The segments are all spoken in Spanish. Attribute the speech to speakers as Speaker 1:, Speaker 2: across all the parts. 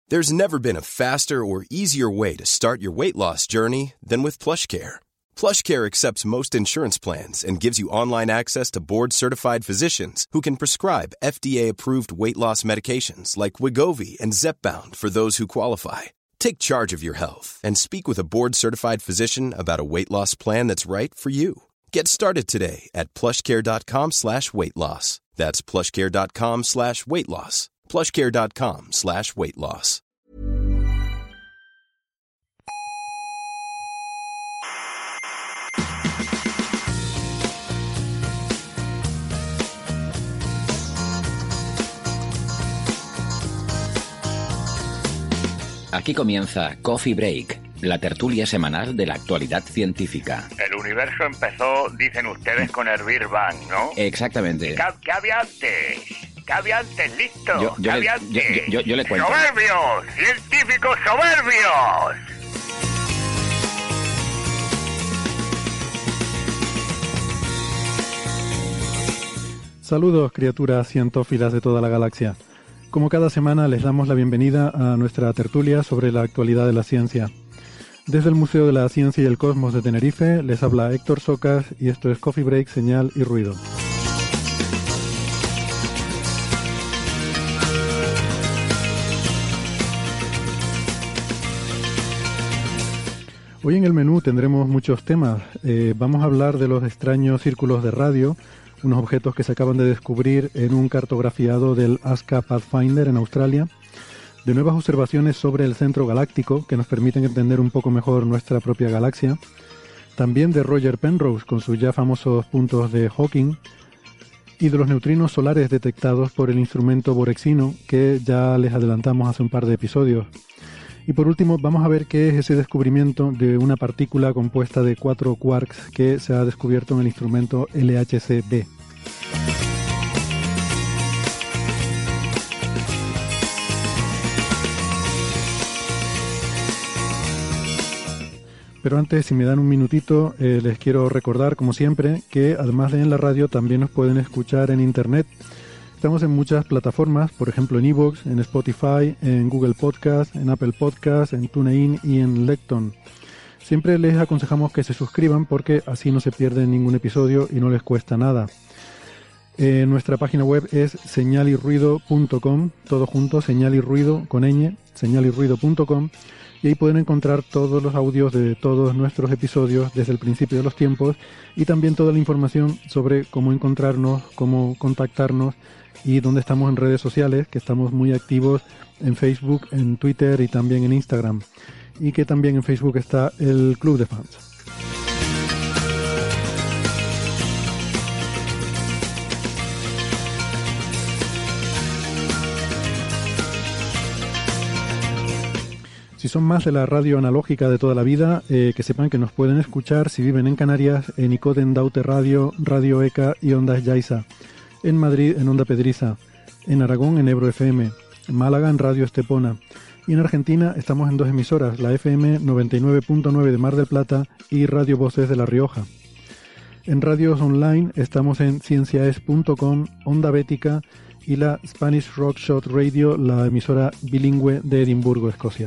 Speaker 1: There's never been a faster or easier way to start your weight loss journey than with PlushCare. PlushCare accepts most insurance plans and gives you online access to board-certified physicians who can prescribe FDA-approved weight loss medications like Wegovy and Zepbound for those who qualify. Take charge of your health and speak with a board-certified physician about a weight loss plan that's right for you. Get started today at plushcare.com/weightloss. That's plushcare.com/weightloss. plushcare.com/weightloss.
Speaker 2: Aquí comienza Coffee Break, la tertulia semanal de la actualidad científica.
Speaker 3: El universo empezó, dicen ustedes, con el Big Bang, ¿no?
Speaker 2: Exactamente.
Speaker 3: ¿Qué había antes? ¿Qué había antes? ¿Listo? ¿Qué había antes?
Speaker 2: Yo le cuento.
Speaker 3: ¡Soberbios! ¡Científicos soberbios!
Speaker 4: Saludos, criaturas cientófilas de toda la galaxia. Como cada semana les damos la bienvenida a nuestra tertulia sobre la actualidad de la ciencia. Desde el Museo de la Ciencia y el Cosmos de Tenerife les habla Héctor Socas y esto es Coffee Break, Señal y Ruido. Hoy en el menú tendremos muchos temas. Vamos a hablar de los extraños círculos de radio, unos objetos que se acaban de descubrir en un cartografiado del ASCA Pathfinder en Australia, de nuevas observaciones sobre el centro galáctico que nos permiten entender un poco mejor nuestra propia galaxia, también de Roger Penrose con sus ya famosos puntos de Hawking, y de los neutrinos solares detectados por el instrumento borexino que ya les adelantamos hace un par de episodios. Y por último vamos a ver qué es ese descubrimiento de una partícula compuesta de 4 quarks que se ha descubierto en el instrumento LHC-b. Pero antes, si me dan un minutito, les quiero recordar, como siempre, que además de en la radio también nos pueden escuchar en internet. Estamos en muchas plataformas, por ejemplo en iVoox, en Spotify, en Google Podcast, en Apple Podcast, en TuneIn y en Lecton. Siempre les aconsejamos que se suscriban porque así no se pierden ningún episodio y no les cuesta nada. Nuestra página web es señalirruido.com, todo junto, señal y ruido con ñ, señalirruido.com, y ahí pueden encontrar todos los audios de todos nuestros episodios desde el principio de los tiempos y también toda la información sobre cómo encontrarnos, cómo contactarnos y dónde estamos en redes sociales, que estamos muy activos en Facebook, en Twitter y también en Instagram. Y que también en Facebook está el Club de Fans. Si son más de la radio analógica de toda la vida, que sepan que nos pueden escuchar si viven en Canarias, en Icoden Daute Radio, Radio ECA y Ondas Yaiza. En Madrid, en Onda Pedriza. En Aragón, en Ebro FM. En Málaga, en Radio Estepona. Y en Argentina estamos en 2 emisoras, la FM 99.9 de Mar del Plata y Radio Voces de La Rioja. En radios online estamos en cienciaes.com, Onda Bética y la Spanish Rock Shot Radio, la emisora bilingüe de Edimburgo, Escocia.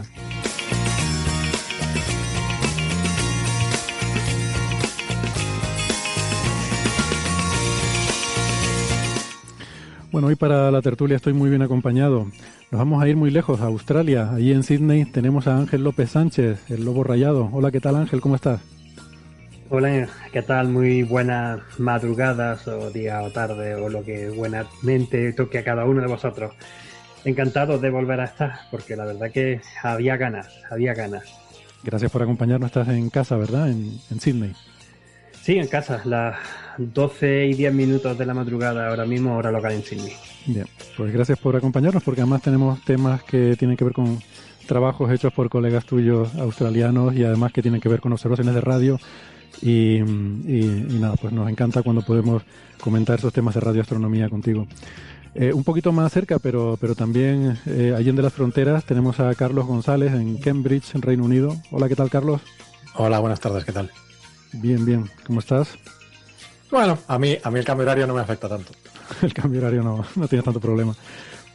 Speaker 4: Bueno, hoy para la tertulia estoy muy bien acompañado. Nos vamos a ir muy lejos, a Australia. Allí en Sydney tenemos a Ángel López Sánchez, el lobo rayado. Hola, ¿qué tal, Ángel? ¿Cómo estás?
Speaker 5: Hola, ¿qué tal? Muy buenas madrugadas o día o tarde o lo que buenamente toque a cada uno de vosotros. Encantado de volver a estar, porque la verdad que había ganas.
Speaker 4: Gracias por acompañarnos. Estás en casa, ¿verdad? En Sydney.
Speaker 5: Sí, en casa, las 12 y 10 minutos de la madrugada ahora mismo, hora local en Sydney.
Speaker 4: Bien, pues gracias por acompañarnos, porque además tenemos temas que tienen que ver con trabajos hechos por colegas tuyos australianos y además que tienen que ver con observaciones de radio y nada, pues nos encanta cuando podemos comentar esos temas de radioastronomía contigo. Un poquito más cerca, pero también allende las fronteras, tenemos a Carlos González en Cambridge, en Reino Unido. Hola, ¿qué tal, Carlos?
Speaker 6: Hola, buenas tardes, ¿qué tal?
Speaker 4: Bien, ¿cómo estás?
Speaker 6: Bueno, a mí el cambio horario no me afecta tanto.
Speaker 4: El cambio horario no tiene tanto problema.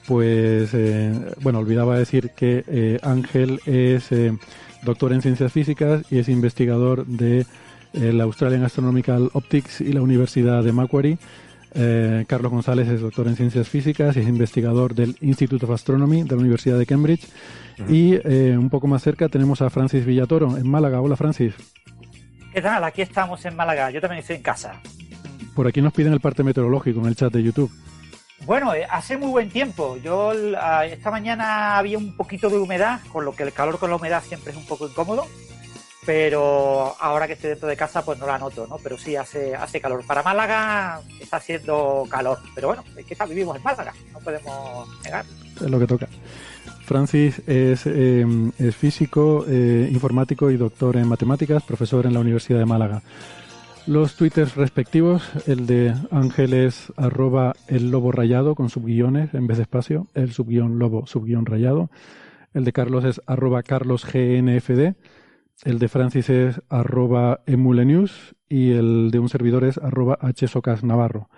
Speaker 4: Pues, bueno, olvidaba decir que Ángel es doctor en ciencias físicas y es investigador de la Australian Astronomical Optics y la Universidad de Macquarie. Carlos González es doctor en ciencias físicas y es investigador del Institute of Astronomy de la Universidad de Cambridge. Y un poco más cerca tenemos a Francis Villatoro en Málaga. Hola, Francis.
Speaker 7: ¿Qué tal? Aquí estamos en Málaga. Yo también estoy en casa.
Speaker 4: Por aquí nos piden el parte meteorológico en el chat de YouTube.
Speaker 7: Bueno, hace muy buen tiempo. Yo esta mañana había un poquito de humedad, con lo que el calor con la humedad siempre es un poco incómodo. Pero ahora que estoy dentro de casa, pues no la noto, ¿no? Pero sí hace calor. Para Málaga está haciendo calor. Pero bueno, es que vivimos en Málaga, no podemos negar.
Speaker 4: Es lo que toca. Francis es físico, informático y doctor en matemáticas, profesor en la Universidad de Málaga. Los twitters respectivos, el de Ángel es @elloborrayado con subguiones en vez de espacio, el _lobo _rayado. El de Carlos es @carlosgnfd. El de Francis es @emulenews y el de un servidor es @hsocasnavarro.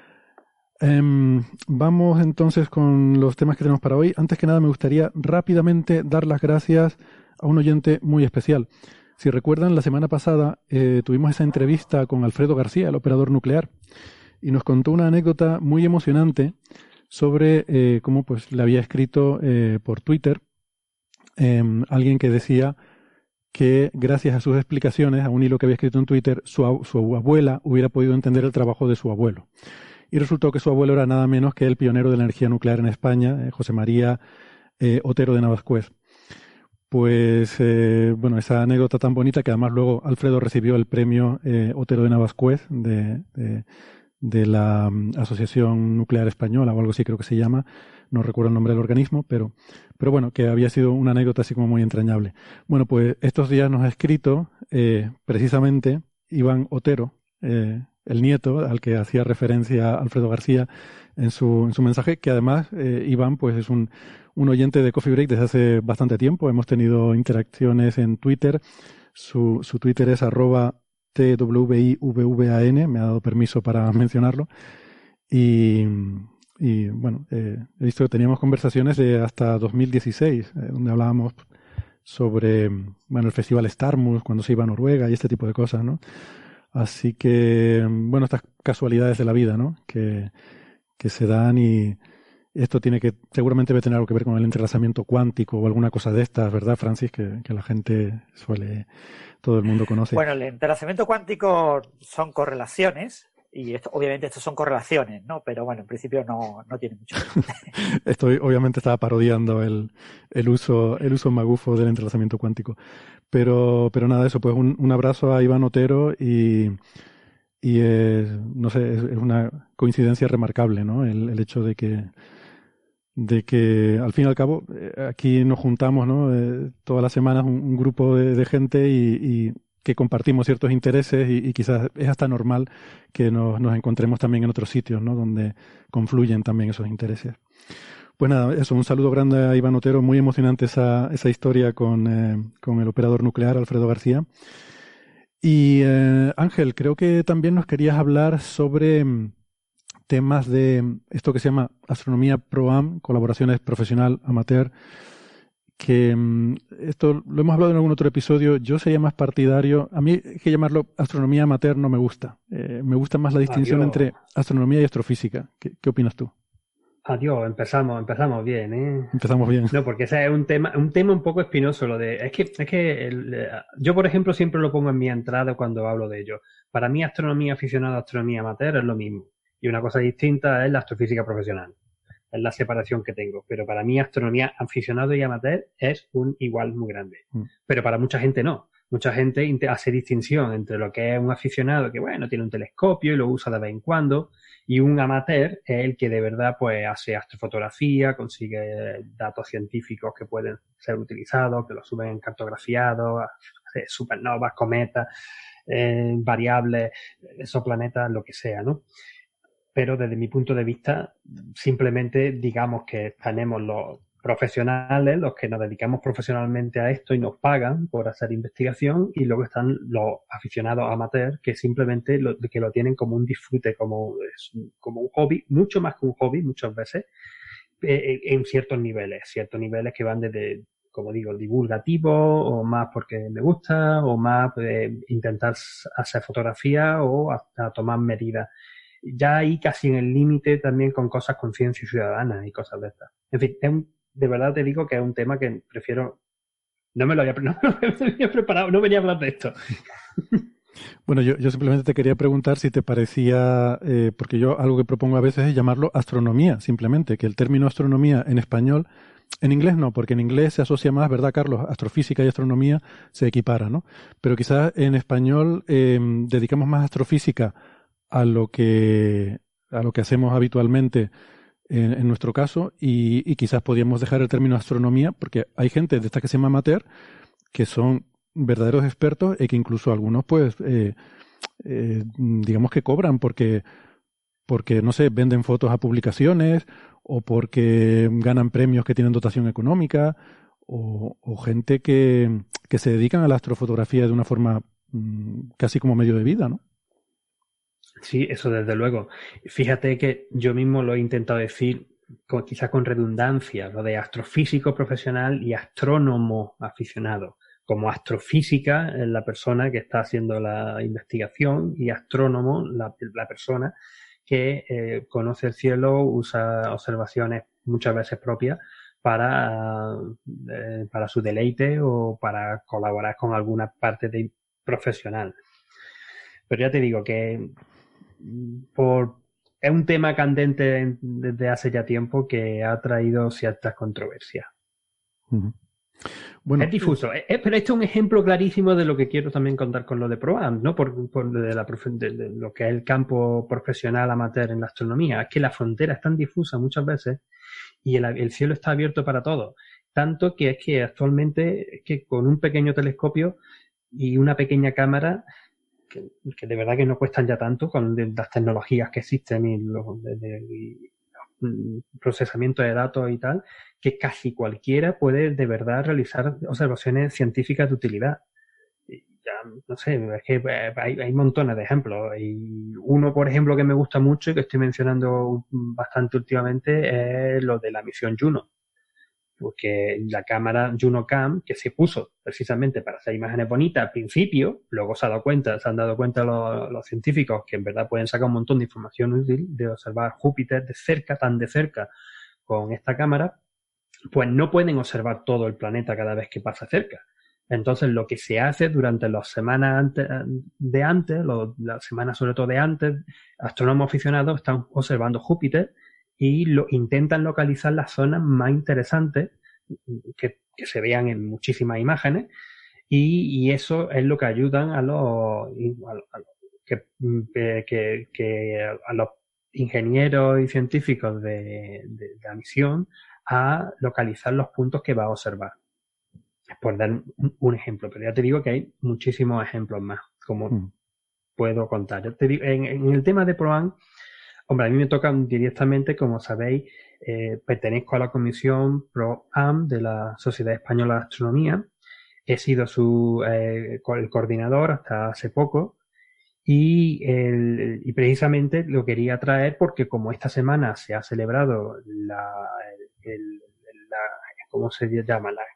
Speaker 4: Vamos entonces con los temas que tenemos para hoy. Antes que nada me gustaría rápidamente dar las gracias a un oyente muy especial. Si recuerdan, la semana pasada tuvimos esa entrevista con Alfredo García, el operador nuclear, y nos contó una anécdota muy emocionante sobre cómo pues le había escrito por Twitter alguien que decía que gracias a sus explicaciones, a un hilo que había escrito en Twitter, su abuela hubiera podido entender el trabajo de su abuelo. Y resultó que su abuelo era nada menos que el pionero de la energía nuclear en España, José María Otero de Navascués. Pues, bueno, esa anécdota tan bonita que además luego Alfredo recibió el premio Otero de Navascués de la Asociación Nuclear Española o algo así creo que se llama, no recuerdo el nombre del organismo, pero bueno, que había sido una anécdota así como muy entrañable. Bueno, pues estos días nos ha escrito precisamente Iván Otero, el nieto al que hacía referencia Alfredo García en su mensaje, que además Iván pues es un oyente de Coffee Break desde hace bastante tiempo. Hemos tenido interacciones en Twitter. Su Twitter es @TWIVVAN, me ha dado permiso para mencionarlo. Y bueno, he visto que teníamos conversaciones de hasta 2016, donde hablábamos sobre el festival Starmus, cuando se iba a Noruega y este tipo de cosas, ¿no? Así que, bueno, estas casualidades de la vida, ¿no? Que se dan y esto seguramente debe tener algo que ver con el entrelazamiento cuántico o alguna cosa de estas, ¿verdad, Francis? Que la gente todo el mundo conoce.
Speaker 7: Bueno, el entrelazamiento cuántico son correlaciones y obviamente estos son correlaciones, ¿no? Pero bueno, en principio no tiene mucho.
Speaker 4: Obviamente estaba parodiando el uso magufo del entrelazamiento cuántico. Pero nada, eso, pues un abrazo a Iván Otero y no sé, es una coincidencia remarcable, ¿no? El hecho de que al fin y al cabo aquí nos juntamos, ¿no? Todas las semanas un grupo de gente y que compartimos ciertos intereses y quizás es hasta normal que nos encontremos también en otros sitios, ¿no? Donde confluyen también esos intereses. Pues nada, eso, un saludo grande a Iván Otero, muy emocionante esa historia con el operador nuclear Alfredo García. Y Ángel, creo que también nos querías hablar sobre temas de esto que se llama Astronomía Pro-Am, colaboraciones profesional amateur, que esto lo hemos hablado en algún otro episodio. Yo sería más partidario, a mí que llamarlo astronomía amateur no me gusta. Me gusta más la distinción entre astronomía y astrofísica. ¿Qué opinas tú?
Speaker 5: Adiós, empezamos bien, ¿eh?
Speaker 4: Empezamos bien.
Speaker 5: No, porque ese es un tema un poco espinoso, lo de, yo por ejemplo siempre lo pongo en mi entrada cuando hablo de ello. Para mí astronomía aficionada, astronomía amateur es lo mismo. Y una cosa distinta es la astrofísica profesional. Es la separación que tengo. Pero para mí astronomía aficionado y amateur es un igual muy grande. Pero para mucha gente no. Mucha gente hace distinción entre lo que es un aficionado que, bueno, tiene un telescopio y lo usa de vez en cuando, y un amateur es el que de verdad pues hace astrofotografía, consigue datos científicos que pueden ser utilizados, que los suben cartografiados, hace supernovas, cometas, variables, exoplanetas, lo que sea, ¿no? Pero desde mi punto de vista, simplemente digamos que tenemos los profesionales, los que nos dedicamos profesionalmente a esto y nos pagan por hacer investigación, y luego están los aficionados amateurs que simplemente que lo tienen como un disfrute, como un hobby, mucho más que un hobby muchas veces, en ciertos niveles que van desde, como digo, divulgativo, o más porque me gusta, o más intentar hacer fotografía o hasta tomar medidas. Ya ahí casi en el límite también con cosas con ciencia ciudadana y cosas de estas. En fin, de verdad te digo que es un tema que prefiero... No me lo había preparado, no venía a hablar de esto.
Speaker 4: Bueno, yo simplemente te quería preguntar si te parecía, porque yo algo que propongo a veces es llamarlo astronomía, simplemente, que el término astronomía en español, en inglés no, porque en inglés se asocia más, ¿verdad, Carlos? Astrofísica y astronomía se equipara, ¿no? Pero quizás en español dedicamos más astrofísica a lo que hacemos habitualmente en nuestro caso, y quizás podríamos dejar el término astronomía, porque hay gente de esta que se llama amateur, que son verdaderos expertos y que incluso algunos pues digamos que cobran porque no sé, venden fotos a publicaciones o porque ganan premios que tienen dotación económica o gente que se dedican a la astrofotografía de una forma casi como medio de vida, ¿no?
Speaker 5: Sí, eso desde luego. Fíjate que yo mismo lo he intentado decir quizás con redundancia, lo de astrofísico profesional y astrónomo aficionado. Como astrofísica es la persona que está haciendo la investigación y astrónomo la persona que conoce el cielo, usa observaciones muchas veces propias para su deleite o para colaborar con alguna parte profesional. Pero ya te digo que es un tema candente desde hace ya tiempo que ha traído ciertas controversias.
Speaker 4: Uh-huh. Bueno,
Speaker 5: es difuso, pero esto es un ejemplo clarísimo de lo que quiero también contar con lo de ProAm, ¿no? Por de lo que es el campo profesional amateur en la astronomía. Es que la frontera es tan difusa muchas veces y el cielo está abierto para todos. Tanto que es que actualmente es que con un pequeño telescopio y una pequeña cámara que de verdad que no cuestan ya tanto con las tecnologías que existen y los procesamiento de datos y tal, que casi cualquiera puede de verdad realizar observaciones científicas de utilidad. Ya, no sé, es que hay montones de ejemplos. Y uno, por ejemplo, que me gusta mucho y que estoy mencionando bastante últimamente es lo de la misión Juno. Porque la cámara JunoCam, que se puso precisamente para hacer imágenes bonitas al principio, luego se han dado cuenta los científicos que en verdad pueden sacar un montón de información útil de observar Júpiter de cerca, tan de cerca, con esta cámara, pues no pueden observar todo el planeta cada vez que pasa cerca. Entonces, lo que se hace durante las semanas las semanas sobre todo de antes, astrónomos aficionados están observando Júpiter y intentan localizar las zonas más interesantes que se vean en muchísimas imágenes y eso es lo que ayudan a los ingenieros y científicos de la misión a localizar los puntos que va a observar. Por dar un ejemplo, pero ya te digo que hay muchísimos ejemplos más, como puedo contar. Ya te digo, en el tema de ProAm, hombre, a mí me toca directamente, como sabéis, pertenezco a la comisión ProAm de la Sociedad Española de Astronomía. He sido el coordinador hasta hace poco y precisamente lo quería traer porque como esta semana se ha celebrado ¿cómo se llama? La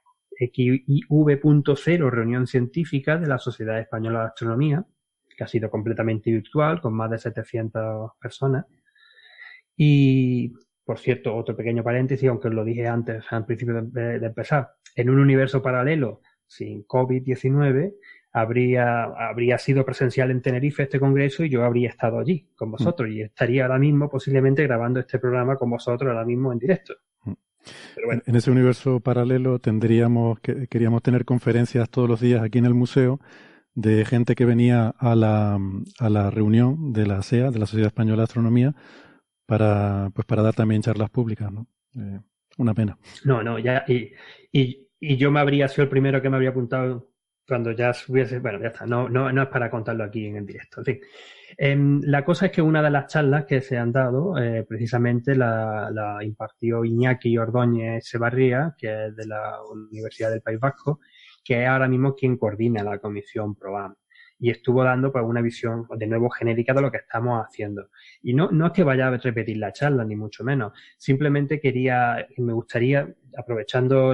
Speaker 5: XIV.0 reunión científica de la Sociedad Española de Astronomía, que ha sido completamente virtual, con más de 700 personas. Y, por cierto, otro pequeño paréntesis, aunque os lo dije antes, al principio de empezar, en un universo paralelo, sin COVID-19, habría sido presencial en Tenerife este congreso y yo habría estado allí con vosotros y estaría ahora mismo posiblemente grabando este programa con vosotros ahora mismo en directo. Pero bueno.
Speaker 4: En ese universo paralelo queríamos tener conferencias todos los días aquí en el museo de gente que venía a la reunión de la SEA, de la Sociedad Española de Astronomía, para dar también charlas públicas, ¿no? Una pena.
Speaker 5: No, ya, y yo me habría sido el primero que me habría apuntado cuando ya hubiese, bueno, ya está, no es para contarlo aquí en el directo. En fin, la cosa es que una de las charlas que se han dado, precisamente la impartió Iñaki Ordóñez Sebarría, que es de la Universidad del País Vasco, que es ahora mismo quien coordina la comisión ProAm. y estuvo dando pues una visión de nuevo genérica de lo que estamos haciendo. Y no es que vaya a repetir la charla, ni mucho menos. Simplemente me gustaría, aprovechando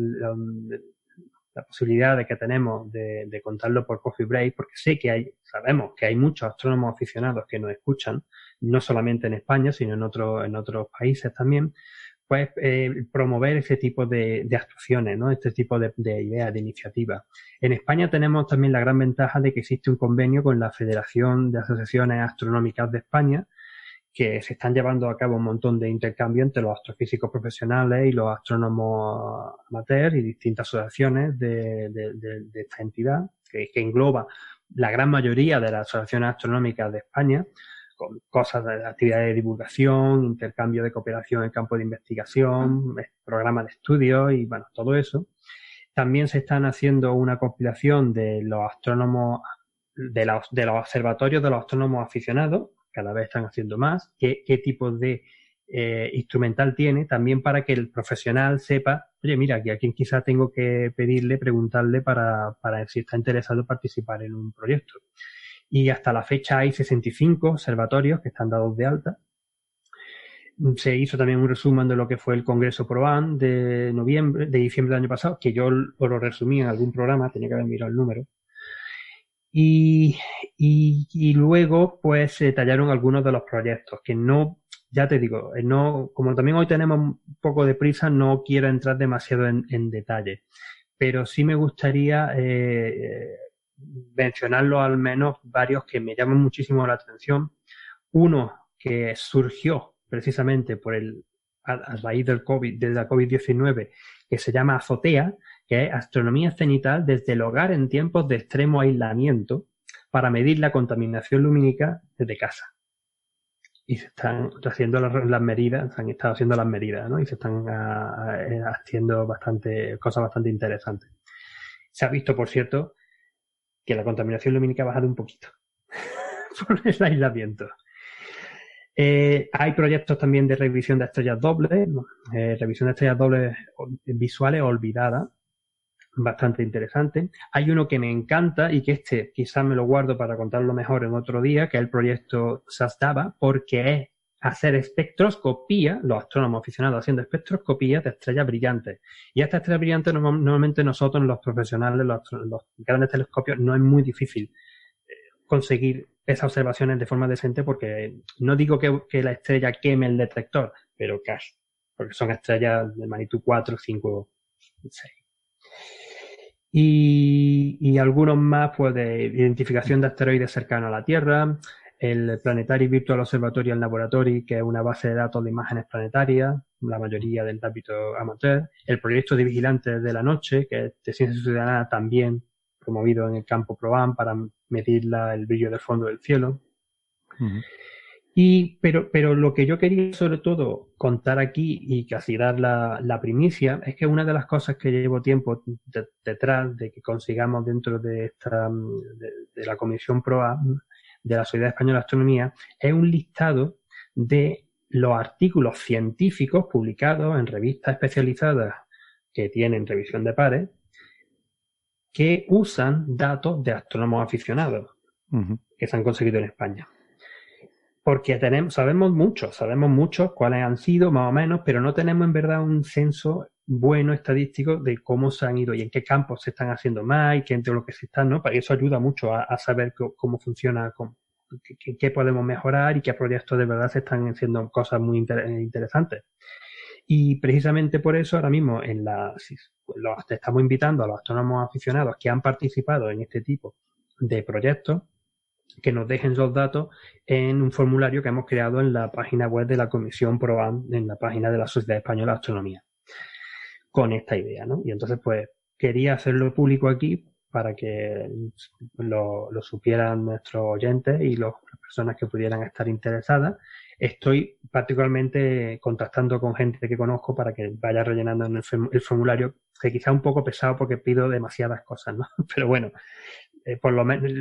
Speaker 5: la posibilidad de que tenemos de contarlo por Coffee Break, porque sabemos que hay muchos astrónomos aficionados que nos escuchan, no solamente en España, sino en otros países también, pues promover ese tipo de actuaciones, ¿no? Este tipo de ideas, de iniciativas. En España tenemos también la gran ventaja de que existe un convenio con la Federación de Asociaciones Astronómicas de España, que se están llevando a cabo un montón de intercambios entre los astrofísicos profesionales y los astrónomos amateurs y distintas asociaciones de esta entidad, que engloba la gran mayoría de las asociaciones astronómicas de España, con cosas de actividades de divulgación, intercambio de cooperación en campo de investigación, programas de estudio y bueno, todo eso. También se están haciendo una compilación de los astrónomos, de los observatorios de los astrónomos aficionados, cada vez están haciendo más, qué tipo de instrumental tiene, también para que el profesional sepa, oye, mira, que a quien quizá tengo que preguntarle para si está interesado en participar en un proyecto. Y hasta la fecha hay 65 observatorios que están dados de alta. Se hizo también un resumen de lo que fue el Congreso ProAm de diciembre del año pasado, que yo lo resumí en algún programa, tenía que haber mirado el número. Y luego, pues, se detallaron algunos de los proyectos, que no, ya te digo, como también hoy tenemos un poco de prisa, no quiero entrar demasiado en detalle. Pero sí me gustaría mencionarlo al menos varios que me llaman muchísimo la atención. Uno que surgió precisamente a raíz de la COVID-19, que se llama Azotea, que es astronomía cenital desde el hogar en tiempos de extremo aislamiento para medir la contaminación lumínica desde casa. Y se están haciendo las medidas, se han estado haciendo las medidas, ¿no? Y se están haciendo cosas bastante interesantes. Se ha visto, por cierto, que la contaminación lumínica ha bajado un poquito por el aislamiento. Hay proyectos también de revisión de estrellas dobles, revisión de estrellas dobles visuales olvidadas, bastante interesante. Hay uno que me encanta y que quizás me lo guardo para contarlo mejor en otro día, que es el proyecto SASDABA, porque es hacer espectroscopía, los astrónomos aficionados haciendo espectroscopía de estrellas brillantes. Y estas estrellas brillantes normalmente nosotros, los profesionales, los grandes telescopios, no es muy difícil conseguir esas observaciones de forma decente, porque no digo que la estrella queme el detector, pero casi, porque son estrellas de magnitud 4, 5, 6. Y algunos más, pues, de identificación de asteroides cercanos a la Tierra, el Planetary Virtual Observatory and Laboratory, que es una base de datos de imágenes planetarias, la mayoría del ámbito amateur, el proyecto de vigilantes de la noche, que es de ciencia ciudadana, también promovido en el campo ProAm para medir el brillo del fondo del cielo. Uh-huh. Pero lo que yo quería sobre todo contar aquí y casi dar la primicia es que una de las cosas que llevo tiempo detrás de que consigamos dentro de la Comisión ProAm de la Sociedad Española de Astronomía es un listado de los artículos científicos publicados en revistas especializadas que tienen revisión de pares que usan datos de astrónomos aficionados uh-huh. que se han conseguido en España. Porque sabemos mucho cuáles han sido, más o menos, pero no tenemos en verdad un censo bueno estadístico de cómo se han ido y en qué campos se están haciendo más y qué entre lo que se están, ¿no? Para eso ayuda mucho a saber cómo funciona, qué podemos mejorar y qué proyectos de verdad se están haciendo cosas muy interesantes. Y precisamente por eso ahora mismo estamos invitando a los astrónomos aficionados que han participado en este tipo de proyectos que nos dejen los datos en un formulario que hemos creado en la página web de la Comisión ProAm, en la página de la Sociedad Española de Astronomía, con esta idea, ¿no? Y entonces, pues, quería hacerlo público aquí para que lo supieran nuestros oyentes y las personas que pudieran estar interesadas. Estoy particularmente contactando con gente que conozco para que vaya rellenando en el formulario, que quizá un poco pesado porque pido demasiadas cosas, ¿no? Pero bueno, por lo menos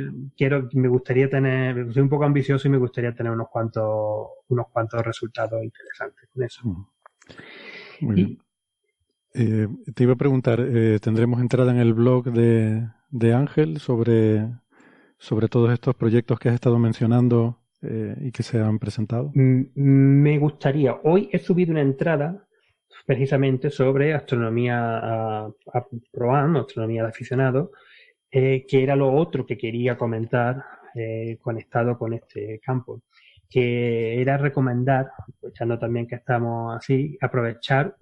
Speaker 5: soy un poco ambicioso y me gustaría tener unos cuantos resultados interesantes con eso.
Speaker 4: Muy bien. Te iba a preguntar, ¿tendremos entrada en el blog de Ángel sobre sobre todos estos proyectos que has estado mencionando y que se han presentado?
Speaker 5: Me gustaría. Hoy he subido una entrada precisamente sobre astronomía a Proam, astronomía de aficionado, que era lo otro que quería comentar conectado con este campo, que era recomendar, aprovechando también que estamos así, aprovechar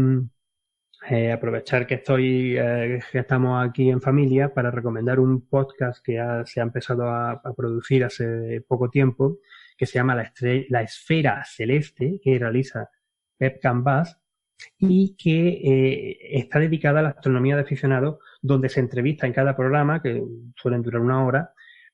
Speaker 5: que estamos aquí en familia para recomendar un podcast que se ha empezado a producir hace poco tiempo, que se llama La Esfera Celeste, que realiza Pep Canvas, y que está dedicada a la astronomía de aficionados, donde se entrevista en cada programa, que suelen durar 1 hora,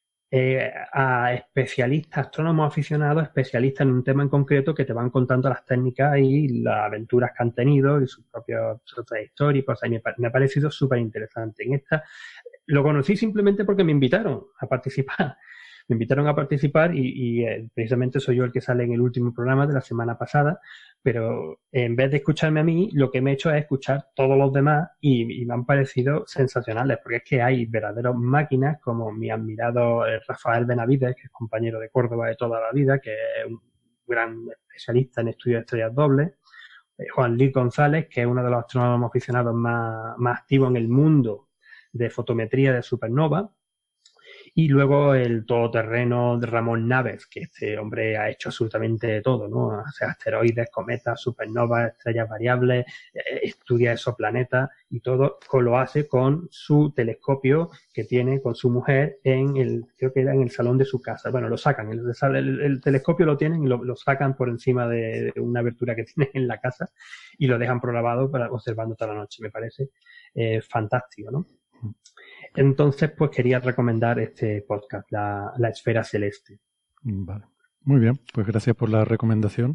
Speaker 5: a especialistas, astrónomos aficionados, especialistas en un tema en concreto, que te van contando las técnicas y las aventuras que han tenido y su trayectoria y cosas. Y me ha parecido súper interesante. En esta lo conocí simplemente porque me invitaron a participar. Me invitaron a participar y precisamente soy yo el que sale en el último programa de la semana pasada, pero en vez de escucharme a mí, lo que me he hecho es escuchar todos los demás y me han parecido sensacionales, porque es que hay verdaderos máquinas como mi admirado Rafael Benavides, que es compañero de Córdoba de toda la vida, que es un gran especialista en estudios de estrellas dobles, Juan Luis González, que es uno de los astrónomos aficionados más activos en el mundo de fotometría de supernova, y luego el todoterreno de Ramón Naves, que este hombre ha hecho absolutamente de todo, ¿no? Hace asteroides, cometas, supernovas, estrellas variables, estudia exoplanetas y todo lo hace con su telescopio que tiene con su mujer creo que era en el salón de su casa. Bueno, lo sacan, el telescopio lo tienen y lo sacan por encima de una abertura que tienen en la casa y lo dejan programado para observando toda la noche. Me parece fantástico, ¿no? Entonces, pues quería recomendar este podcast, La Esfera Celeste.
Speaker 4: Vale. Muy bien, pues gracias por la recomendación.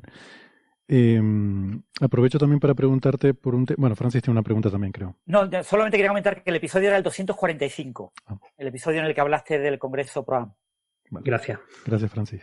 Speaker 4: Aprovecho también para preguntarte por bueno, Francis tiene una pregunta también, creo.
Speaker 7: No, solamente quería comentar que el episodio era el 245, el episodio en el que hablaste del Congreso ProAm.
Speaker 4: Vale.
Speaker 5: Gracias.
Speaker 4: Gracias, Francis.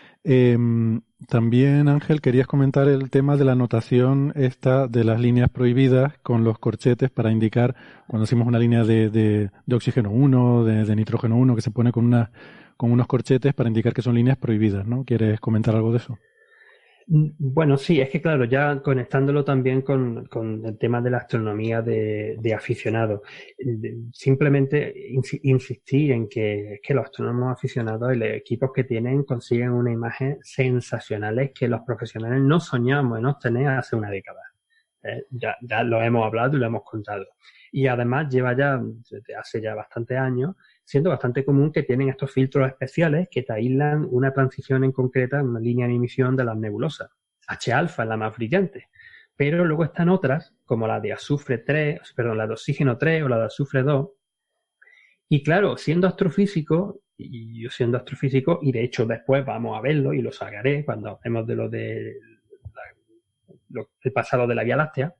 Speaker 4: También, Ángel, querías comentar el tema de la notación esta de las líneas prohibidas con los corchetes para indicar cuando hacemos una línea de oxígeno 1, de nitrógeno 1, que se pone con unos corchetes para indicar que son líneas prohibidas, ¿no? ¿Quieres comentar algo de eso?
Speaker 5: Bueno, sí, es que claro, ya conectándolo también con el tema de la astronomía de aficionados, simplemente insistir en que los astrónomos aficionados y los equipos que tienen consiguen una imagen sensacionales que los profesionales no soñamos en obtener hace una década. Ya lo hemos hablado y lo hemos contado. Y además lleva ya, desde hace ya bastantes años, siendo bastante común que tienen estos filtros especiales que te aíslan una transición en concreta, una línea de emisión de las nebulosas. H-alfa es la más brillante. Pero luego están otras, como la de la de oxígeno 3 o la de azufre 2. Y claro, siendo astrofísico, y yo siendo astrofísico, y de hecho después vamos a verlo y lo sacaré cuando hablemos de el pasado de la Vía Láctea,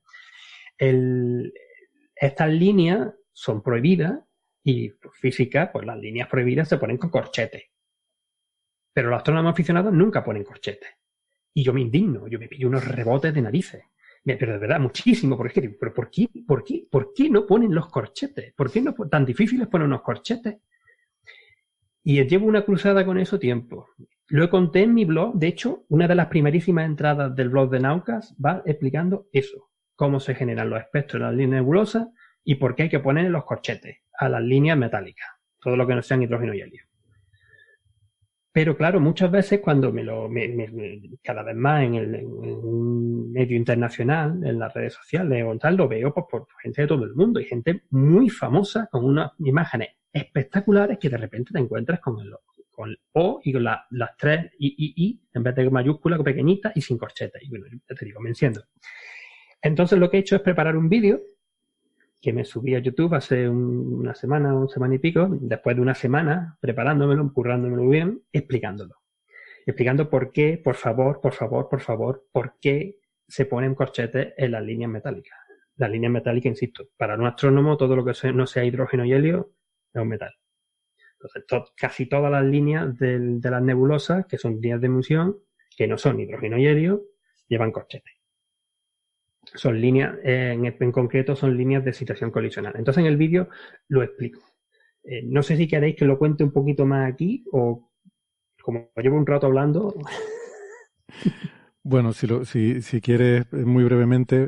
Speaker 5: estas líneas son prohibidas y por física, pues las líneas prohibidas se ponen con corchetes. Pero los astrónomos aficionados nunca ponen corchetes. Y yo me indigno, yo me pillo unos rebotes de narices. Pero de verdad, muchísimo. ¿Por qué no ponen los corchetes? ¿Por qué no tan difícil es poner unos corchetes? Y llevo una cruzada con eso tiempo. Lo conté en mi blog. De hecho, una de las primerísimas entradas del blog de Naucas va explicando eso. Cómo se generan los espectros de las líneas nebulosas y por qué hay que poner los corchetes a las líneas metálicas. Todo lo que no sea hidrógeno y helio. Pero claro, muchas veces cuando cada vez más en un medio internacional, en las redes sociales o tal, lo veo pues, por gente de todo el mundo y gente muy famosa con unas imágenes espectaculares que de repente te encuentras con O y con las tres I, en vez de mayúscula, pequeñitas y sin corchetes. Y bueno, yo te digo, me enciendo. Entonces lo que he hecho es preparar un vídeo que me subí a YouTube hace una semana y pico, después de una semana preparándomelo, currándomelo bien, explicando por qué, por favor, por qué se ponen corchetes en las líneas metálicas. Las líneas metálicas, insisto, para un astrónomo todo lo que no sea hidrógeno y helio es un metal. Entonces, casi todas las líneas de las nebulosas, que son líneas de emisión, que no son hidrógeno y helio, llevan corchetes. Son líneas, en concreto son líneas de excitación colisional. Entonces en el vídeo lo explico. No sé si queréis que lo cuente un poquito más aquí o como llevo un rato hablando.
Speaker 4: Bueno, si quieres, muy brevemente,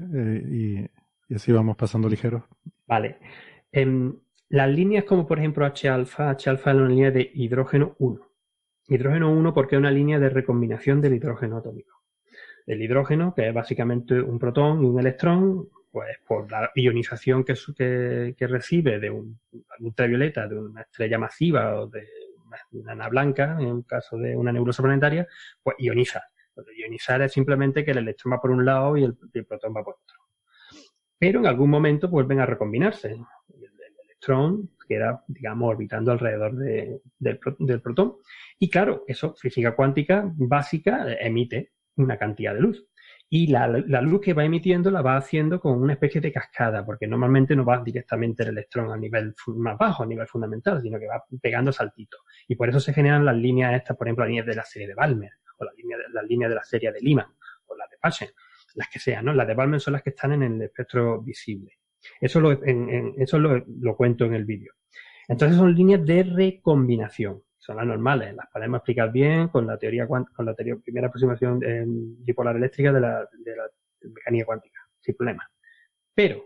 Speaker 4: y así vamos pasando ligeros.
Speaker 5: Vale. Las líneas como por ejemplo H-alfa es una línea de hidrógeno 1. Hidrógeno 1 porque es una línea de recombinación del hidrógeno atómico. El hidrógeno, que es básicamente un protón y un electrón, pues por la ionización que recibe de un ultravioleta, de una estrella masiva o de una enana blanca, en el caso de una nebulosa planetaria, pues ioniza. Ionizar es simplemente que el electrón va por un lado y el protón va por otro. Pero en algún momento vuelven a recombinarse. El electrón queda, digamos, orbitando alrededor del protón. Y claro, eso, física cuántica básica, emite una cantidad de luz. Y la luz que va emitiendo la va haciendo con una especie de cascada, porque normalmente no va directamente el electrón a nivel más bajo, a nivel fundamental, sino que va pegando saltitos. Y por eso se generan las líneas estas, por ejemplo, las líneas de la serie de Balmer, o las líneas de la serie de Lyman, o las de Paschen, las que sean, ¿no? Las de Balmer son las que están en el espectro visible. Eso lo cuento en el vídeo. Entonces son líneas de recombinación. Son las normales, las podemos explicar bien con la primera aproximación dipolar eléctrica de la mecánica cuántica, sin problema. Pero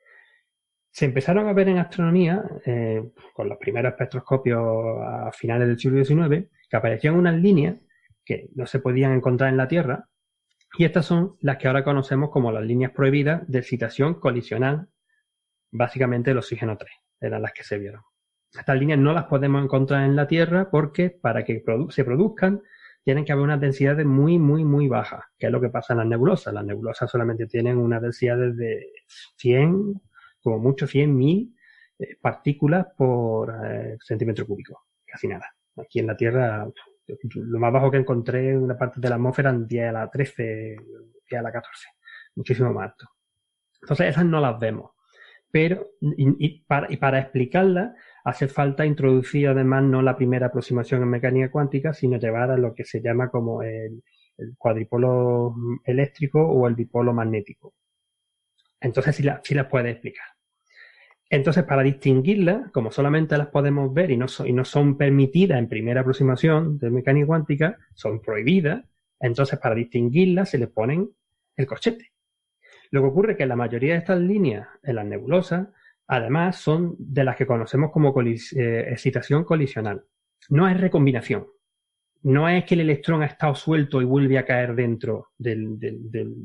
Speaker 5: se empezaron a ver en astronomía, con los primeros espectroscopios a finales del siglo XIX, que aparecían unas líneas que no se podían encontrar en la Tierra, y estas son las que ahora conocemos como las líneas prohibidas de excitación colisional, básicamente el oxígeno 3, eran las que se vieron. Estas líneas no las podemos encontrar en la Tierra porque para que se produzcan tienen que haber unas densidades muy, muy, muy bajas, que es lo que pasa en las nebulosas. Las nebulosas solamente tienen unas densidades de 100, como mucho 100.000 partículas por centímetro cúbico, casi nada. Aquí en la Tierra, lo más bajo que encontré en una parte de la atmósfera en 10 a la 13, 10 a la 14, muchísimo más alto. Entonces esas no las vemos. Pero, para explicarlas, hace falta introducir además no la primera aproximación en mecánica cuántica, sino llevar a lo que se llama como el cuadripolo eléctrico o el dipolo magnético. Entonces sí las puede explicar. Entonces, para distinguirlas, como solamente las podemos ver y no son permitidas en primera aproximación de mecánica cuántica, son prohibidas, entonces para distinguirlas se le ponen el corchete. Lo que ocurre es que la mayoría de estas líneas en las nebulosas, además, son de las que conocemos como excitación colisional. No es recombinación. No es que el electrón ha estado suelto y vuelve a caer dentro del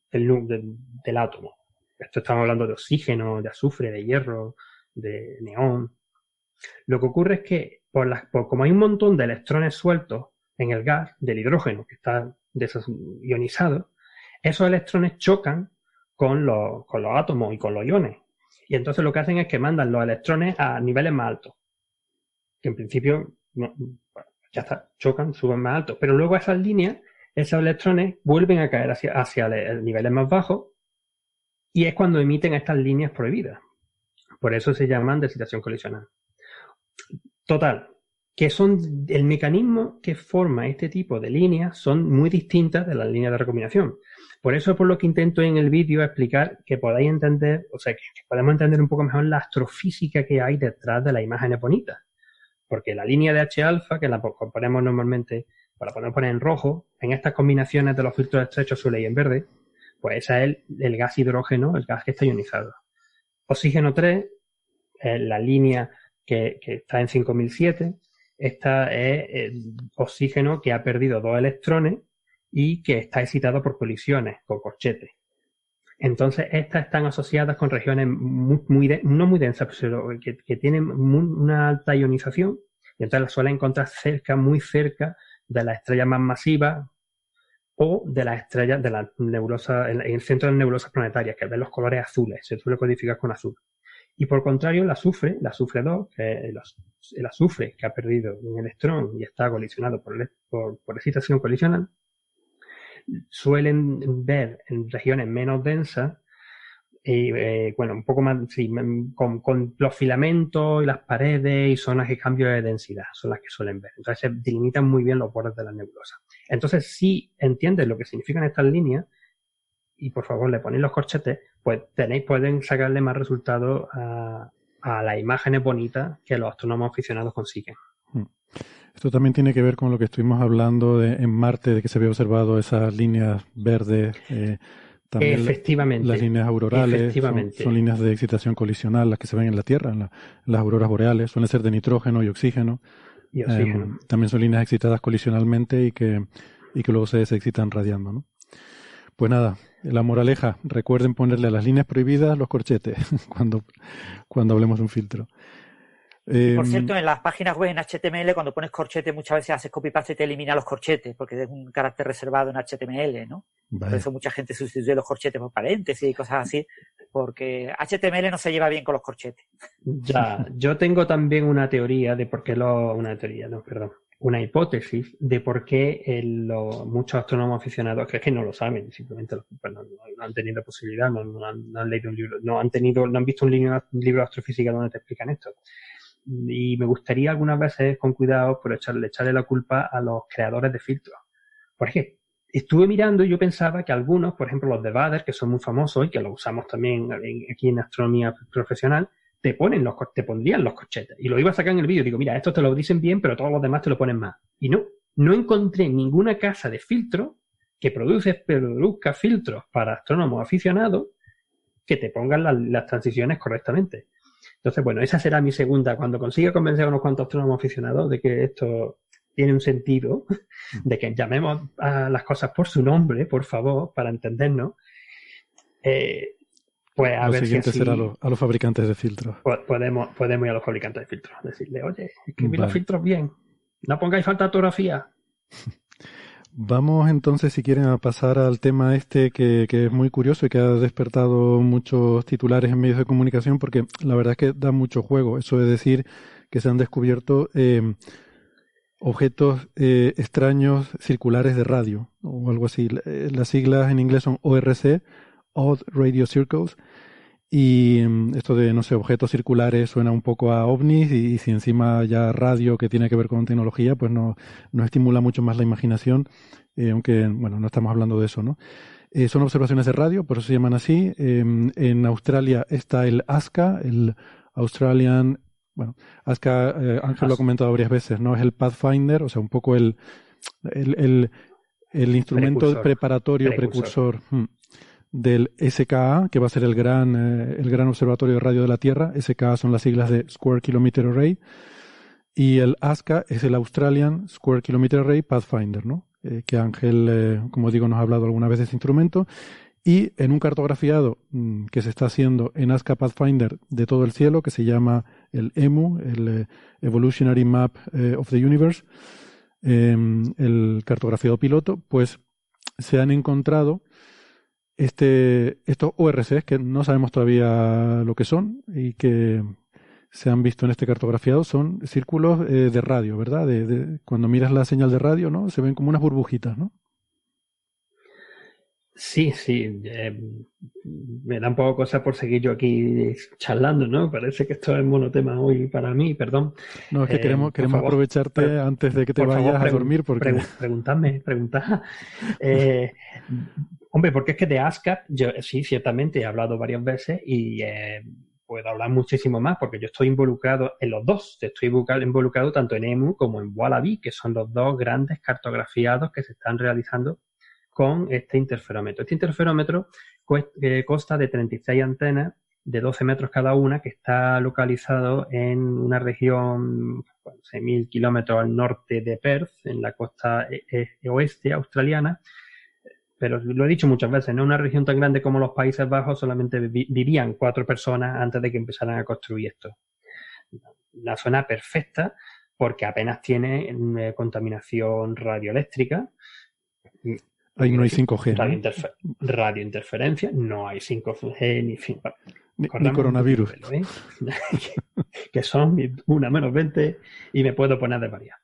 Speaker 5: átomo. Esto estamos hablando de oxígeno, de azufre, de hierro, de neón. Lo que ocurre es que, como hay un montón de electrones sueltos en el gas del hidrógeno que está ionizado, esos electrones chocan con los átomos y con los iones. Y entonces lo que hacen es que mandan los electrones a niveles más altos. Que en principio, ya está, chocan, suben más alto. Pero luego esas líneas, esos electrones vuelven a caer hacia niveles más bajos y es cuando emiten estas líneas prohibidas. Por eso se llaman de excitación colisional. Total, que son el mecanismo que forma este tipo de líneas son muy distintas de las líneas de recombinación. Por eso es por lo que intento en el vídeo explicar que podáis entender, o sea, que podemos entender un poco mejor la astrofísica que hay detrás de las imágenes bonitas. Porque la línea de H-alfa, que la ponemos normalmente, la podemos poner en rojo, en estas combinaciones de los filtros estrechos suele ir en verde, pues esa es el gas hidrógeno, el gas que está ionizado. Oxígeno 3 es la línea que está en 5007. Esta es oxígeno que ha perdido 2 electrones y que está excitado por colisiones con corchetes. Entonces, estas están asociadas con regiones no muy densas, pero que tienen una alta ionización, y entonces las suelen encontrar muy cerca de las estrellas más masivas o de las estrellas de la nebulosa, en el centro de las nebulosas planetarias, que ven los colores azules, se suele codificar con azul. Y por contrario, el azufre 2, que es el azufre que ha perdido un electrón y está colisionado por excitación colisional, suelen ver en regiones menos densas y, un poco más, sí, con los filamentos y las paredes y zonas de cambio de densidad, son las que suelen ver. Entonces se delimitan muy bien los bordes de las nebulosas. Entonces, si entiendes lo que significan estas líneas, y por favor le ponéis los corchetes, pues pueden sacarle más resultados a a las imágenes bonitas que los astrónomos aficionados consiguen.
Speaker 4: Esto también tiene que ver con lo que estuvimos hablando en Marte, de que se había observado esas líneas verdes. También
Speaker 5: efectivamente.
Speaker 4: Las líneas aurorales son líneas de excitación colisional, las que se ven en la Tierra, en las auroras boreales. Suelen ser de nitrógeno y oxígeno. También son líneas excitadas colisionalmente y que luego se excitan radiando, ¿no? Pues nada, la moraleja, recuerden ponerle a las líneas prohibidas los corchetes cuando hablemos de un filtro.
Speaker 7: Por cierto, en las páginas web en HTML, cuando pones corchete, muchas veces haces copy-paste y te elimina los corchetes, porque es un carácter reservado en HTML, ¿no? Vale. Por eso mucha gente sustituye los corchetes por paréntesis y cosas así, porque HTML no se lleva bien con los corchetes.
Speaker 5: Ya, yo tengo también una teoría de por qué una hipótesis de por qué muchos astrónomos aficionados, que es que no lo saben, simplemente no han tenido posibilidad, no han leído un libro, no han visto un libro de astrofísica donde te explican esto. Y me gustaría algunas veces, con cuidado, por echarle la culpa a los creadores de filtros. Porque estuve mirando y yo pensaba que algunos, por ejemplo los de Bader, que son muy famosos y que los usamos también aquí en astronomía profesional, te pondrían los corchetes. Y lo iba a sacar en el vídeo. Digo, mira, estos te lo dicen bien, pero todos los demás te lo ponen mal. Y no encontré ninguna casa de filtro que produzca filtros para astrónomos aficionados que te pongan las transiciones correctamente. Entonces, bueno, esa será mi segunda. Cuando consiga convencer a unos cuantos astrónomos aficionados de que esto tiene un sentido, de que llamemos a las cosas por su nombre, por favor, para entendernos, pues a ver si así
Speaker 4: será a los fabricantes de filtros.
Speaker 5: Podemos ir a los fabricantes de filtros, decirle, oye, escribid los filtros bien, no pongáis falta de ortografía.
Speaker 4: Vamos entonces, si quieren, a pasar al tema que es muy curioso y que ha despertado muchos titulares en medios de comunicación, porque la verdad es que da mucho juego. Eso de decir que se han descubierto objetos extraños circulares de radio o algo así. Las siglas en inglés son ORC, Odd Radio Circles, y esto de, no sé, objetos circulares suena un poco a ovnis, y si encima ya radio, que tiene que ver con tecnología, pues no estimula mucho más la imaginación, aunque, bueno, no estamos hablando de eso, ¿no? Son observaciones de radio, por eso se llaman así. En Australia está el ASCA, el Australian, bueno, ASCA, Ángel lo ha comentado varias veces, ¿no? Es el Pathfinder, o sea, un poco el instrumento precursor del SKA, que va a ser el gran observatorio de radio de la Tierra. SKA son las siglas de Square Kilometre Array, y el ASCA es el Australian Square Kilometre Array Pathfinder, ¿no? Que Ángel, como digo, nos ha hablado alguna vez de este instrumento. Y en un cartografiado que se está haciendo en ASCA Pathfinder de todo el cielo, que se llama el EMU, el Evolutionary Map of the Universe, el cartografiado piloto, pues se han encontrado estos ORCs que no sabemos todavía lo que son y que se han visto en este cartografiado. Son círculos de radio, ¿verdad? Cuando miras la señal de radio, ¿no? Se ven como unas burbujitas, ¿no?
Speaker 5: Sí. Me da un poco cosa por seguir yo aquí charlando, ¿no? Parece que esto es monotema hoy para mí, perdón.
Speaker 4: No, es que queremos favor, aprovecharte antes de que te vayas a dormir. Porque...
Speaker 5: Preguntad. Hombre, porque es que de ASCAP, yo sí, ciertamente he hablado varias veces y puedo hablar muchísimo más porque yo estoy involucrado en los dos. Estoy involucrado tanto en EMU como en Wallaby, que son los dos grandes cartografiados que se están realizando con este interferómetro. Este interferómetro consta de 36 antenas de 12 metros cada una, que está localizado en una región 6.000 kilómetros al norte de Perth, en la costa oeste australiana. Pero lo he dicho muchas veces, no es una región tan grande como los Países Bajos, solamente vivían 4 personas antes de que empezaran a construir esto. La zona perfecta porque apenas tiene contaminación radioeléctrica.
Speaker 4: Ahí no hay 5G.
Speaker 5: Radiointerferencia, no hay 5G ni
Speaker 4: coronavirus.
Speaker 5: Que son 1-20 y me puedo poner de varias.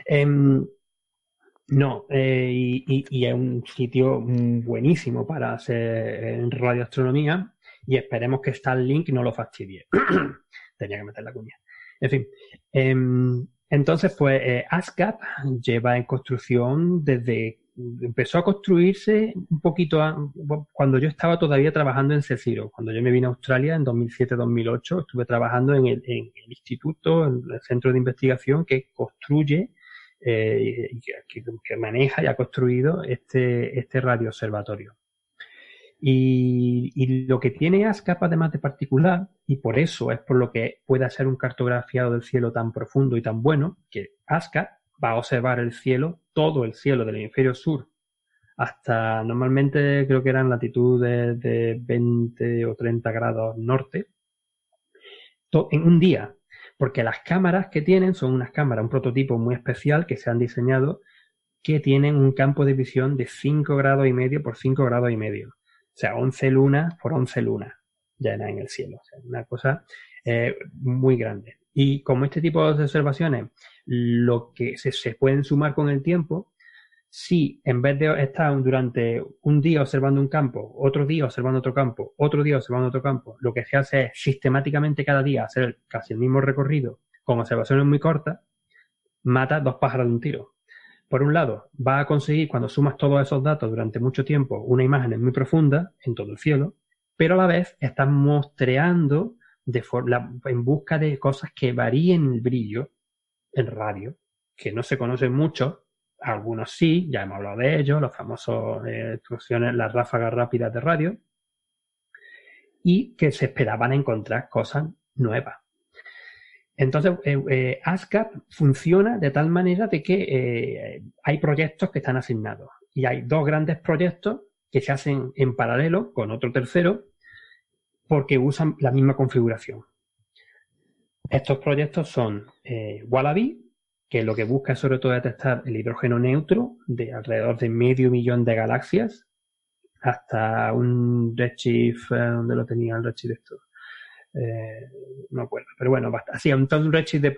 Speaker 5: Y es un sitio buenísimo para hacer radioastronomía y esperemos que Starlink no lo fastidie. Tenía que meter la cuña. En fin. Entonces, pues ASCAP lleva en construcción desde empezó a construirse un poquito cuando yo estaba todavía trabajando en CSIRO. Cuando yo me vine a Australia en 2007-2008, estuve trabajando en el instituto, en el centro de investigación que construye, que maneja y ha construido este radioobservatorio. Y lo que tiene ASCAP, además de particular, y por eso es por lo que puede ser un cartografiado del cielo tan profundo y tan bueno, que ASCAP va a observar el cielo, todo el cielo del hemisferio sur, hasta normalmente creo que eran latitudes de 20 o 30 grados norte, en un día, porque las cámaras que tienen son unas cámaras, un prototipo muy especial que se han diseñado, que tienen un campo de visión de 5 grados y medio por 5 grados y medio. O sea, 11 lunas por 11 lunas llenas en el cielo. O sea, una cosa muy grande. Y como este tipo de observaciones, lo que se pueden sumar con el tiempo, si en vez de estar durante un día observando un campo, otro día observando otro campo, otro día observando otro campo, lo que se hace es sistemáticamente cada día hacer casi el mismo recorrido con observaciones muy cortas, mata 2 pájaros de un tiro. Por un lado, va a conseguir, cuando sumas todos esos datos durante mucho tiempo, una imagen muy profunda en todo el cielo, pero a la vez estás muestreando en busca de cosas que varíen el brillo en radio, que no se conocen mucho, algunos sí, ya hemos hablado de ellos, los famosos las ráfagas rápidas de radio, y que se esperaban encontrar cosas nuevas. Entonces, ASCAP funciona de tal manera de que hay proyectos que están asignados y hay 2 grandes proyectos que se hacen en paralelo con otro tercero porque usan la misma configuración. Estos proyectos son Wallaby, que lo que busca es sobre todo detectar el hidrógeno neutro de alrededor de 500.000 de galaxias hasta un redshift, ¿dónde lo tenía el redshift de esto? No me acuerdo, pero bueno, así, un redshift de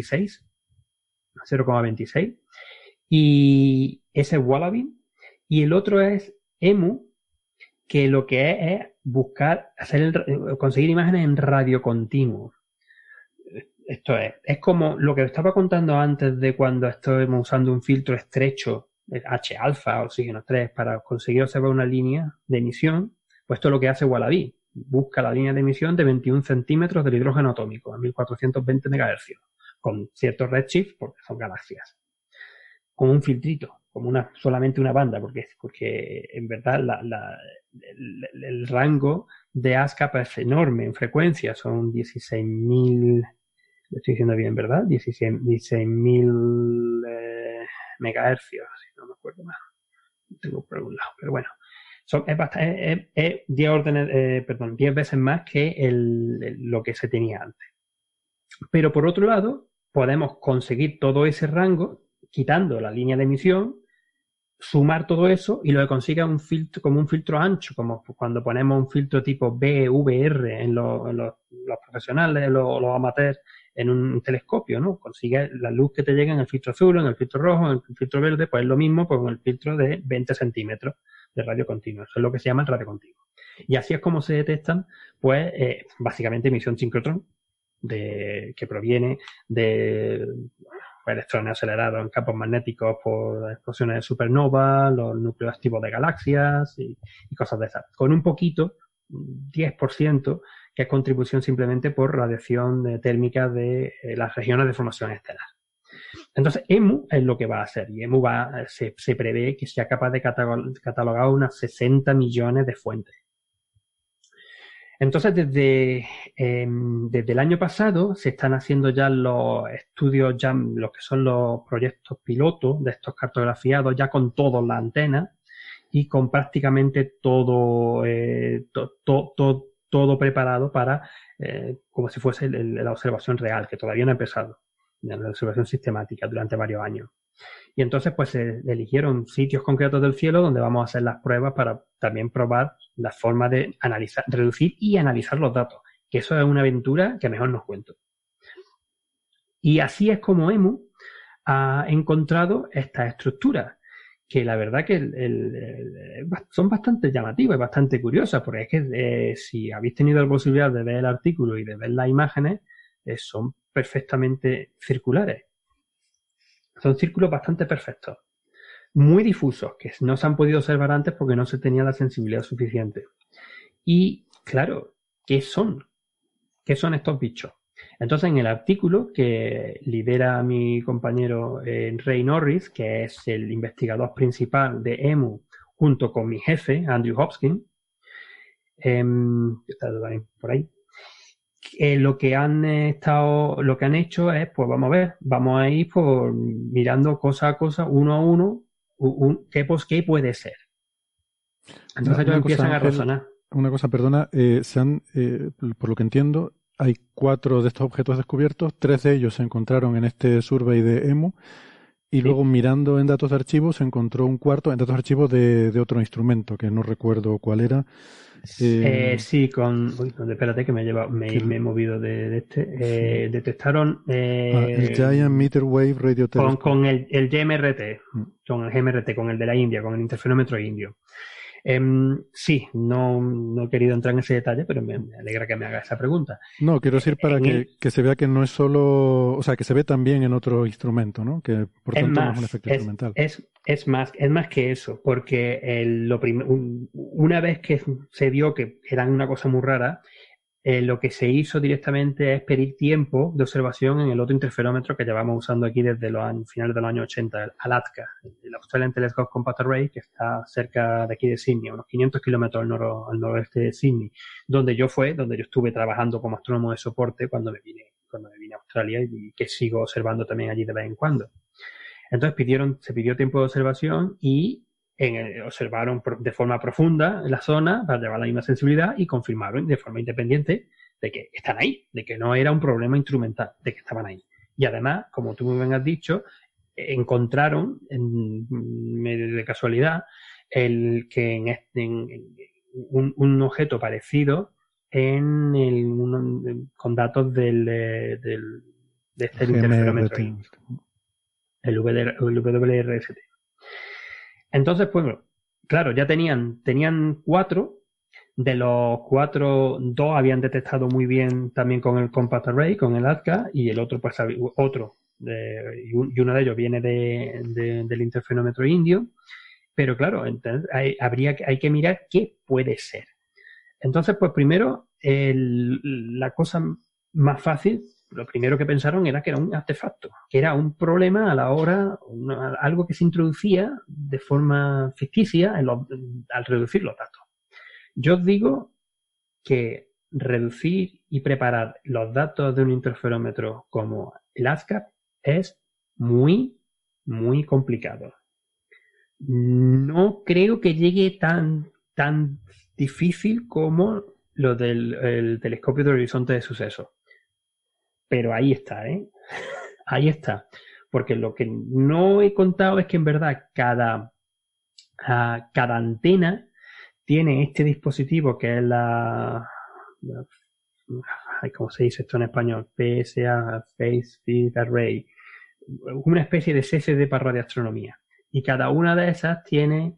Speaker 5: 0,26 y ese es Wallaby, y el otro es EMU, que lo que es buscar conseguir imágenes en radio continuo. Esto es como lo que estaba contando antes de cuando estuvimos usando un filtro estrecho, H-alfa o oxígeno 3, para conseguir observar una línea de emisión. Pues esto es lo que hace Wallaby. Busca la línea de emisión de 21 centímetros del hidrógeno atómico a 1420 MHz, con cierto redshift, porque son galaxias. Como un filtrito, como solamente una banda, porque en verdad el rango de ASCAP es enorme en frecuencia, son 16.000, lo estoy diciendo bien, ¿verdad? 16.000 megahercios, si no me acuerdo más. Lo tengo por algún lado, pero bueno. Es 10 veces más que lo que se tenía antes. Pero por otro lado, podemos conseguir todo ese rango quitando la línea de emisión, sumar todo eso y lo que consiga un filtro, como un filtro ancho, como cuando ponemos un filtro tipo BVR en los profesionales, los amateurs, en un telescopio, ¿no? Consigue la luz que te llega en el filtro azul, en el filtro rojo, en el filtro verde, pues es lo mismo pues con el filtro de 20 centímetros de radio continuo. Eso es lo que se llama el radio continuo. Y así es como se detectan, pues, básicamente emisión sincrotrón, que proviene de electrones acelerados en campos magnéticos por explosiones de supernova, los núcleos activos de galaxias y cosas de esas. Con un poquito, 10%, que es contribución simplemente por radiación térmica de las regiones de formación estelar. Entonces, EMU es lo que va a hacer, y EMU se prevé que sea capaz de catalogar unas 60 millones de fuentes. Entonces, desde el año pasado se están haciendo ya los estudios, ya los que son los proyectos pilotos de estos cartografiados, ya con todas las antenas y con prácticamente todo preparado para, como si fuese la observación real, que todavía no ha empezado, la observación sistemática durante varios años. Y entonces pues se eligieron sitios concretos del cielo donde vamos a hacer las pruebas para también probar la forma de analizar, reducir y analizar los datos, que eso es una aventura que mejor nos cuento. Y así es como EMU ha encontrado estas estructuras, que la verdad que son bastante llamativas y bastante curiosas, porque es que si habéis tenido la posibilidad de ver el artículo y de ver las imágenes, son perfectamente circulares. Son círculos bastante perfectos. muy difusos, que no se han podido observar antes porque no se tenía la sensibilidad suficiente. Y, claro, ¿qué son? ¿Qué son estos bichos? Entonces, en el artículo que lidera mi compañero Ray Norris, que es el investigador principal de EMU, junto con mi jefe, Andrew Hopkins, que está también por ahí, lo que han hecho es, pues vamos a ver, vamos a ir por mirando cosa a cosa, uno a uno, qué puede ser. Entonces ellos empiezan a razonar.
Speaker 4: Una cosa, perdona, por lo que entiendo, hay 4 de estos objetos descubiertos, 3 de ellos se encontraron en este survey de EMU, y luego mirando en datos de archivos se encontró un cuarto en datos de archivos de otro instrumento, que no recuerdo cuál era.
Speaker 5: Sí, espérate que me he movido de este. Sí. Detectaron
Speaker 4: el Giant Meter Wave Radio Telescope.
Speaker 5: Con el GMRT, con el de la India, con el interferómetro indio. Sí, no he querido entrar en ese detalle, pero me alegra que me haga esa pregunta.
Speaker 4: No, quiero decir para que se vea que no es solo, o sea, que se ve también en otro instrumento, ¿no? Que por tanto no es un efecto instrumental.
Speaker 5: Es más que eso, porque una vez que se vio que eran una cosa muy rara, lo que se hizo directamente es pedir tiempo de observación en el otro interferómetro que llevamos usando aquí desde los finales de los años 80, el ALATCA, el Australian Telescope Compact Array, que está cerca de aquí de Sydney, unos 500 kilómetros al noroeste de Sydney, donde yo estuve trabajando como astrónomo de soporte cuando me vine a Australia y que sigo observando también allí de vez en cuando. Entonces se pidió tiempo de observación y observaron de forma profunda la zona para llevar la misma sensibilidad y confirmaron de forma independiente de que están ahí, de que no era un problema instrumental, de que estaban ahí. Y además, como tú muy bien has dicho, encontraron medio de casualidad un objeto parecido con datos de este interferómetro, el WRST. Entonces, pues, claro, ya tenían 4. De los 4, 2 habían detectado muy bien también con el Compact Array, con el ATCA, y el otro, pues, y uno de ellos viene del interferómetro indio. Pero claro, entonces hay que mirar qué puede ser. Entonces, pues primero, la cosa más fácil, lo primero que pensaron era que era un artefacto, que era un problema a la hora, algo que se introducía de forma ficticia al reducir los datos. Yo os digo que reducir y preparar los datos de un interferómetro como el ASCAP es muy, muy complicado. No creo que llegue tan difícil como lo del telescopio de horizonte de sucesos. Pero ahí está, ¿eh? Ahí está. Porque lo que no he contado es que en verdad cada antena tiene este dispositivo que es ¿cómo se dice esto en español? PSA, Phase Field Array. Una especie de CCD para radioastronomía. Y cada una de esas tiene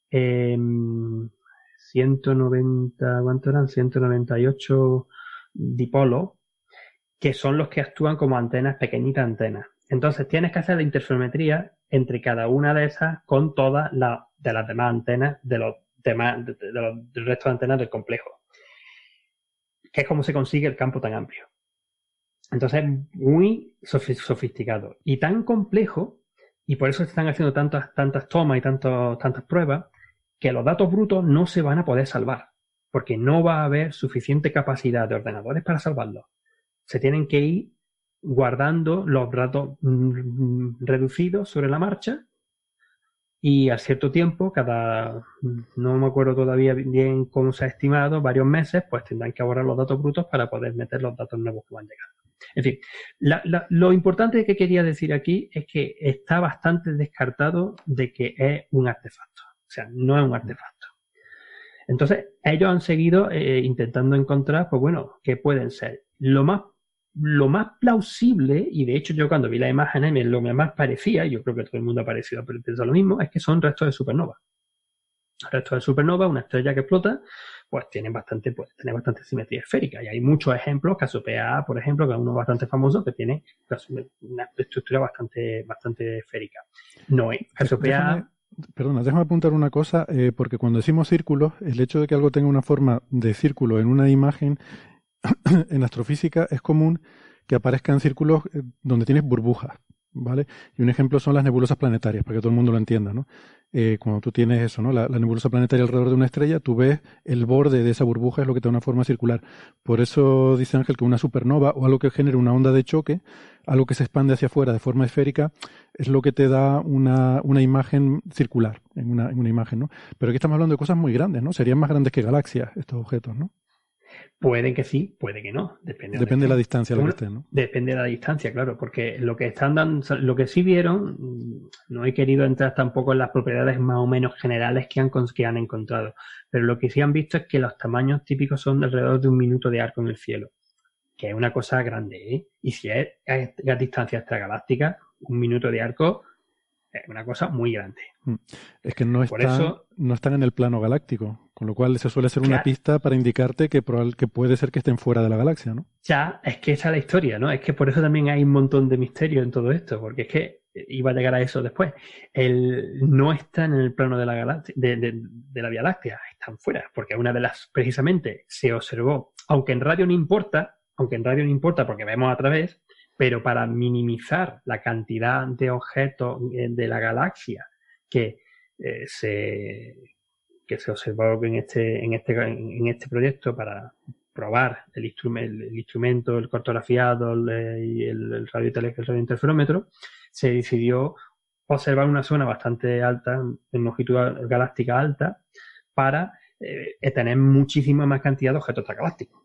Speaker 5: 190, ¿cuánto eran? 198 dipolos, que son los que actúan como antenas, pequeñitas antenas. Entonces tienes que hacer la interferometría entre cada una de esas con todas las demás antenas del resto de antenas del complejo. Que es como se consigue el campo tan amplio. Entonces es muy sofisticado y tan complejo, y por eso se están haciendo tantas tomas y tantas pruebas, que los datos brutos no se van a poder salvar, porque no va a haber suficiente capacidad de ordenadores para salvarlos. Se tienen que ir guardando los datos reducidos sobre la marcha y a cierto tiempo, no me acuerdo todavía bien cómo se ha estimado, varios meses, pues tendrán que borrar los datos brutos para poder meter los datos nuevos que van llegando. En fin, lo importante que quería decir aquí es que está bastante descartado de que es un artefacto. O sea, no es un artefacto. Entonces, ellos han seguido intentando encontrar, pues bueno, qué pueden ser. Lo más plausible, y de hecho yo cuando vi las imágenes lo que más parecía, y yo creo que todo el mundo ha parecido pensar lo mismo, es que son restos de supernova. Restos de supernova, una estrella que explota, pues tiene bastante simetría esférica. Y hay muchos ejemplos, Cassiopeia, por ejemplo, que es uno bastante famoso, que tiene una estructura bastante esférica. No es Cassiopeia.
Speaker 4: Perdona, déjame apuntar una cosa, porque cuando decimos círculos, el hecho de que algo tenga una forma de círculo en una imagen, en astrofísica es común que aparezcan círculos donde tienes burbujas, ¿vale? Y un ejemplo son las nebulosas planetarias, para que todo el mundo lo entienda, ¿no? Cuando tú tienes eso, ¿no? La nebulosa planetaria alrededor de una estrella, tú ves el borde de esa burbuja, es lo que te da una forma circular. Por eso dice Ángel que una supernova o algo que genere una onda de choque, algo que se expande hacia afuera de forma esférica, es lo que te da una imagen circular, en una imagen, ¿no? Pero aquí estamos hablando de cosas muy grandes, ¿no? Serían más grandes que galaxias estos objetos, ¿no?
Speaker 5: Puede que sí, puede que no.
Speaker 4: Depende de la distancia a la que estén, ¿no?
Speaker 5: Depende de la distancia, claro, porque lo que están dando, lo que sí vieron, no he querido entrar tampoco en las propiedades más o menos generales que han encontrado, pero lo que sí han visto es que los tamaños típicos son de alrededor de 1 minuto de arco en el cielo, que es una cosa grande, ¿eh? Y si es a distancia extragaláctica, 1 minuto de arco es una cosa muy grande.
Speaker 4: Es que no están en el plano galáctico, con lo cual eso suele ser una pista para indicarte que puede ser que estén fuera de la galaxia, ¿no? Ya,
Speaker 5: es que esa es la historia, ¿no? Es que por eso también hay un montón de misterio en todo esto, porque es que iba a llegar a eso después. No están en el plano de la galaxia, de la Vía Láctea, están fuera, porque una de las, precisamente, se observó, aunque en radio no importa porque vemos a través, pero para minimizar la cantidad de objetos de la galaxia que se observó en este proyecto para probar el instrumento, el cartografiado y el radiointerferómetro, se decidió observar una zona bastante alta, en longitud galáctica alta, para tener muchísima más cantidad de objetos extragalácticos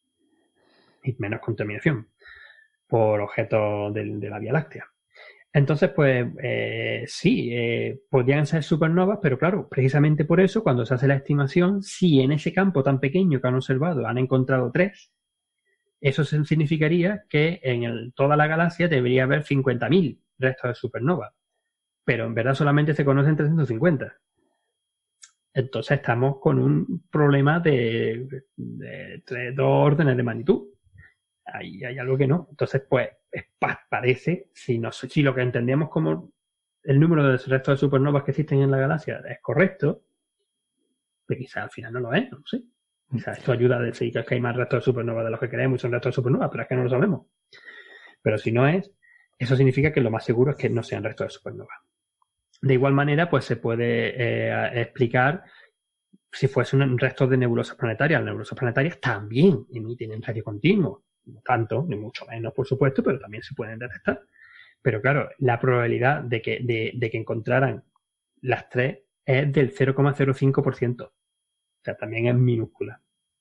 Speaker 5: y menos contaminación por objetos de la Vía Láctea. Entonces, pues sí, podrían ser supernovas, pero claro, precisamente por eso, cuando se hace la estimación, si en ese campo tan pequeño que han observado han encontrado 3, eso significaría que en toda la galaxia debería haber 50.000 restos de supernovas, pero en verdad solamente se conocen 350. Entonces estamos con un problema de 2 órdenes de magnitud. Ahí hay algo que no. Entonces, pues, parece, si lo que entendemos como el número de restos de supernovas que existen en la galaxia es correcto, pues quizás al final no lo es, no sé. Quizás esto ayuda a decir que hay más restos de supernovas de los que creemos y son restos de supernovas, pero es que no lo sabemos. Pero si no es, eso significa que lo más seguro es que no sean restos de supernovas. De igual manera, pues se puede explicar si fuesen restos de nebulosas planetarias. Las nebulosas planetarias también emiten en radio continuo. No tanto, ni mucho menos, por supuesto, pero también se pueden detectar. Pero claro, la probabilidad de que encontraran las 3 es del 0,05%. O sea, también es minúscula.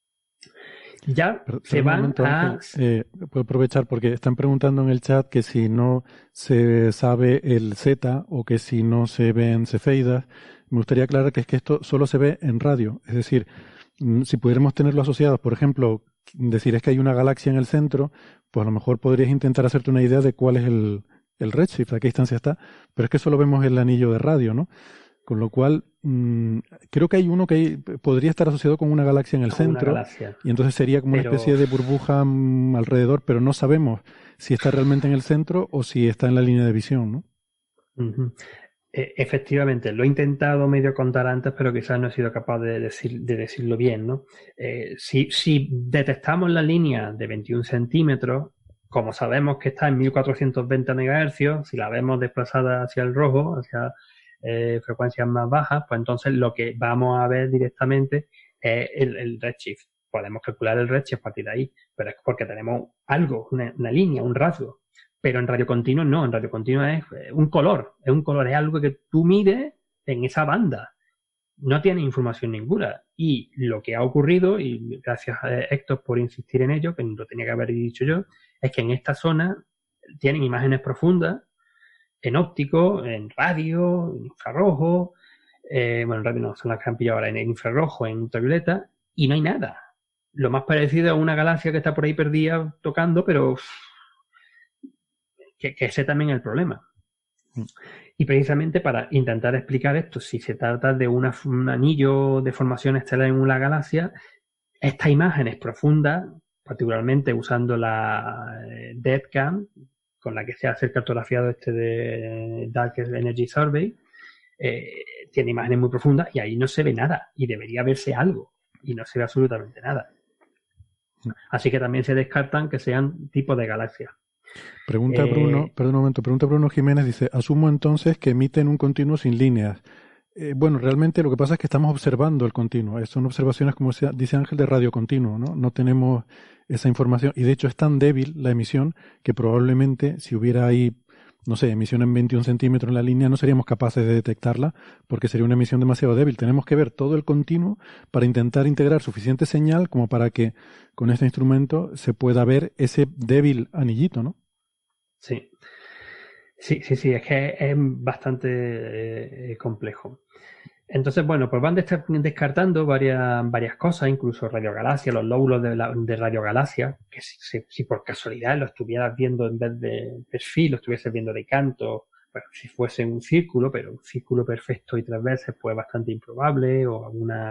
Speaker 5: Ya se van a...
Speaker 4: Ángel, puedo aprovechar porque están preguntando en el chat que si no se sabe el Z o que si no se ven cefeidas. Me gustaría aclarar que es que esto solo se ve en radio. Es decir, si pudiéramos tenerlo asociado, por ejemplo, decir es que hay una galaxia en el centro, pues a lo mejor podrías intentar hacerte una idea de cuál es el redshift, a qué distancia está, pero es que solo vemos el anillo de radio, ¿no? Con lo cual, creo que hay uno que podría estar asociado con una galaxia en el centro, y entonces sería como una especie de burbuja alrededor, pero no sabemos si está realmente en el centro o si está en la línea de visión, ¿no?
Speaker 5: Uh-huh. Efectivamente, lo he intentado medio contar antes, pero quizás no he sido capaz de decirlo bien, ¿no? Si detectamos la línea de 21 centímetros, como sabemos que está en 1420 MHz, si la vemos desplazada hacia el rojo, hacia frecuencias más bajas, pues entonces lo que vamos a ver directamente es el redshift. Podemos calcular el redshift a partir de ahí, pero es porque tenemos algo, una línea, un rasgo. Pero en radio continuo no, en radio continuo es un color, es algo que tú mides en esa banda. No tiene información ninguna. Y lo que ha ocurrido, y gracias a Héctor por insistir en ello, que no lo tenía que haber dicho yo, es que en esta zona tienen imágenes profundas, en óptico, en radio, en infrarrojo, en radio no, son las que han pillado ahora, en infrarrojo, en ultravioleta, y no hay nada. Lo más parecido a una galaxia que está por ahí perdida tocando, pero... que ese también es el problema. Y precisamente para intentar explicar esto, si se trata de un anillo de formación estelar en una galaxia, estas imágenes profundas, particularmente usando la DEDCAM, con la que se hace el cartografiado de Dark Energy Survey, tiene imágenes muy profundas y ahí no se ve nada y debería verse algo y no se ve absolutamente nada. Así que también se descartan que sean tipos de galaxias.
Speaker 4: Pregunta Bruno Jiménez, dice, asumo entonces que emiten un continuo sin líneas. Bueno, realmente lo que pasa es que estamos observando el continuo. Son observaciones, como dice Ángel, de radio continuo, ¿no? No tenemos esa información. Y de hecho es tan débil la emisión que probablemente si hubiera ahí, no sé, emisión en 21 centímetros en la línea, no seríamos capaces de detectarla porque sería una emisión demasiado débil. Tenemos que ver todo el continuo para intentar integrar suficiente señal como para que con este instrumento se pueda ver ese débil anillito, ¿no?
Speaker 5: Sí. Sí, es que es bastante complejo. Entonces, bueno, pues van descartando varias cosas, incluso radiogalaxias, los lóbulos de radiogalaxias, que si por casualidad lo estuvieras viendo en vez de perfil, lo estuvieses viendo de canto, bueno, si fuese un círculo, pero un círculo perfecto y 3 veces, pues bastante improbable, o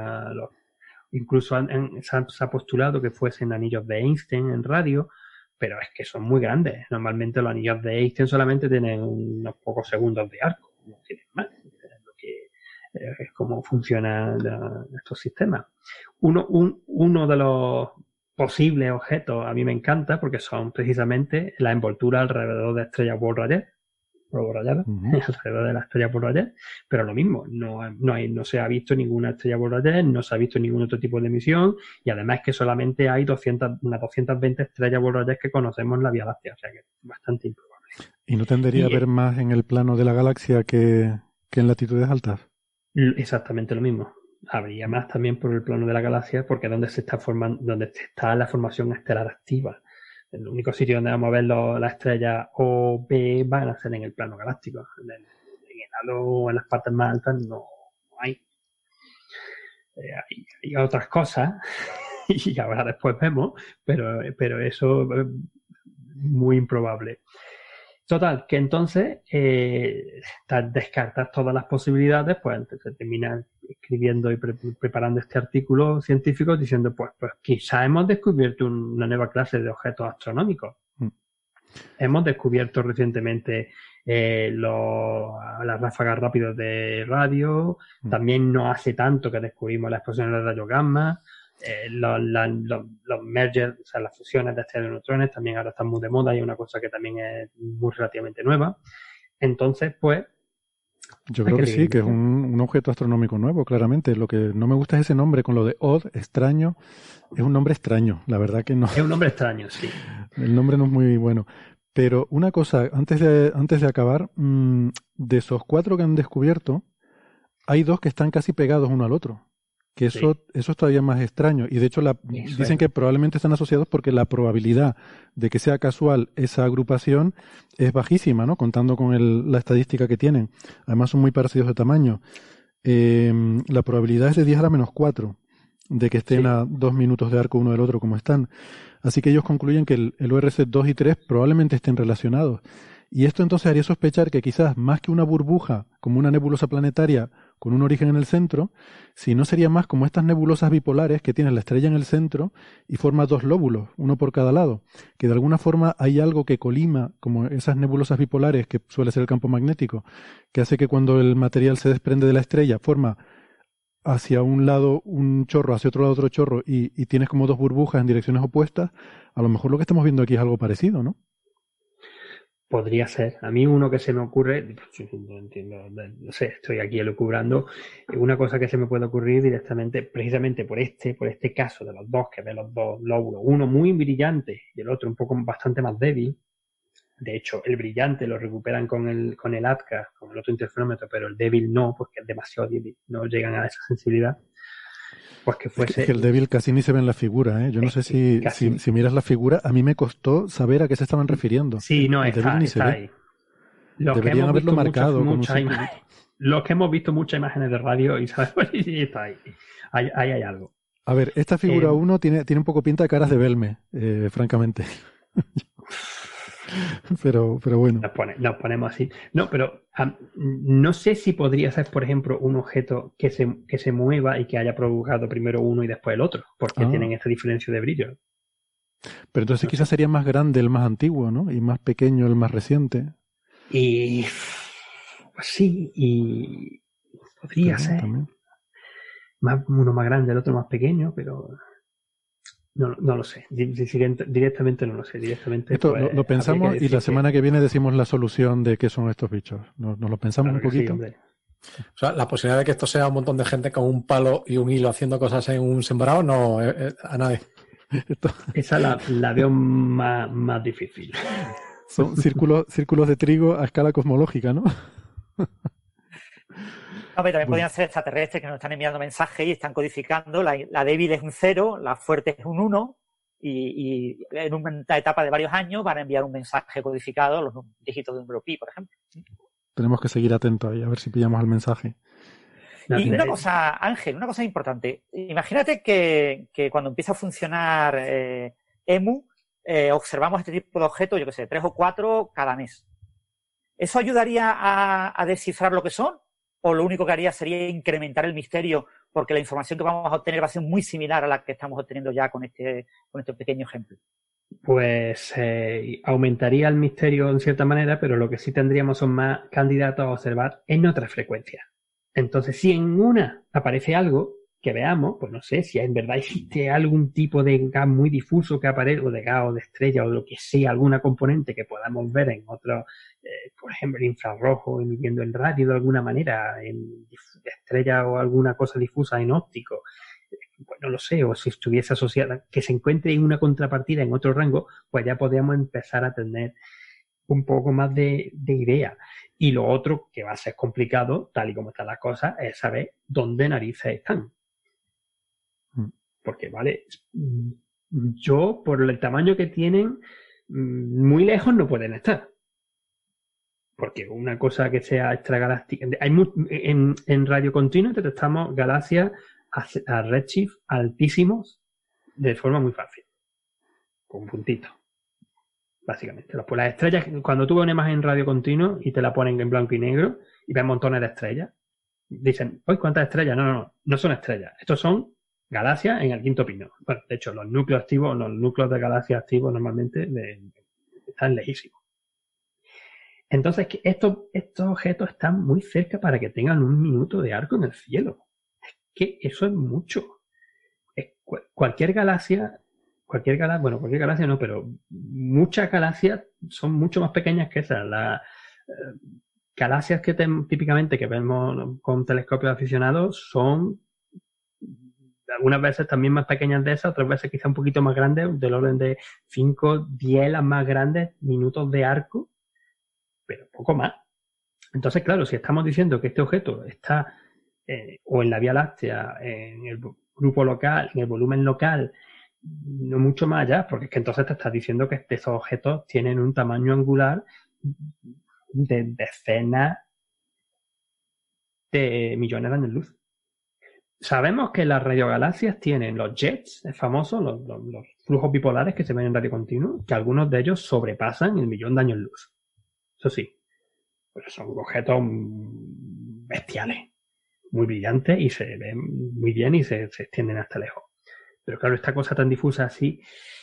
Speaker 5: incluso se ha postulado que fuesen anillos de Einstein en radio, pero es que son muy grandes. Normalmente los anillos de Einstein solamente tienen unos pocos segundos de arco, no tienen más. Es como funcionan estos sistemas. Uno de los posibles objetos a mí me encanta porque son precisamente la envoltura alrededor de estrellas borralladas, alrededor de la estrella borrallera, pero lo mismo, no se ha visto ninguna estrella borrallera, no se ha visto ningún otro tipo de emisión y además que solamente hay unas 220 estrellas borralleras que conocemos en la Vía Láctea, o sea que es bastante improbable.
Speaker 4: ¿Y no tendería a haber más en el plano de la galaxia que en latitudes altas?
Speaker 5: Exactamente lo mismo. Habría más también por el plano de la galaxia porque es donde está la formación estelar activa. El único sitio donde vamos a ver las estrellas O, B van a ser en el plano galáctico. En el halo, en las partes más altas, no hay. Hay otras cosas y ahora después vemos, pero eso es muy improbable. Total, que entonces descartas todas las posibilidades, pues se termina escribiendo y preparando este artículo científico diciendo, pues quizá hemos descubierto una nueva clase de objetos astronómicos. Hemos descubierto recientemente las ráfagas rápidas de radio, también no hace tanto que descubrimos las explosiones de rayos gamma, los mergers, o sea, las fusiones de estrellas de neutrones también ahora están muy de moda y es una cosa que también es muy relativamente nueva. Entonces, pues...
Speaker 4: Yo creo que sí, que es un objeto astronómico nuevo, claramente. Lo que no me gusta es ese nombre, con lo de odd, extraño. Es un nombre extraño, la verdad que no.
Speaker 5: Es un nombre extraño, sí.
Speaker 4: El nombre no es muy bueno. Pero una cosa, antes de acabar, de esos 4 que han descubierto, hay 2 que están casi pegados uno al otro. Que eso es todavía más extraño. Y de hecho dicen que probablemente están asociados porque la probabilidad de que sea casual esa agrupación es bajísima, ¿no? Contando con la estadística que tienen. Además son muy parecidos de tamaño. La probabilidad es de 10 a la menos 4 de que estén a 2 minutos de arco uno del otro como están. Así que ellos concluyen que el ORC 2 y 3 probablemente estén relacionados. Y esto entonces haría sospechar que quizás más que una burbuja, como una nebulosa planetaria con un origen en el centro, si no sería más como estas nebulosas bipolares que tienen la estrella en el centro y forma 2 lóbulos, uno por cada lado, que de alguna forma hay algo que colima, como esas nebulosas bipolares, que suele ser el campo magnético, que hace que cuando el material se desprende de la estrella forma hacia un lado un chorro, hacia otro lado otro chorro, y tienes como 2 burbujas en direcciones opuestas. A lo mejor lo que estamos viendo aquí es algo parecido, ¿no?
Speaker 5: Podría ser. A mí uno que se me ocurre, no entiendo, no sé, estoy aquí elucubrando, una cosa que se me puede ocurrir directamente, precisamente por este caso de los 2, que ve los 2 lóbulos, uno muy brillante y el otro un poco bastante más débil. De hecho, el brillante lo recuperan con el ATCA, con el otro interferómetro, pero el débil no, porque es demasiado débil, no llegan a esa sensibilidad. Pues que fuese...
Speaker 4: Es que el débil casi ni se ve en la figura, ¿eh? Yo no sé si miras la figura, a mí me costó saber a qué se estaban refiriendo.
Speaker 5: Sí, no, está ahí.
Speaker 4: Deberían haberlo marcado con un símbolo.
Speaker 5: Los que hemos visto muchas imágenes de radio y sabemos y está ahí. Ahí hay algo.
Speaker 4: A ver, esta figura 1 tiene un poco pinta de caras de Belme, francamente. Pero bueno.
Speaker 5: Nos ponemos así. No, pero no sé si podría ser, por ejemplo, un objeto que se mueva y que haya provocado primero uno y después el otro, porque tienen esta diferencia de brillo.
Speaker 4: Pero entonces quizás sería más grande el más antiguo, ¿no? Y más pequeño el más reciente.
Speaker 5: Y sí, Podría ser.
Speaker 4: También.
Speaker 5: Uno más grande, el otro más pequeño, pero no lo sé. Directamente no lo sé. Directamente
Speaker 4: Esto
Speaker 5: pues,
Speaker 4: lo pensamos y la semana que viene decimos la solución de qué son estos bichos. ¿Nos lo pensamos
Speaker 5: claro
Speaker 4: un poquito?
Speaker 5: Sí,
Speaker 6: o sea, la posibilidad de que esto sea un montón de gente con un palo y un hilo haciendo cosas en un sembrado, no, a nadie.
Speaker 5: Esa la veo más difícil.
Speaker 4: Son círculos de trigo a escala cosmológica, ¿no?
Speaker 7: También podrían ser extraterrestres que nos están enviando mensajes y están codificando. La débil es un 0, la fuerte es un 1 y en una etapa de varios años van a enviar un mensaje codificado, los dígitos de un número pi, por ejemplo.
Speaker 4: Tenemos que seguir atentos ahí, a ver si pillamos el mensaje.
Speaker 7: Y una cosa, Ángel, una cosa importante. Imagínate que cuando empieza a funcionar EMU, observamos este tipo de objetos, yo qué sé, 3 o 4 cada mes. ¿Eso ayudaría a descifrar lo que son? ¿O lo único que haría sería incrementar el misterio porque la información que vamos a obtener va a ser muy similar a la que estamos obteniendo ya con este pequeño ejemplo?
Speaker 5: Pues aumentaría el misterio en cierta manera, pero lo que sí tendríamos son más candidatos a observar en otras frecuencias. Entonces, si en una aparece algo que veamos, pues no sé, si en verdad existe algún tipo de gas muy difuso que aparece, o de gas o de estrella o de lo que sea, alguna componente que podamos ver en otro, por ejemplo, el infrarrojo emitiendo en radio de alguna manera, en estrella o alguna cosa difusa en óptico, pues no lo sé, o si estuviese asociada, que se encuentre en una contrapartida en otro rango, pues ya podríamos empezar a tener un poco más de idea. Y lo otro que va a ser complicado, tal y como están las cosas, es saber dónde narices están. Porque, vale, yo, por el tamaño que tienen, muy lejos no pueden estar. Porque una cosa que sea extragaláctica... En radio continuo detectamos galaxias a redshift altísimos de forma muy fácil. Con puntitos. Básicamente. Pues las estrellas, cuando tú ves una imagen en radio continuo y te la ponen en blanco y negro y ves montones de estrellas, dicen, ¡ay, cuántas estrellas! No son estrellas. Estos son galaxias en el quinto pino. Bueno, de hecho, los núcleos de galaxias activos normalmente están lejísimos. Entonces, estos objetos están muy cerca para que tengan un minuto de arco en el cielo. Es que eso es mucho. Cualquier galaxia no, pero muchas galaxias son mucho más pequeñas que esas. Las galaxias que típicamente que vemos con telescopios aficionados son algunas veces también más pequeñas de esas, otras veces quizá un poquito más grandes, del orden de 5, 10 las más grandes, minutos de arco, pero poco más. Entonces, claro, si estamos diciendo que este objeto está o en la Vía Láctea, en el grupo local, en el volumen local, no mucho más allá, porque es que entonces te estás diciendo que esos objetos tienen un tamaño angular de decenas de millones de años luz. Sabemos que las radiogalaxias tienen los jets, es famoso, los flujos bipolares que se ven en radio continuo, que algunos de ellos sobrepasan el 1.000.000 de años luz. Eso sí, pero son objetos bestiales, muy brillantes y se ven muy bien y se extienden hasta lejos. Pero claro, esta cosa tan difusa así...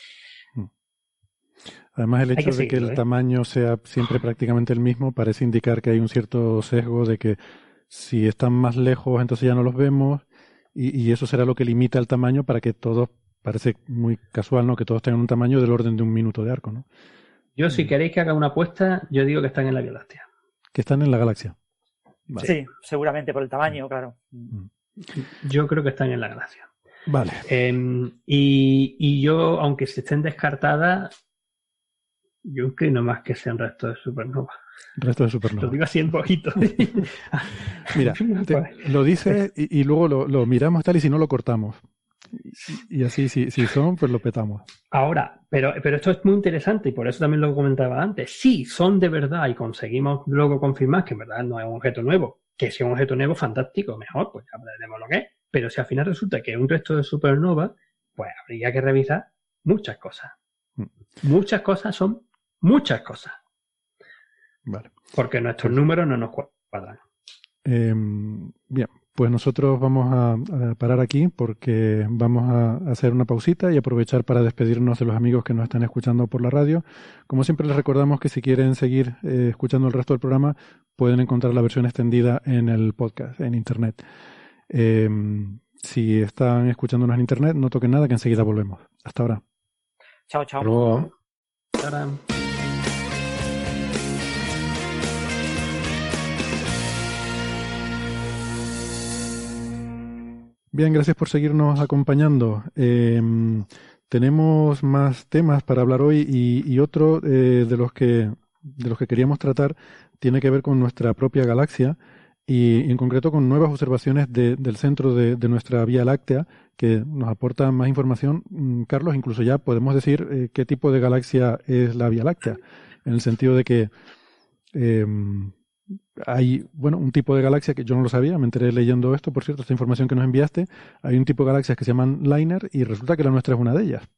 Speaker 4: Además, el hecho de que el tamaño sea siempre prácticamente el mismo parece indicar que hay un cierto sesgo de que si están más lejos, entonces ya no los vemos, y eso será lo que limita el tamaño para que todos, parece muy casual, ¿no?, que todos tengan un tamaño del orden de un minuto de arco, ¿no?
Speaker 5: Yo, si queréis que haga una apuesta, yo digo que están en la Vía Láctea.
Speaker 4: Que están en la galaxia.
Speaker 7: Vale. Sí, seguramente por el tamaño, claro.
Speaker 5: Yo creo que están en la galaxia.
Speaker 4: Vale.
Speaker 5: Y yo, aunque se estén descartadas, yo inclino más que sean restos de supernova.
Speaker 4: Restos de supernova.
Speaker 5: Lo digo así en poquito.
Speaker 4: Mira, lo dices y luego lo miramos tal y si no lo cortamos. Y así, si son, pues lo petamos.
Speaker 5: Ahora, pero esto es muy interesante y por eso también lo comentaba antes. Si son de verdad y conseguimos luego confirmar que en verdad no es un objeto nuevo, que si es un objeto nuevo, fantástico, mejor, pues aprenderemos lo que es. Pero si al final resulta que es un resto de supernova, pues habría que revisar muchas cosas. Muchas cosas son muchas cosas.
Speaker 4: Vale.
Speaker 5: Porque nuestros números no nos cuadran.
Speaker 4: Bien, Pues nosotros vamos a parar aquí porque vamos a hacer una pausita y aprovechar para despedirnos de los amigos que nos están escuchando por la radio. Como siempre les recordamos que si quieren seguir escuchando el resto del programa pueden encontrar la versión extendida en el podcast, en internet. Si están escuchándonos en internet, no toquen nada que enseguida volvemos. Hasta ahora.
Speaker 7: Chao, chao.
Speaker 6: Hasta luego.
Speaker 4: Bien, gracias por seguirnos acompañando. Tenemos más temas para hablar hoy y otro de los que queríamos tratar tiene que ver con nuestra propia galaxia y en concreto con nuevas observaciones del centro de nuestra Vía Láctea que nos aportan más información. Carlos, incluso ya podemos decir qué tipo de galaxia es la Vía Láctea, en el sentido de que hay, un tipo de galaxia que yo no lo sabía, me enteré leyendo esto, por cierto, esta información que nos enviaste. Hay un tipo de galaxias que se llaman Liner y resulta que la nuestra es una de ellas.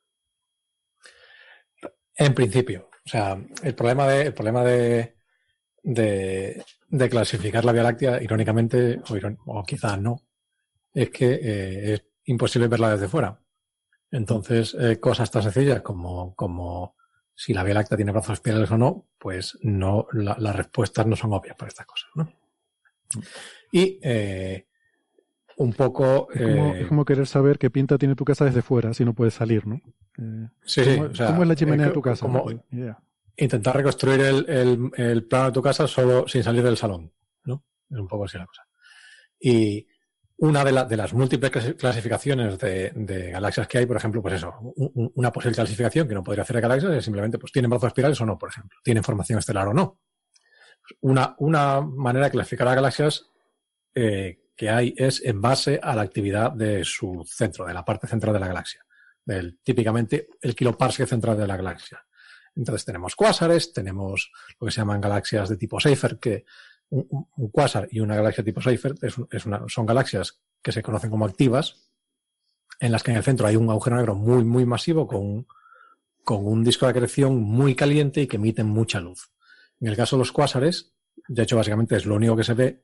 Speaker 6: En principio, o sea, el problema de clasificar la Vía Láctea, irónicamente, o quizás no, es que es imposible verla desde fuera. Entonces, cosas tan sencillas como si la Vía Láctea tiene brazos espirales o no, pues no, las respuestas no son obvias para estas cosas, ¿no? Y un poco...
Speaker 4: Es como querer saber qué pinta tiene tu casa desde fuera, si no puedes salir, ¿no?
Speaker 6: Sí.
Speaker 4: O sea, ¿cómo es la chimenea de tu casa?
Speaker 6: Como intentar reconstruir el plano de tu casa solo sin salir del salón, ¿no? Es un poco así la cosa. Y una de las múltiples clasificaciones de galaxias que hay, por ejemplo, pues eso, una posible clasificación que no podría hacer de galaxias es simplemente, pues, ¿tienen brazos espirales o no, por ejemplo? ¿Tienen formación estelar o no? Una manera de clasificar a galaxias que hay es en base a la actividad de su centro, de la parte central de la galaxia, típicamente el kiloparsec central de la galaxia. Entonces tenemos cuásares, tenemos lo que se llaman galaxias de tipo Seyfert, que un cuásar y una galaxia tipo Seyfert son galaxias que se conocen como activas, en las que en el centro hay un agujero negro muy, muy masivo con un disco de acreción muy caliente y que emiten mucha luz. En el caso de los cuásares, de hecho, básicamente es lo único que se ve,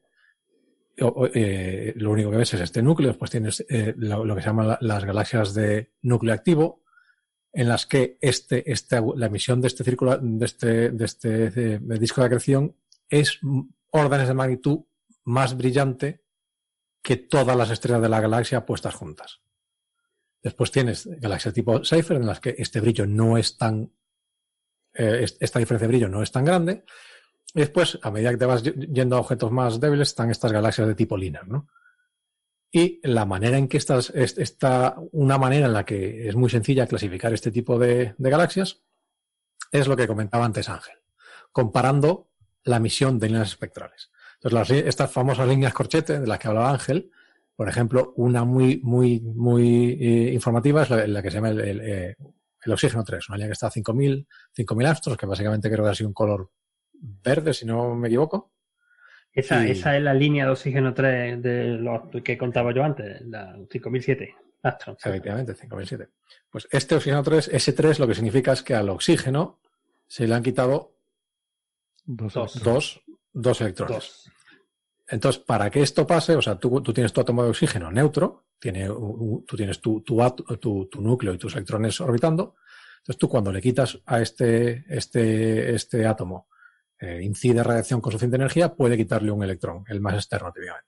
Speaker 6: lo único que ves es este núcleo. Después tienes lo que se llaman las galaxias de núcleo activo, en las que la emisión de este círculo, de disco de acreción es órdenes de magnitud más brillante que todas las estrellas de la galaxia puestas juntas. Después tienes galaxias tipo Seyfert, en las que este brillo no es tan, esta diferencia de brillo no es tan grande. Y después, a medida que te vas yendo a objetos más débiles, están estas galaxias de tipo Liner, ¿no? Y la manera en que una manera en la que es muy sencilla clasificar este tipo de galaxias es lo que comentaba antes Ángel, comparando la emisión de líneas espectrales. Entonces, estas famosas líneas corchete de las que hablaba Ángel, por ejemplo, una muy informativa es la que se llama el oxígeno 3, una línea que está a 5.000 astros, que básicamente creo que ha sido un color verde, si no me equivoco.
Speaker 5: Esa es la línea de oxígeno 3 de lo que contaba yo antes, la 5007 astros.
Speaker 6: Efectivamente, 5007. Pues este oxígeno 3, S3, lo que significa es que al oxígeno se le han quitado dos electrones. Entonces, para que esto pase, o sea, tú tienes tu átomo de oxígeno neutro, tú tienes tu núcleo y tus electrones orbitando. Entonces, tú cuando le quitas a este átomo, incide radiación con suficiente energía, puede quitarle un electrón, el más externo, típicamente.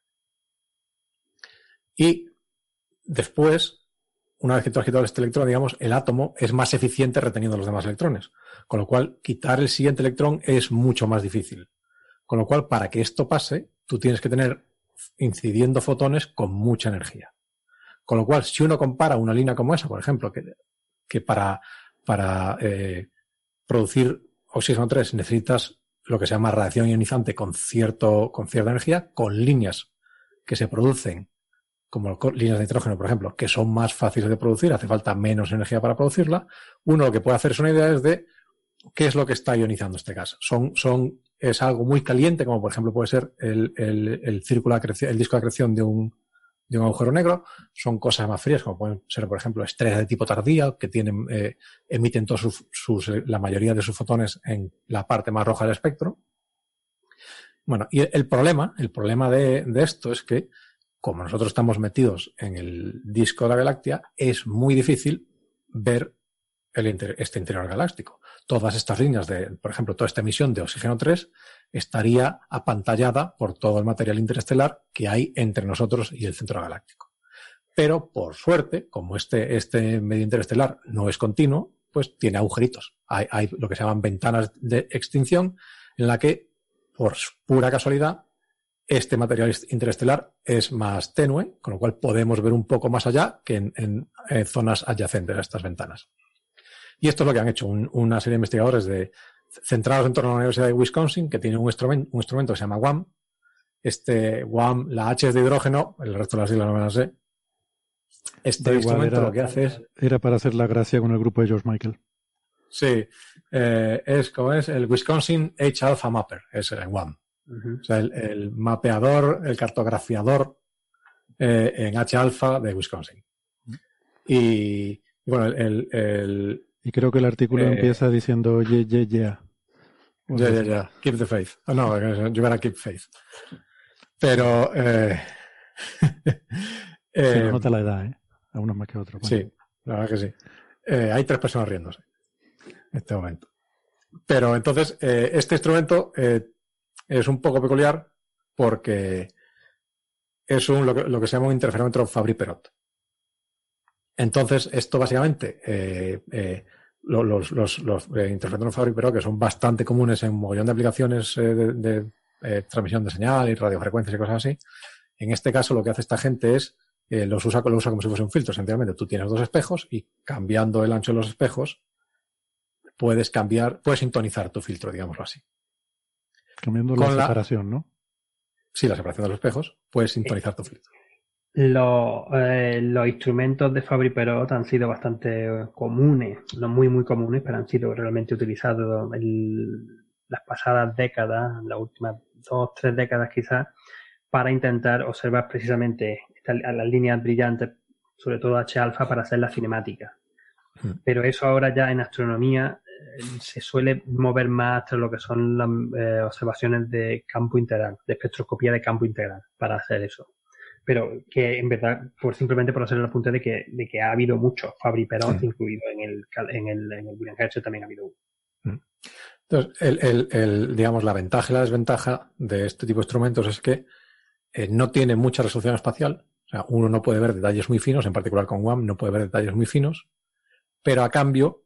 Speaker 6: Y después, una vez que tú has quitado este electrón, digamos, el átomo es más eficiente reteniendo los demás electrones. Con lo cual, quitar el siguiente electrón es mucho más difícil. Con lo cual, para que esto pase, tú tienes que tener incidiendo fotones con mucha energía. Con lo cual, si uno compara una línea como esa, por ejemplo, que para producir oxígeno 3 necesitas lo que se llama radiación ionizante con cierta energía, con líneas que se producen, como líneas de nitrógeno, por ejemplo, que son más fáciles de producir, hace falta menos energía para producirla, uno lo que puede hacerse una idea es de qué es lo que está ionizando este gas. Es algo muy caliente, como por ejemplo puede ser el círculo de acreción, el disco de acreción de un agujero negro. Son cosas más frías, como pueden ser, por ejemplo, estrellas de tipo tardía, que emiten la mayoría de sus fotones en la parte más roja del espectro. Bueno, y el problema de esto es que como nosotros estamos metidos en el disco de la galaxia, es muy difícil ver este interior galáctico. Todas estas líneas por ejemplo, toda esta emisión de oxígeno 3 estaría apantallada por todo el material interestelar que hay entre nosotros y el centro galáctico. Pero, por suerte, como este medio interestelar no es continuo, pues tiene agujeritos. Hay lo que se llaman ventanas de extinción, en la que, por pura casualidad, este material interestelar es más tenue, con lo cual podemos ver un poco más allá que en zonas adyacentes a estas ventanas. Y esto es lo que han hecho una serie de investigadores centrados en torno a la Universidad de Wisconsin, que tiene un instrumento que se llama WAM. WAM, la H es de hidrógeno, el resto de las siglas no me las sé. Este instrumento lo que hace es...
Speaker 4: Era para hacer la gracia con el grupo de George Michael.
Speaker 6: Sí, es el Wisconsin H-Alpha Mapper, es el WAM. Uh-huh. O sea, el mapeador, el cartografiador en H-Alpha de Wisconsin. Y bueno,
Speaker 4: y creo que el artículo empieza diciendo yeah.
Speaker 6: Keep the faith. Oh, no, you gotta keep faith. Pero
Speaker 4: se nota la edad, a unos más que a otros.
Speaker 6: Bueno. Sí, la verdad que sí. Hay 3 personas riéndose en este momento. Pero entonces, este instrumento es un poco peculiar porque es lo que se llama un interferómetro Fabry-Perot. Entonces, esto básicamente, los interferómetros Fabry-Perot, que son bastante comunes en un mogollón de aplicaciones de transmisión de señal y radiofrecuencias y cosas así, en este caso lo que hace esta gente es lo usa como si fuese un filtro. Esencialmente, tú tienes 2 espejos y cambiando el ancho de los espejos puedes sintonizar tu filtro, digámoslo así.
Speaker 4: Cambiando la separación, ¿no?
Speaker 6: Sí, la separación de los espejos, puedes sintonizar tu filtro.
Speaker 5: Los instrumentos de Fabry-Perot han sido bastante comunes, no muy muy comunes, pero han sido realmente utilizados en las pasadas décadas, las últimas 2-3 décadas quizás, para intentar observar precisamente las líneas brillantes, sobre todo H-alfa, para hacer la cinemática. Pero eso ahora ya en astronomía se suele mover más tras lo que son las observaciones de campo integral, de espectroscopía de campo integral, para hacer eso. Pero que en verdad, simplemente por hacer el apunte de que ha habido muchos Fabry-Perot, incluido en el William Herschel también ha habido uno.
Speaker 6: Entonces, digamos, la ventaja y la desventaja de este tipo de instrumentos es que no tiene mucha resolución espacial. O sea, uno no puede ver detalles muy finos, en particular con WAM no puede ver detalles muy finos, pero a cambio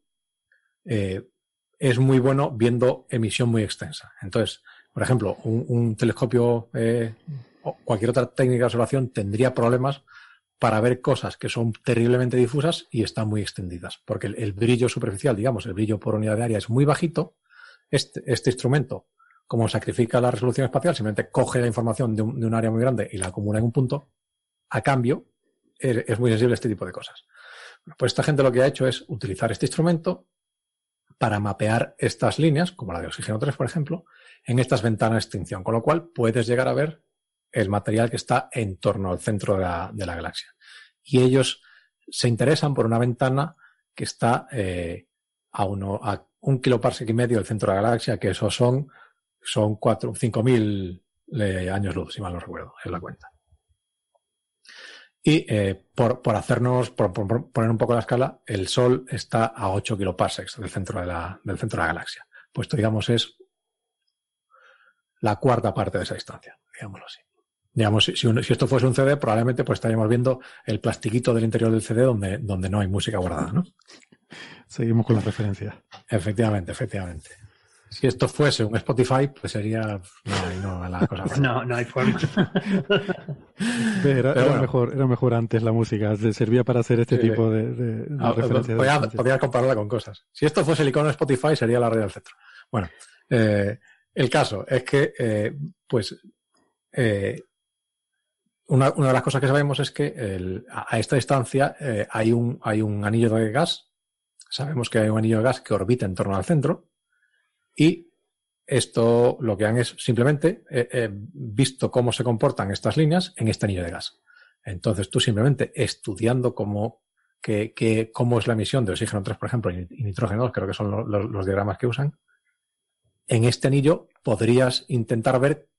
Speaker 6: es muy bueno viendo emisión muy extensa. Entonces, por ejemplo, un telescopio o cualquier otra técnica de observación tendría problemas para ver cosas que son terriblemente difusas y están muy extendidas, porque el brillo superficial, digamos, el brillo por unidad de área es muy bajito. Este instrumento, como sacrifica la resolución espacial, simplemente coge la información de un área muy grande y la acumula en un punto. A cambio, es muy sensible a este tipo de cosas. Pues esta gente lo que ha hecho es utilizar este instrumento para mapear estas líneas, como la de oxígeno 3, por ejemplo, en estas ventanas de extinción, con lo cual puedes llegar a ver el material que está en torno al centro de la galaxia. Y ellos se interesan por una ventana que está a 1 kiloparsec y medio del centro de la galaxia, que eso son 5.000 años luz, si mal no recuerdo, es la cuenta. Y por poner un poco la escala, el Sol está a 8 kiloparsecs del centro de la galaxia. Pues esto, digamos, es la 4ª parte de esa distancia, digámoslo así. Digamos, si esto fuese un CD, probablemente pues estaríamos viendo el plastiquito del interior del CD donde no hay música guardada, ¿no?
Speaker 4: Seguimos con las referencias.
Speaker 6: Efectivamente. Si esto fuese un Spotify, pues sería... No, la cosa
Speaker 5: no hay forma.
Speaker 4: Era mejor antes la música. Servía para hacer este tipo de referencias.
Speaker 6: Podía compararla con cosas. Si esto fuese el icono de Spotify, sería la red del centro. Bueno, el caso es que, una de las cosas que sabemos es que a esta distancia hay un anillo de gas. Sabemos que hay un anillo de gas que orbita en torno al centro. Y esto lo que han es simplemente visto cómo se comportan estas líneas en este anillo de gas. Entonces tú simplemente estudiando cómo es la emisión de oxígeno 3, por ejemplo, y nitrógeno 2, creo que son los diagramas que usan, en este anillo podrías intentar ver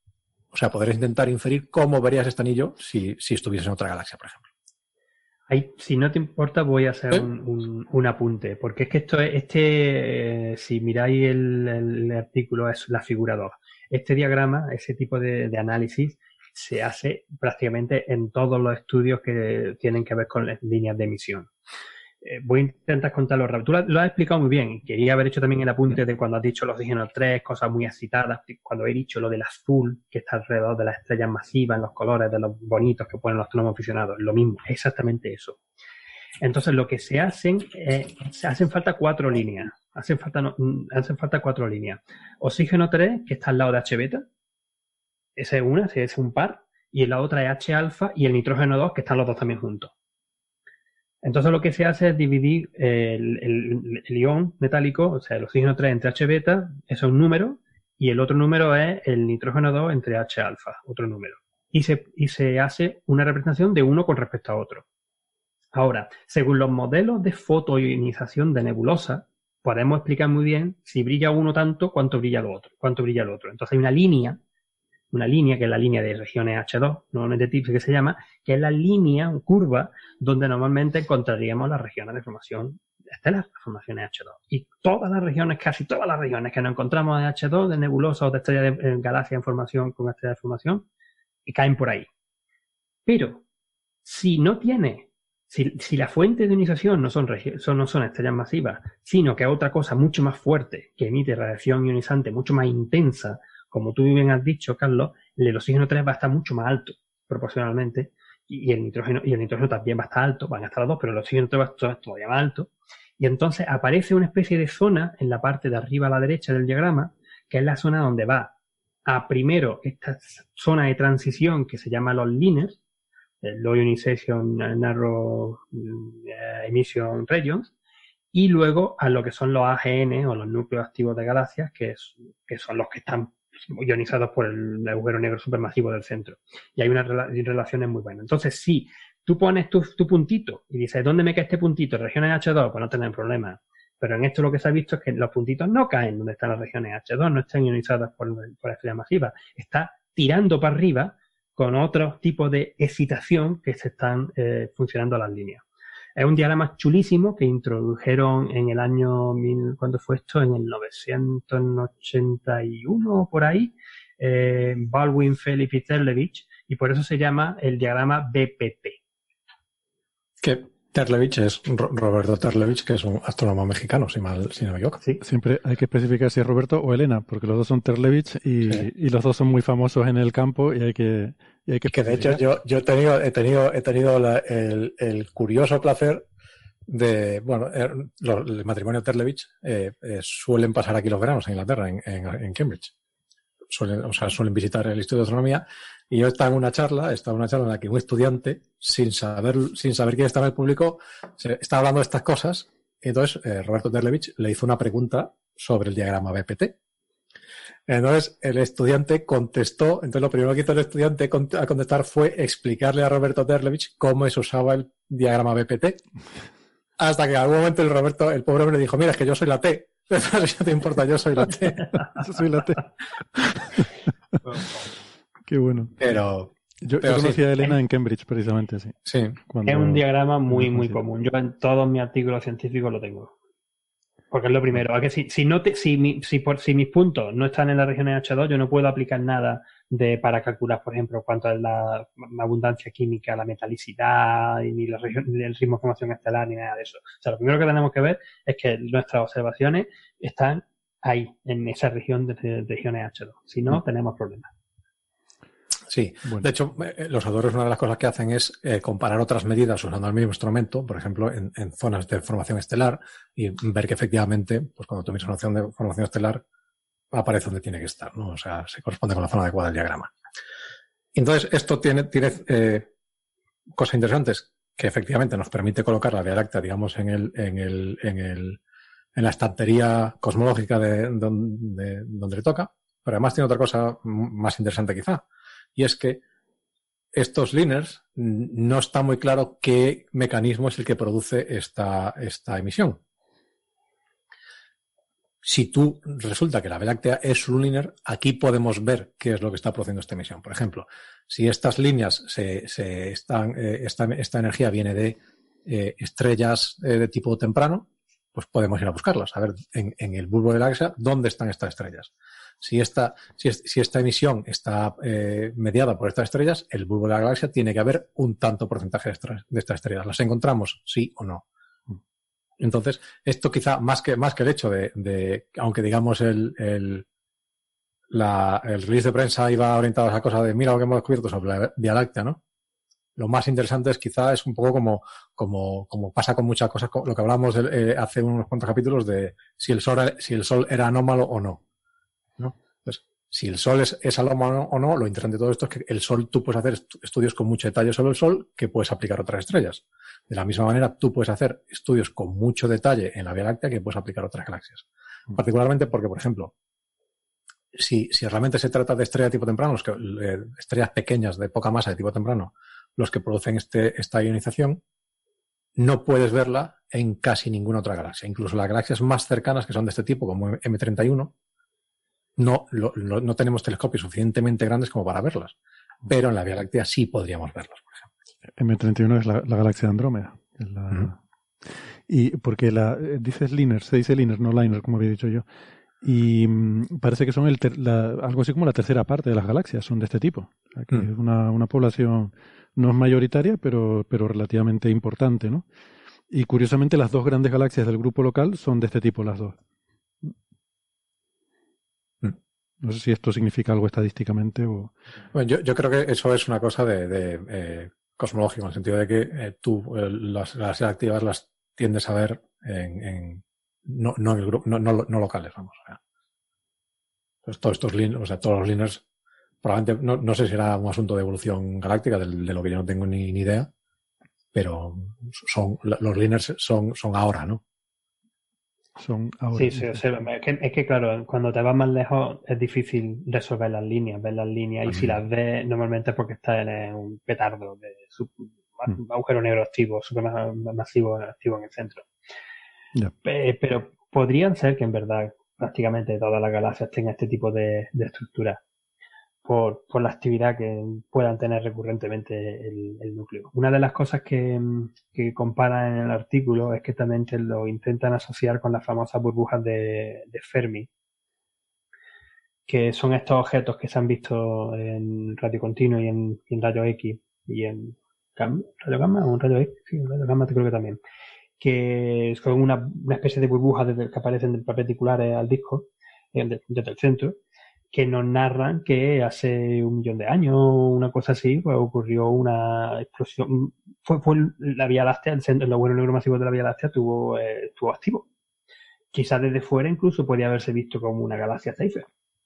Speaker 6: O sea, podrías intentar inferir cómo verías este anillo si estuvieses en otra galaxia, por ejemplo.
Speaker 5: Ahí, si no te importa, voy a hacer un apunte, porque es que si miráis el artículo, es la figura 2. Este diagrama, ese tipo de análisis, se hace prácticamente en todos los estudios que tienen que ver con las líneas de emisión. Voy a intentar contarlo rápido. Tú lo has explicado muy bien. Quería haber hecho también el apunte de cuando has dicho el oxígeno 3, cosas muy excitadas. Cuando he dicho lo del azul, que está alrededor de las estrellas masivas, en los colores de los bonitos que ponen los astrónomos aficionados. Lo mismo, exactamente eso. Entonces, lo que se hacen falta 4 líneas. Hacen falta 4 líneas. Oxígeno 3, que está al lado de H beta. Esa es una, es un par. Y la otra es H alfa y el nitrógeno 2, que están los dos también juntos. Entonces lo que se hace es dividir el ion metálico, o sea, el oxígeno 3 entre H beta, eso es un número, y el otro número es el nitrógeno 2 entre H alfa, otro número. Y se hace una representación de uno con respecto a otro. Ahora, según los modelos de fotoionización de nebulosa, podemos explicar muy bien si brilla uno tanto, cuánto brilla el otro. Entonces hay una línea que es la línea de regiones H2, normalmente TIPS que se llama, que es la línea, curva, donde normalmente encontraríamos las regiones de formación estelar, las formaciones H2. Y casi todas las regiones que nos encontramos de H2, de nebulosa o de estrellas de galaxias en formación con estrellas de formación, caen por ahí. Pero, si la fuente de ionización no son estrellas masivas, sino que es otra cosa mucho más fuerte, que emite radiación ionizante mucho más intensa, como tú bien has dicho, Carlos, el oxígeno 3 va a estar mucho más alto, proporcionalmente, y el nitrógeno también va a estar alto, van a estar los dos, pero el oxígeno 3 va a estar todavía más alto, y entonces aparece una especie de zona en la parte de arriba a la derecha del diagrama, que es la zona donde va a primero esta zona de transición que se llama los LINERs, Low Ionization Narrow Emission Regions, y luego a lo que son los AGN o los núcleos activos de galaxias, que son los que están ionizados por el agujero negro supermasivo del centro. Y hay unas relaciones muy buenas. Entonces, si tú pones tu puntito y dices, ¿dónde me cae este puntito? ¿En regiones H2? Pues no tenés problema. Pero en esto lo que se ha visto es que los puntitos no caen donde están las regiones H2, no están ionizadas por estrellas masivas. Está tirando para arriba con otros tipos de excitación que se están funcionando las líneas. Es un diagrama chulísimo que introdujeron en el año, ¿cuándo fue esto? En el 981 por ahí, Baldwin, Philip y Terlevich, y por eso se llama el diagrama BPT.
Speaker 6: Que Terlevich es Roberto Terlevich, que es un astrónomo mexicano, si no me equivoco.
Speaker 4: Sí. Siempre hay que especificar si es Roberto o Elena, porque los dos son Terlevich y los dos son muy famosos en el campo y hay que
Speaker 6: que de hecho yo he tenido el curioso placer de, bueno, el matrimonio Terlevich suelen pasar aquí los veranos en Inglaterra, en Cambridge. Suelen visitar el Instituto de Astronomía, y yo estaba en una charla en la que un estudiante, sin saber quién estaba en el público, estaba hablando de estas cosas, y entonces Roberto Terlevich le hizo una pregunta sobre el diagrama BPT. Entonces el estudiante contestó, entonces lo primero que hizo el estudiante a contestar fue explicarle a Roberto Terlevich cómo se usaba el diagrama BPT, hasta que en algún momento el pobre hombre le dijo, mira, es que yo soy la T. Si no te importa, yo soy la T.
Speaker 4: Yo soy la T. Qué bueno.
Speaker 6: Pero
Speaker 4: yo conocí a Elena en Cambridge, precisamente, sí.
Speaker 6: Sí.
Speaker 5: Es un diagrama muy, muy común. Yo en todos mis artículos científicos lo tengo. Porque es lo primero. Es que si mis puntos no están en las regiones H2, yo no puedo aplicar nada para calcular, por ejemplo, cuánto es la abundancia química, la metalicidad, ni el ritmo de formación estelar, ni nada de eso. O sea, lo primero que tenemos que ver es que nuestras observaciones están ahí, en esa región de regiones H2. Si no, tenemos problemas.
Speaker 6: Sí, bueno. De hecho, los autores, una de las cosas que hacen es comparar otras medidas usando el mismo instrumento, por ejemplo, en zonas de formación estelar, y ver que efectivamente, pues cuando tú miras una opción de formación estelar, aparece donde tiene que estar, ¿no? O sea, se corresponde con la zona adecuada del diagrama. Entonces, esto tiene cosas interesantes, que efectivamente nos permite colocar la Vía Láctea, digamos, en la estantería cosmológica de donde le toca, pero además tiene otra cosa más interesante quizá, y es que estos LINERs no está muy claro qué mecanismo es el que produce esta emisión. si tú resulta que la Vía Láctea es lunar, aquí podemos ver qué es lo que está produciendo esta emisión. Por ejemplo, si estas líneas esta energía viene de estrellas de tipo temprano, pues podemos ir a buscarlas, a ver en el bulbo de la galaxia dónde están estas estrellas. Si esta emisión está mediada por estas estrellas, el bulbo de la galaxia tiene que haber un tanto porcentaje de estas estrellas. ¿Las encontramos? Sí o no. Entonces, esto quizá más que el hecho de aunque digamos el release de prensa iba orientado a esa cosa de mira lo que hemos descubierto sobre la Vía Láctea, ¿no? Lo más interesante es quizá es un poco como pasa con muchas cosas, lo que hablamos hace unos cuantos capítulos de si el Sol era anómalo o no, ¿no? Entonces, si el Sol es anómalo o no, lo interesante de todo esto es que el Sol tú puedes hacer estudios con mucho detalle sobre el Sol que puedes aplicar a otras estrellas. De la misma manera, tú puedes hacer estudios con mucho detalle en la Vía Láctea que puedes aplicar a otras galaxias. Particularmente porque, por ejemplo, si realmente se trata de estrellas de tipo temprano, estrellas pequeñas de poca masa de tipo temprano, los que producen esta ionización, no puedes verla en casi ninguna otra galaxia. Incluso las galaxias más cercanas, que son de este tipo, como M31, no tenemos telescopios suficientemente grandes como para verlas. Pero en la Vía Láctea sí podríamos verlas, por ejemplo.
Speaker 4: M31 es la galaxia de Andrómeda. Y porque dices Liner, se dice Liner, no Liner, como había dicho yo. Y parece que son algo así como la tercera parte de las galaxias, son de este tipo. O sea, que es una población, no es mayoritaria, pero relativamente importante, ¿no? Y curiosamente las dos grandes galaxias del grupo local son de este tipo, las dos. No sé si esto significa algo estadísticamente o...
Speaker 6: Bueno, yo creo que eso es una cosa de cosmológico, en el sentido de que tú las galaxias activas las tiendes a ver no en el grupo, no locales, vamos. Entonces, todos estos liners, o sea, todos los liners, probablemente, no sé si era un asunto de evolución galáctica, de lo que yo no tengo ni idea, pero los liners son ahora, ¿no?
Speaker 4: Son ahora.
Speaker 5: Sí, es que claro, cuando te vas más lejos es difícil resolver las líneas, ver las líneas, y si las ves normalmente es porque estás en un petardo de agujero negro activo, supermasivo activo en el centro.
Speaker 4: Yeah.
Speaker 5: Pero podrían ser que en verdad prácticamente todas las galaxias tengan este tipo de estructura por la actividad que puedan tener recurrentemente el núcleo. Una de las cosas que comparan en el artículo es que también lo intentan asociar con las famosas burbujas de Fermi, que son estos objetos que se han visto en radio continuo y en rayo X y en rayo gamma o en rayo X, sí, en rayo gamma creo que también, que son una especie de burbujas que aparecen perpendiculares al disco desde el centro, que nos narran que hace 1 millón de años, una cosa así, pues ocurrió una explosión. Fue la Vía Láctea, el agujero negro masivo de la Vía Láctea estuvo activo. Quizás desde fuera incluso podría haberse visto como una galaxia Seyfert.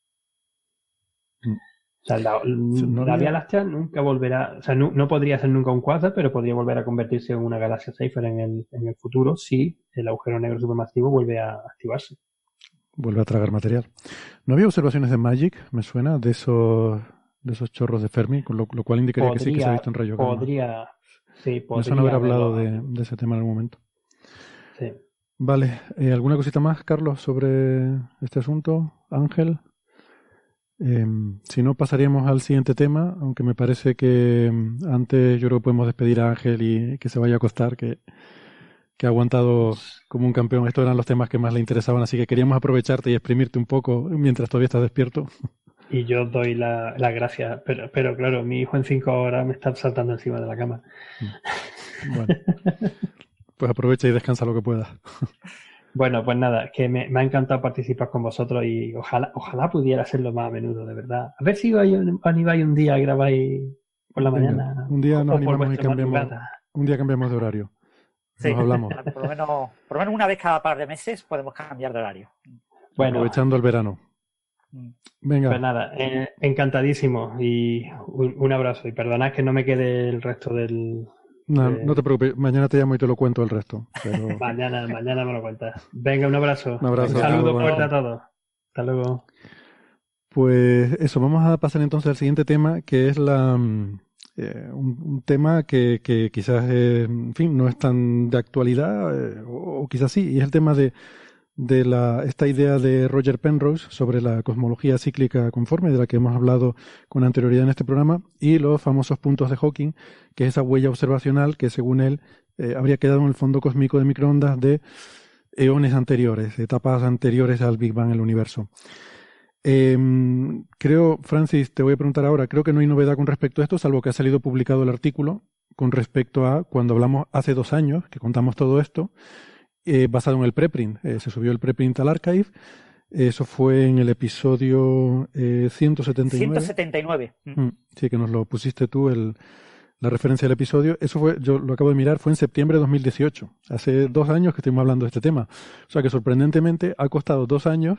Speaker 5: O sea, la Vía Láctea nunca volverá, o sea, no podría ser nunca un quasar, pero podría volver a convertirse en una galaxia Seyfert en el futuro si el agujero negro supermasivo vuelve a activarse.
Speaker 4: Vuelve a tragar material. ¿No había observaciones de MAGIC, me suena, de esos chorros de Fermi, con lo cual indicaría que sí que se ha visto en rayo gamma?
Speaker 5: Podría
Speaker 4: me suena haber hablado de ese tema en algún momento.
Speaker 5: Sí.
Speaker 4: Vale, ¿alguna cosita más, Carlos, sobre este asunto? Ángel. Si no, pasaríamos al siguiente tema, aunque me parece que antes yo creo que podemos despedir a Ángel y que se vaya a acostar, que ha aguantado como un campeón. Estos eran los temas que más le interesaban, así que queríamos aprovecharte y exprimirte un poco mientras todavía estás despierto.
Speaker 5: Y yo doy las gracias, pero claro, mi hijo en 5 horas me está saltando encima de la cama.
Speaker 4: Bueno, pues aprovecha y descansa lo que puedas.
Speaker 5: Bueno, pues nada, que me ha encantado participar con vosotros y ojalá pudiera hacerlo más a menudo, de verdad. A ver si animáis un día y grabáis por la mañana.
Speaker 4: Un día nos animamos y cambiamos de horario.
Speaker 7: Sí,
Speaker 4: nos hablamos.
Speaker 7: Por lo menos una vez cada par de meses podemos cambiar de horario.
Speaker 4: Bueno, aprovechando el verano. Venga.
Speaker 5: Pues nada, encantadísimo y un abrazo. Y perdonad que no me quede el resto del...
Speaker 4: No te preocupes, mañana te llamo y te lo cuento el resto. Pero...
Speaker 5: mañana me lo cuentas. Venga, un abrazo.
Speaker 4: Un abrazo.
Speaker 5: Un saludo fuerte a todos. Hasta luego.
Speaker 4: Pues eso, vamos a pasar entonces al siguiente tema, que es un tema que quizás, en fin, no es tan de actualidad, o quizás sí, y es el tema de esta idea de Roger Penrose sobre la cosmología cíclica conforme, de la que hemos hablado con anterioridad en este programa, y los famosos puntos de Hawking, que es esa huella observacional que, según él, habría quedado en el fondo cósmico de microondas de eones anteriores, etapas anteriores al Big Bang en el universo. Creo, Francis, te voy a preguntar ahora, creo que no hay novedad con respecto a esto, salvo que ha salido publicado el artículo con respecto a cuando hablamos hace 2 años, que contamos todo esto, basado en el preprint. Se subió el preprint al archive. Eso fue en el episodio 179.
Speaker 7: 179.
Speaker 4: Sí, que nos lo pusiste tú, la referencia del episodio. Eso fue, yo lo acabo de mirar, fue en septiembre de 2018. Hace 2 años que estuvimos hablando de este tema. O sea que sorprendentemente ha costado 2 años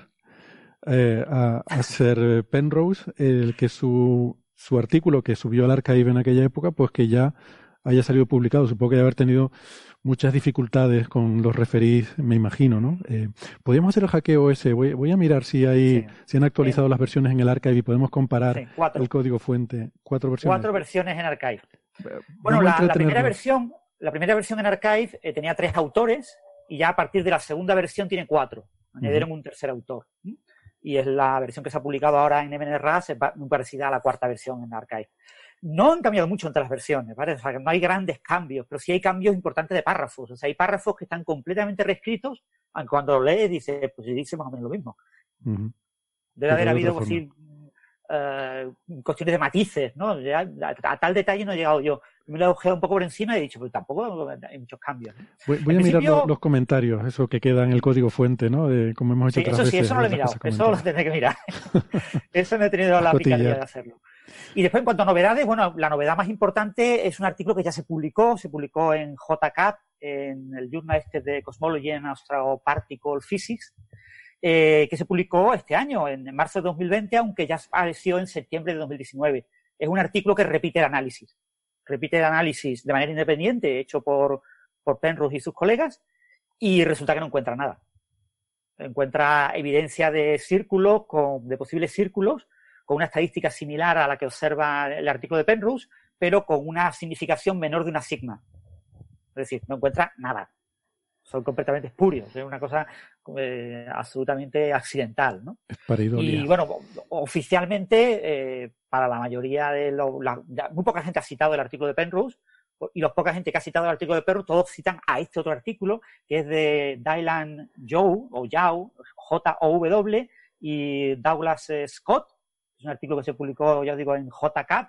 Speaker 4: a Sir Penrose el que su artículo que subió al archive en aquella época, pues que ya haya salido publicado. Supongo que debe haber tenido muchas dificultades con los referís, me imagino, ¿no? Podríamos hacer el hackeo ese. Voy a mirar si han actualizado las versiones en el archive y podemos comparar el código fuente. 4 versiones.
Speaker 7: 4 versiones en archive. Bueno, la primera versión en archive tenía 3 autores y ya a partir de la segunda versión tiene 4. Añadieron un tercer autor. Y es la versión que se ha publicado ahora en MNRAS, es muy parecida a la 4ª versión en archive. No han cambiado mucho entre las versiones, ¿vale? O sea, no hay grandes cambios, pero sí hay cambios importantes de párrafos. O sea, hay párrafos que están completamente reescritos, aunque cuando lo lees dice más o menos lo mismo. Debe haber habido así, cuestiones de matices, ¿no? Ya, a tal detalle no he llegado yo. Me lo he ojeado un poco por encima y he dicho, pues tampoco hay muchos cambios, ¿no?
Speaker 4: Voy a mirar los comentarios, eso que queda en el código fuente, ¿no? Como hemos hecho otras veces.
Speaker 7: Sí, eso no lo he mirado, eso lo tendré que mirar. Eso no he tenido la picardía de hacerlo. Y después, en cuanto a novedades, bueno, la novedad más importante es un artículo que ya se publicó en JCAP, en el journal de Cosmology and Astroparticle Physics, que se publicó este año, en marzo de 2020, aunque ya apareció en septiembre de 2019. Es un artículo que repite el análisis de manera independiente, hecho por Penrose y sus colegas, y resulta que no encuentra nada. Encuentra evidencia de posibles círculos, con una estadística similar a la que observa el artículo de Penrose, pero con una significación menor de una sigma. Es decir, no encuentra nada. Son completamente espurios. Es una cosa absolutamente accidental, ¿no? Y bueno, oficialmente, para la mayoría muy poca gente ha citado el artículo de Penrose, y la poca gente que ha citado el artículo de Penrose, todos citan a este otro artículo, que es de Dylan Yao, J-O-W, y Douglas Scott. Es un artículo que se publicó, ya os digo, en JCAP,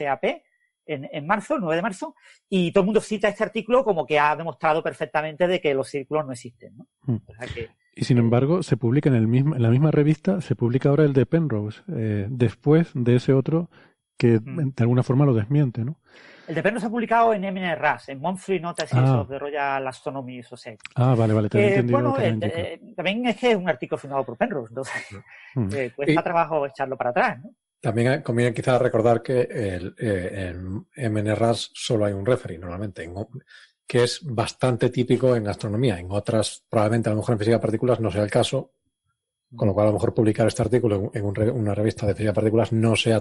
Speaker 7: en marzo, el 9 de marzo, y todo el mundo cita este artículo como que ha demostrado perfectamente de que los círculos no existen, ¿no? O sea que,
Speaker 4: y sin embargo, se publica en la misma revista, se publica ahora el de Penrose, después de ese otro que de alguna forma lo desmiente, ¿no?
Speaker 7: El de Penrose se ha publicado en MNRAS, en Monthly Notices of the Royal Astronomy Society.
Speaker 4: Vale, te he entendido.
Speaker 7: Bueno, también es que es un artículo firmado por Penrose, entonces cuesta trabajo echarlo para atrás, ¿no?
Speaker 6: También conviene quizás recordar que en MNRAS solo hay un referee normalmente, que es bastante típico en astronomía. En otras, probablemente a lo mejor en física de partículas no sea el caso, con lo cual a lo mejor publicar este artículo en una revista de física de partículas no sea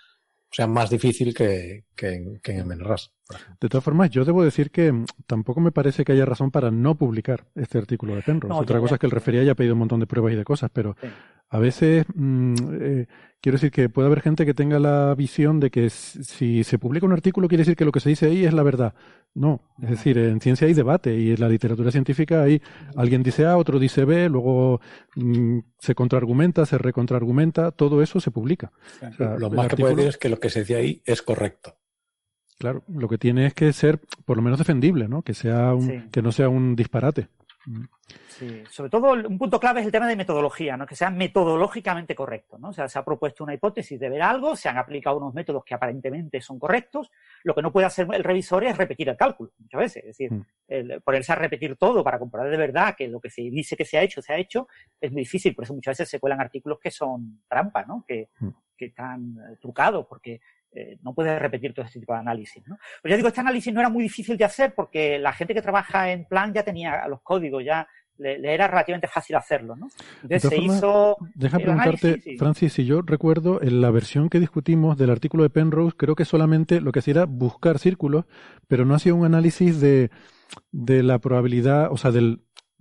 Speaker 6: más difícil que en MNRAS.
Speaker 4: De todas formas, yo debo decir que tampoco me parece que haya razón para no publicar este artículo de Penrose. Otra cosa es que el referee haya pedido un montón de pruebas y de cosas, pero a veces quiero decir que puede haber gente que tenga la visión de que si se publica un artículo quiere decir que lo que se dice ahí es la verdad. No, es decir, en ciencia hay debate y en la literatura científica alguien dice A, otro dice B, luego se contraargumenta, se recontraargumenta, todo eso se publica.
Speaker 6: O sea, lo más que puede decir es que lo que se dice ahí es correcto.
Speaker 4: Claro, lo que tiene es que ser por lo menos defendible, ¿no? Que no sea un disparate.
Speaker 7: Sí, sobre todo un punto clave es el tema de metodología, ¿no? Que sea metodológicamente correcto, ¿no? O sea, se ha propuesto una hipótesis de ver algo, se han aplicado unos métodos que aparentemente son correctos, lo que no puede hacer el revisor es repetir el cálculo, muchas veces, es decir, ponerse a repetir todo para comprobar de verdad que lo que se dice que se ha hecho, es muy difícil, por eso muchas veces se cuelan artículos que son trampa, ¿no? Que están trucados, porque no puedes repetir todo este tipo de análisis, ¿no? Pues ya digo, este análisis no era muy difícil de hacer porque la gente que trabaja en Plan ya tenía los códigos, ya le era relativamente fácil hacerlo, ¿no? Entonces se hizo...
Speaker 4: Deja preguntarte, Francis, si yo recuerdo, en la versión que discutimos del artículo de Penrose, creo que solamente lo que hacía era buscar círculos, pero no hacía un análisis de la probabilidad, o sea,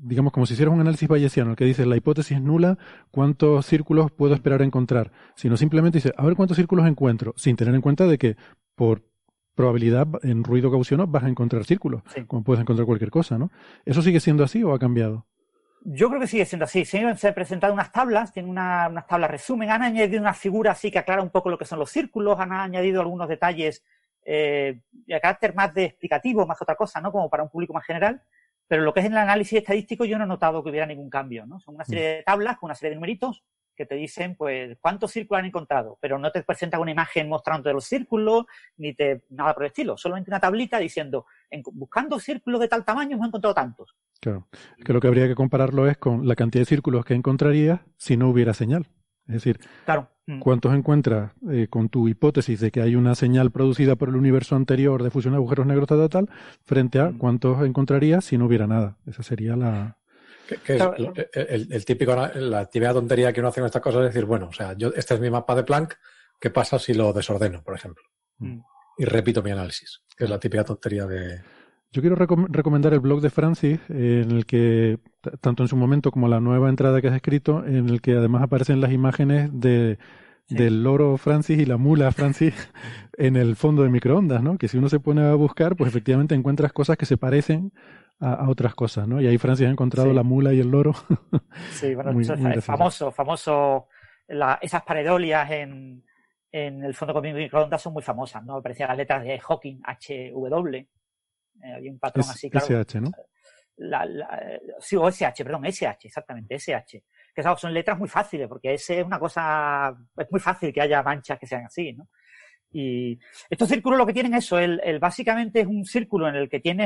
Speaker 4: digamos, como si hicieras un análisis bayesiano, el que dice la hipótesis es nula, ¿cuántos círculos puedo esperar a encontrar? Sino simplemente dice, a ver cuántos círculos encuentro, sin tener en cuenta de que por probabilidad en ruido gaussiano vas a encontrar círculos,
Speaker 7: Sí.
Speaker 4: como puedes encontrar cualquier cosa, ¿no? ¿Eso sigue siendo así o ha cambiado?
Speaker 7: Yo creo que sigue siendo así. Se han presentado unas tablas, tienen unas tablas resumen, han añadido una figura así que aclara un poco lo que son los círculos, han añadido algunos detalles de carácter más de explicativo, más que otra cosa, ¿no? Como para un público más general. Pero lo que es en el análisis estadístico yo no he notado que hubiera ningún cambio, ¿no? Son una serie de tablas con una serie de numeritos que te dicen, pues, cuántos círculos han encontrado, pero no te presentan una imagen mostrándote los círculos, ni nada por el estilo. Solamente una tablita diciendo, buscando círculos de tal tamaño hemos encontrado tantos.
Speaker 4: Claro. Es que lo que habría que compararlo es con la cantidad de círculos que encontrarías si no hubiera señal. Es decir,
Speaker 7: Claro.
Speaker 4: ¿cuántos encuentras con tu hipótesis de que hay una señal producida por el universo anterior de fusión de agujeros negros tal, frente a cuántos encontrarías si no hubiera nada? Esa sería la...
Speaker 6: Que es el típico, la típica tontería que uno hace con estas cosas es decir, bueno, o sea, este es mi mapa de Planck, ¿qué pasa si lo desordeno, por ejemplo? Y repito mi análisis, que es la típica tontería de...
Speaker 4: Yo quiero recomendar el blog de Francis, en el que, tanto en su momento como la nueva entrada que has escrito, en el que además aparecen las imágenes del loro Francis y la mula Francis en el fondo de microondas, ¿no? Que si uno se pone a buscar, pues efectivamente encuentras cosas que se parecen a otras cosas, ¿no? Y ahí Francis ha encontrado la mula y el loro.
Speaker 7: Sí, bueno,
Speaker 4: muy,
Speaker 7: eso
Speaker 4: muy
Speaker 7: es famoso. Esas paredolias en el fondo de microondas son muy famosas, ¿no? Aparecían las letras de Hawking, HW. Había un patrón así, claro.
Speaker 4: SH, ¿no?
Speaker 7: Sí, o SH, perdón, SH, exactamente, SH. Que son letras muy fáciles, porque S es una cosa, es muy fácil que haya manchas que sean así, ¿no? Y estos círculos lo que tienen eso, básicamente es un círculo en el que tienes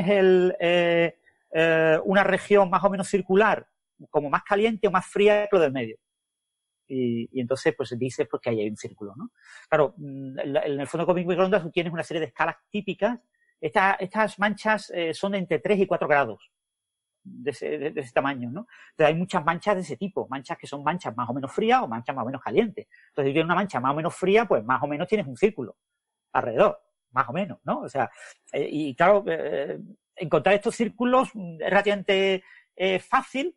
Speaker 7: una región más o menos circular, como más caliente o más fría que lo del medio. Y entonces, pues dices pues, que ahí hay un círculo, ¿no? Claro, en el fondo cósmico microondas tú tienes una serie de escalas típicas. Estas manchas son de entre 3 y 4 grados de ese tamaño, ¿no? Entonces hay muchas manchas de ese tipo, manchas que son manchas más o menos frías o manchas más o menos calientes. Entonces si tienes una mancha más o menos fría, pues más o menos tienes un círculo alrededor, más o menos, ¿no? O sea, y claro, encontrar estos círculos es relativamente fácil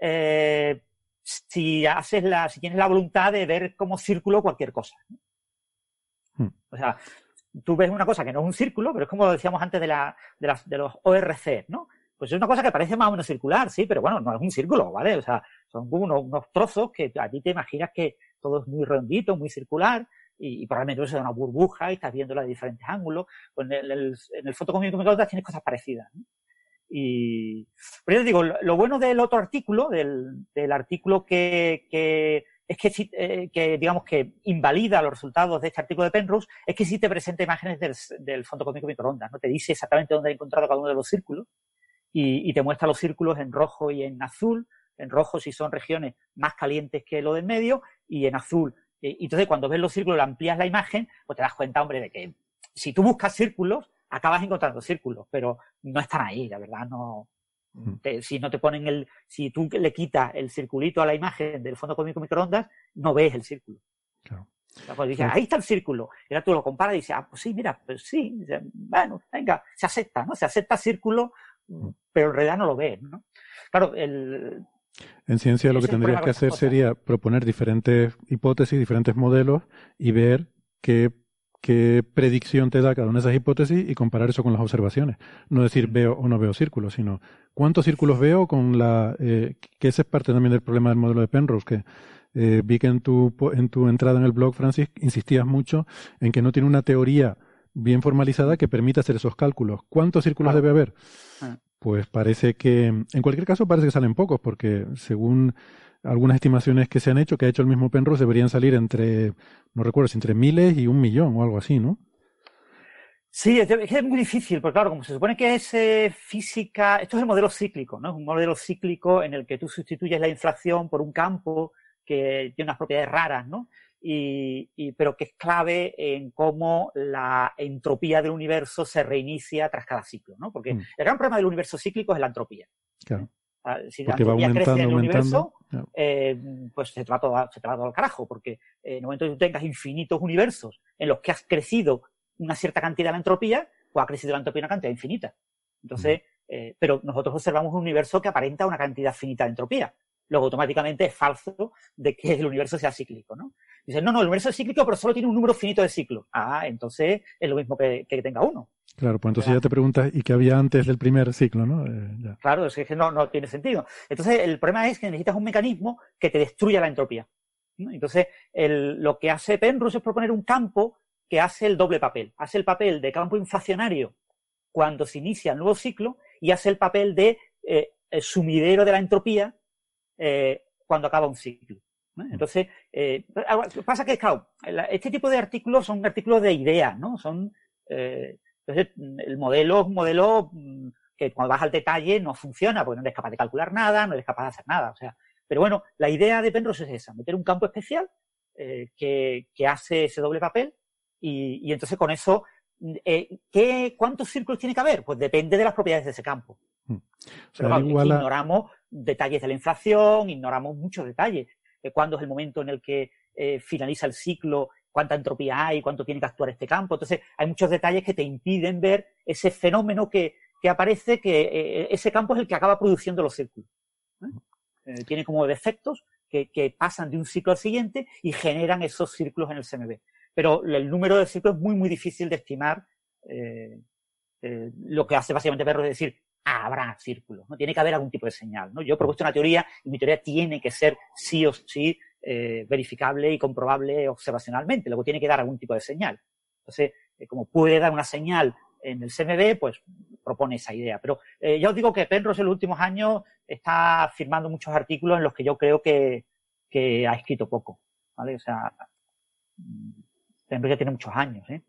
Speaker 7: si tienes la voluntad de ver como círculo cualquier cosa, ¿no? O sea, tú ves una cosa que no es un círculo, pero es como decíamos antes de los ORC, ¿no? Pues es una cosa que parece más o menos circular, sí, pero bueno, no es un círculo, ¿vale? O sea, son como unos trozos que a ti te imaginas que todo es muy redondito, muy circular, y probablemente eso es una burbuja y estás viéndola de diferentes ángulos. Pues en el fotocósmico microondas tienes cosas parecidas, ¿no? Y pero yo te digo, lo bueno del otro artículo, del artículo que digamos que invalida los resultados de este artículo de Penrose, es que sí te presenta imágenes del fondo cósmico microondas, ¿no? Te dice exactamente dónde ha encontrado cada uno de los círculos y te muestra los círculos en rojo y en azul. En rojo si son regiones más calientes que lo del medio y en azul. Y entonces cuando ves los círculos, amplías la imagen, pues te das cuenta, hombre, de que si tú buscas círculos, acabas encontrando círculos, pero no están ahí, la verdad, no. Si tú le quitas el circulito a la imagen del fondo cósmico microondas, no ves el círculo.
Speaker 4: Claro.
Speaker 7: O sea, pues dices, ahí está el círculo. Y ahora tú lo comparas y dices, pues sí, mira, pues sí. Dices, bueno, venga, se acepta, ¿no? Se acepta círculo, pero en realidad no lo ves, ¿no? Claro,
Speaker 4: en ciencia lo que tendrías que hacer sería proponer diferentes hipótesis, diferentes modelos y ver qué predicción te da cada una de esas hipótesis y comparar eso con las observaciones. No decir veo o no veo círculos, sino cuántos círculos veo con que ese es parte también del problema del modelo de Penrose, que vi que en tu entrada en el blog, Francis, insistías mucho en que no tiene una teoría bien formalizada que permita hacer esos cálculos. ¿Cuántos círculos debe haber? Pues parece que, en cualquier caso, parece que salen pocos, porque según algunas estimaciones que se han hecho, que ha hecho el mismo Penrose, deberían salir no recuerdo si entre miles y 1.000.000 o algo así, ¿no?
Speaker 7: Sí, es muy difícil, porque claro, como se supone que es física, esto es el modelo cíclico, ¿no? Es un modelo cíclico en el que tú sustituyes la inflación por un campo que tiene unas propiedades raras, ¿no? Pero que es clave en cómo la entropía del universo se reinicia tras cada ciclo, ¿no? Porque el gran problema del universo cíclico es la entropía.
Speaker 4: Claro.
Speaker 7: Si
Speaker 4: porque
Speaker 7: la entropía
Speaker 4: va
Speaker 7: crece en el
Speaker 4: aumentando.
Speaker 7: universo, pues se te va todo al carajo, porque en el momento que tú tengas infinitos universos en los que has crecido una cierta cantidad de la entropía, pues ha crecido la entropía una cantidad infinita. Entonces, Pero nosotros observamos un universo que aparenta una cantidad finita de entropía. Luego automáticamente es falso de que el universo sea cíclico, ¿no? Dicen, no, el universo es cíclico, pero solo tiene un número finito de ciclos. Entonces es lo mismo que tenga uno.
Speaker 4: Claro, pues entonces ya te preguntas, ¿y qué había antes del primer ciclo, no? Ya.
Speaker 7: Claro, es que no tiene sentido. Entonces el problema es que necesitas un mecanismo que te destruya la entropía, ¿no? Entonces lo que hace Penrose es proponer un campo que hace el doble papel. Hace el papel de campo inflacionario cuando se inicia el nuevo ciclo y hace el papel de sumidero de la entropía cuando acaba un ciclo, ¿no? Entonces, pasa que, claro, este tipo de artículos son artículos de ideas, ¿no? Entonces, el modelo es un modelo que cuando vas al detalle no funciona, porque no eres capaz de calcular nada, no eres capaz de hacer nada, o sea. Pero bueno, la idea de Penrose es esa, meter un campo especial que hace ese doble papel y entonces con eso, ¿cuántos círculos tiene que haber? Pues depende de las propiedades de ese campo.
Speaker 4: O sea,
Speaker 7: Pero claro, ignoramos detalles de la inflación, ignoramos muchos detalles. Cuándo es el momento en el que finaliza el ciclo, cuánta entropía hay, cuánto tiene que actuar este campo. Entonces, hay muchos detalles que te impiden ver ese fenómeno que aparece, que ese campo es el que acaba produciendo los círculos. Tiene como defectos que pasan de un ciclo al siguiente y generan esos círculos en el CMB. Pero el número de ciclos es muy, muy difícil de estimar. Lo que hace básicamente Penrose es decir, habrá círculos, ¿no? Tiene que haber algún tipo de señal, ¿no? Yo he propuesto una teoría y mi teoría tiene que ser sí o sí verificable y comprobable observacionalmente. Luego tiene que dar algún tipo de señal. Entonces, como puede dar una señal en el CMB, pues propone esa idea. Pero ya os digo que Penrose en los últimos años está firmando muchos artículos en los que yo creo que ha escrito poco, ¿vale? O sea, Penrose ya tiene muchos años, ¿eh?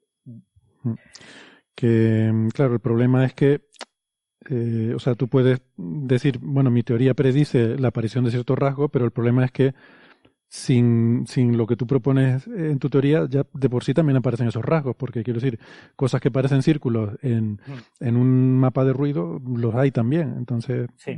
Speaker 4: Que, claro, el problema es que o sea, tú puedes decir, bueno, mi teoría predice la aparición de ciertos rasgos, pero el problema es que sin lo que tú propones en tu teoría, ya de por sí también aparecen esos rasgos, porque quiero decir, cosas que parecen círculos en un mapa de ruido, los hay también. Entonces, sí.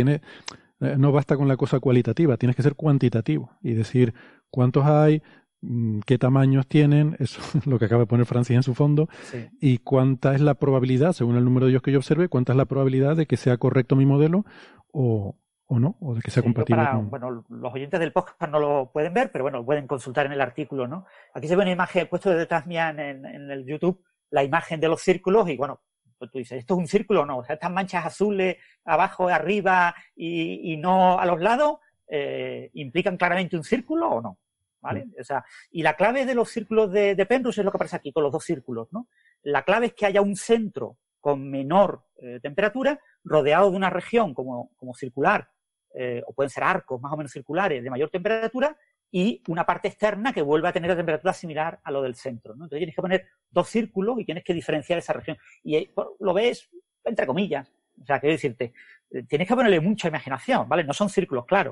Speaker 4: No basta con la cosa cualitativa, tienes que ser cuantitativo y decir cuántos hay, qué tamaños tienen, eso es lo que acaba de poner Francis en su fondo, sí. Y cuánta es la probabilidad, según el número de ellos que yo observe, cuánta es la probabilidad de que sea correcto mi modelo o no, o de que sea compatible con...
Speaker 7: Bueno, los oyentes del podcast no lo pueden ver, pero bueno, lo pueden consultar en el artículo, ¿no? Aquí se ve una imagen, he puesto detrás mía en el YouTube, la imagen de los círculos y bueno, pues tú dices, ¿esto es un círculo o no? O sea, estas manchas azules abajo, arriba y no a los lados, ¿implican claramente un círculo o no? ¿Vale? O sea, y la clave de los círculos de Penrose es lo que aparece aquí, con los dos círculos, ¿no? La clave es que haya un centro con menor temperatura rodeado de una región como circular, o pueden ser arcos más o menos circulares de mayor temperatura y una parte externa que vuelva a tener la temperatura similar a lo del centro, ¿no? Entonces tienes que poner dos círculos y tienes que diferenciar esa región. Y lo ves entre comillas. O sea, quiero decirte, tienes que ponerle mucha imaginación, ¿vale? No son círculos claros.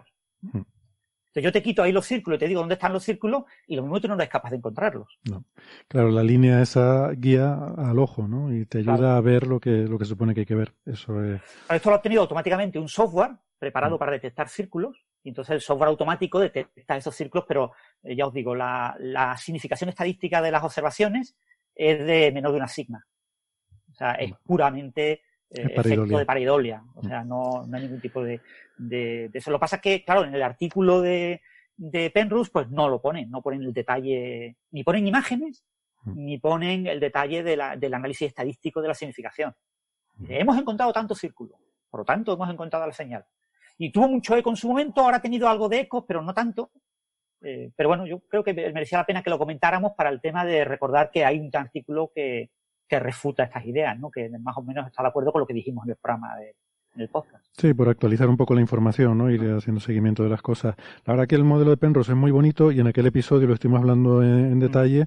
Speaker 7: Yo te quito ahí los círculos y te digo dónde están los círculos y lo mismo tú no eres capaz de encontrarlos.
Speaker 4: No. Claro, la línea esa guía al ojo, ¿no? Y te ayuda a ver lo que se supone que hay que ver. Eso es...
Speaker 7: Esto lo ha obtenido automáticamente un software preparado para detectar círculos y entonces el software automático detecta esos círculos, pero ya os digo, la significación estadística de las observaciones es de menor de una sigma. O sea, es puramente... efecto de pareidolia, o sea, no hay ningún tipo de eso. Lo que pasa es que, claro, en el artículo de Penrose, pues no lo ponen, no ponen el detalle, ni ponen imágenes, ni ponen el detalle del análisis estadístico de la significación. Hemos encontrado tantos círculos, por lo tanto hemos encontrado la señal. Y tuvo mucho eco en su momento, ahora ha tenido algo de eco, pero no tanto. Pero bueno, yo creo que merecía la pena que lo comentáramos para el tema de recordar que hay un artículo que refuta estas ideas, ¿no? Que más o menos está de acuerdo con lo que dijimos en el programa en el podcast.
Speaker 4: Sí, por actualizar un poco la información, ¿no? Ir haciendo seguimiento de las cosas. La verdad que el modelo de Penrose es muy bonito y en aquel episodio lo estuvimos hablando en detalle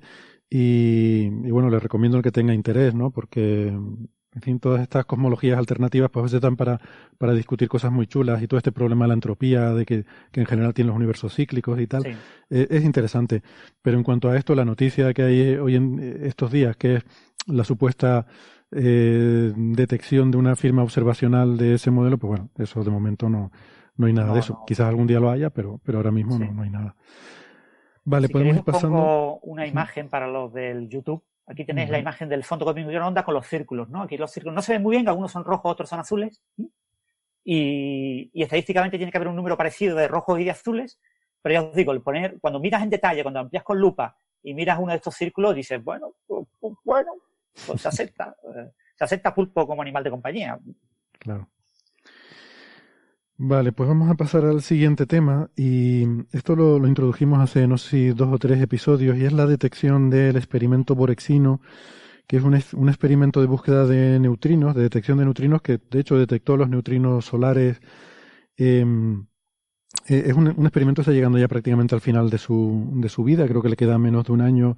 Speaker 4: y bueno, les recomiendo el que tenga interés, ¿no? Porque, en fin, todas estas cosmologías alternativas pues a veces están para discutir cosas muy chulas y todo este problema de la entropía, de que en general tienen los universos cíclicos y tal, sí. Es interesante. Pero en cuanto a esto, la noticia que hay hoy en estos días, que es la supuesta detección de una firma observacional de ese modelo, pues bueno, eso de momento no hay nada de eso. No. Quizás algún día lo haya, pero ahora mismo no hay nada. Vale,
Speaker 7: si
Speaker 4: podemos ir
Speaker 7: pasando.
Speaker 4: Pongo
Speaker 7: una imagen para los del YouTube. Aquí tenéis la imagen del fondo cósmico de microondas con los círculos, ¿no? Aquí los círculos no se ven muy bien, que algunos son rojos, otros son azules. Y estadísticamente tiene que haber un número parecido de rojos y de azules, pero ya os digo, cuando miras en detalle, cuando amplías con lupa y miras uno de estos círculos, dices, bueno, pues se acepta pulpo como animal de compañía.
Speaker 4: Claro. Vale, pues vamos a pasar al siguiente tema, y esto lo introdujimos hace, no sé si 2 o 3 episodios, y es la detección del experimento Borexino, que es un experimento de búsqueda de neutrinos, de detección de neutrinos, que de hecho detectó los neutrinos solares. Es un experimento que está llegando ya prácticamente al final de su vida, creo que le queda menos de un año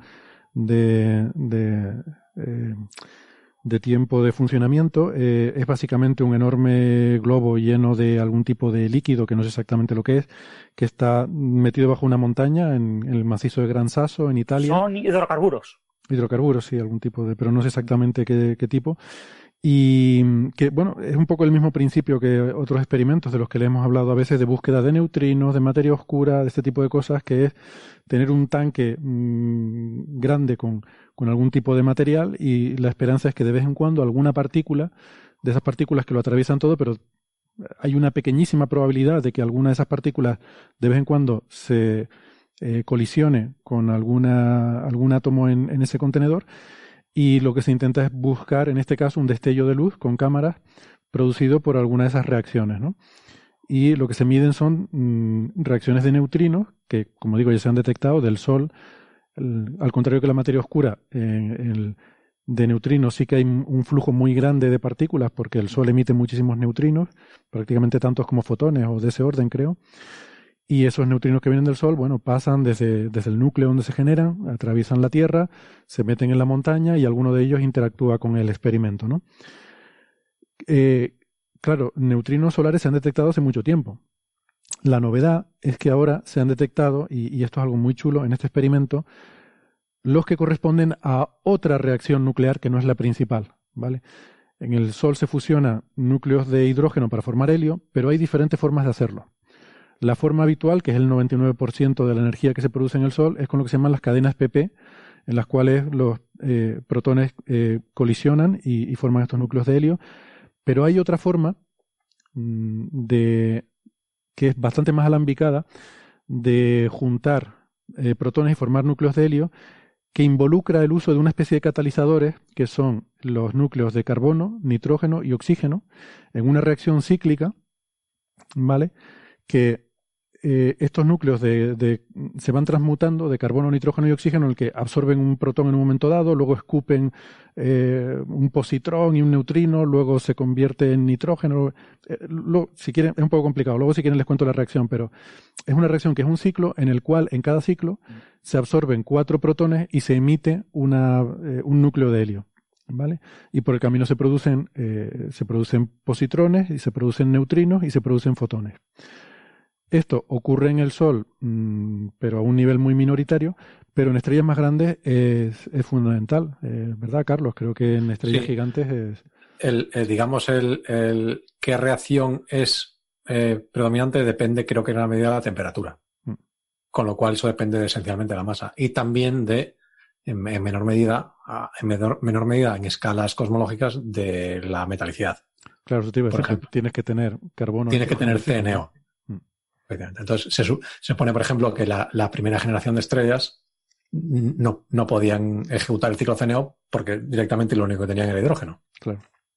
Speaker 4: de tiempo de funcionamiento. Es básicamente un enorme globo lleno de algún tipo de líquido, que no sé exactamente lo que es, que está metido bajo una montaña en el macizo de Gran Sasso, en Italia.
Speaker 7: Son hidrocarburos.
Speaker 4: Hidrocarburos, sí, algún tipo pero no sé exactamente qué tipo. Y que, bueno, es un poco el mismo principio que otros experimentos de los que le hemos hablado a veces, de búsqueda de neutrinos, de materia oscura, de este tipo de cosas, que es tener un tanque grande con algún tipo de material, y la esperanza es que de vez en cuando alguna partícula, de esas partículas que lo atraviesan todo, pero hay una pequeñísima probabilidad de que alguna de esas partículas de vez en cuando se colisione con algún átomo en ese contenedor. Y lo que se intenta es buscar, en este caso, un destello de luz con cámaras producido por alguna de esas reacciones, ¿no? Y lo que se miden son reacciones de neutrinos, que, como digo, ya se han detectado del Sol. Al contrario que la materia oscura, de neutrinos sí que hay un flujo muy grande de partículas, porque el Sol emite muchísimos neutrinos, prácticamente tantos como fotones, o de ese orden, creo. Y esos neutrinos que vienen del Sol, bueno, pasan desde el núcleo donde se generan, atraviesan la Tierra, se meten en la montaña, y alguno de ellos interactúa con el experimento, ¿no? Claro, neutrinos solares se han detectado hace mucho tiempo. La novedad es que ahora se han detectado, y esto es algo muy chulo en este experimento, los que corresponden a otra reacción nuclear que no es la principal, ¿vale? En el Sol se fusionan núcleos de hidrógeno para formar helio, pero hay diferentes formas de hacerlo. La forma habitual, que es el 99% de la energía que se produce en el Sol, es con lo que se llaman las cadenas PP, en las cuales los protones colisionan y forman estos núcleos de helio. Pero hay otra forma que es bastante más alambicada, de juntar protones y formar núcleos de helio, que involucra el uso de una especie de catalizadores, que son los núcleos de carbono, nitrógeno y oxígeno, en una reacción cíclica, ¿vale? Que estos núcleos se van transmutando de carbono, nitrógeno y oxígeno, en el que absorben un protón en un momento dado, luego escupen un positrón y un neutrino, luego se convierte en nitrógeno. Si quieren, es un poco complicado, luego si quieren les cuento la reacción, pero es una reacción que es un ciclo en el cual en cada ciclo se absorben 4 protones y se emite un núcleo de helio, ¿vale? Y por el camino se producen positrones, y se producen neutrinos, y se producen fotones. Esto ocurre en el Sol, pero a un nivel muy minoritario, pero en estrellas más grandes es fundamental, ¿verdad, Carlos? Creo que en estrellas gigantes es...
Speaker 6: Digamos, qué reacción es predominante depende, creo que en una medida, de la temperatura. Con lo cual eso depende esencialmente de la masa. Y también en menor medida en escalas cosmológicas, de la metalicidad.
Speaker 4: Claro, por ejemplo, tienes que tener carbono.
Speaker 6: Tienes que tener CNO. Entonces se supone, por ejemplo, que la primera generación de estrellas no podían ejecutar el ciclo CNO porque directamente lo único que tenían era hidrógeno.
Speaker 4: Claro.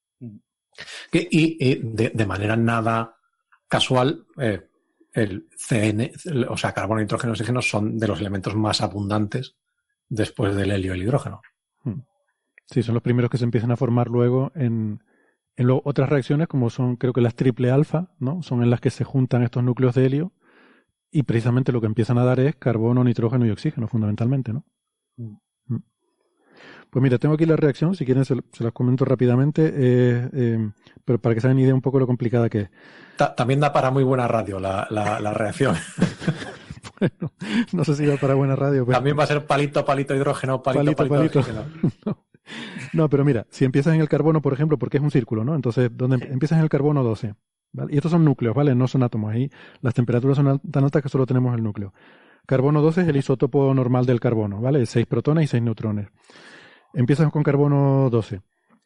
Speaker 6: Y de manera nada casual, el CN, o sea, carbono, nitrógeno y oxígeno, son de los elementos más abundantes después del helio y el hidrógeno.
Speaker 4: Sí, son los primeros que se empiezan a formar luego en otras reacciones, como son, creo que las triple alfa, ¿no? Son en las que se juntan estos núcleos de helio, y precisamente lo que empiezan a dar es carbono, nitrógeno y oxígeno, fundamentalmente, ¿no? Pues mira, tengo aquí la reacción, si quieren se las comento rápidamente, pero para que se hagan idea un poco lo complicada que es.
Speaker 6: También da para muy buena radio la reacción.
Speaker 4: Bueno, no sé si da para buena radio. Pero...
Speaker 6: También va a ser palito, hidrógeno, palito. Oxígeno.
Speaker 4: No, pero mira, si empiezas en el carbono, por ejemplo, porque es un círculo, ¿no? Entonces, empiezas en el carbono 12, ¿vale? Y estos son núcleos, ¿vale? No son átomos. Ahí las temperaturas son tan altas que solo tenemos el núcleo. Carbono 12 es el isótopo normal del carbono, ¿vale? 6 protones y 6 neutrones. Empiezas con carbono 12.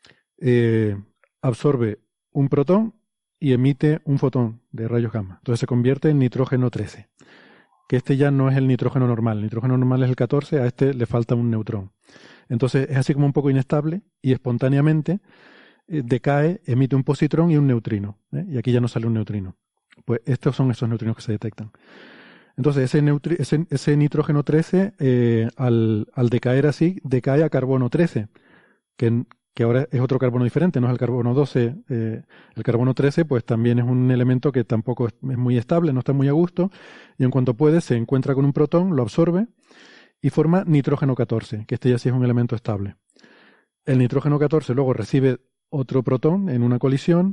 Speaker 4: Absorbe un protón y emite un fotón de rayos gamma. Entonces se convierte en nitrógeno 13. Que este ya no es el nitrógeno normal. El nitrógeno normal es el 14, a este le falta un neutrón. Entonces es así como un poco inestable y espontáneamente decae, emite un positrón y un neutrino. Y aquí ya no sale un neutrino. Pues estos son esos neutrinos que se detectan. Entonces ese nitrógeno 13, al decaer así, decae a carbono 13, que ahora es otro carbono diferente, no es el carbono 12. El carbono 13 pues también es un elemento que tampoco es muy estable, no está muy a gusto, y en cuanto puede se encuentra con un protón, lo absorbe y forma nitrógeno 14, que este ya sí es un elemento estable. El nitrógeno 14 luego recibe otro protón en una colisión,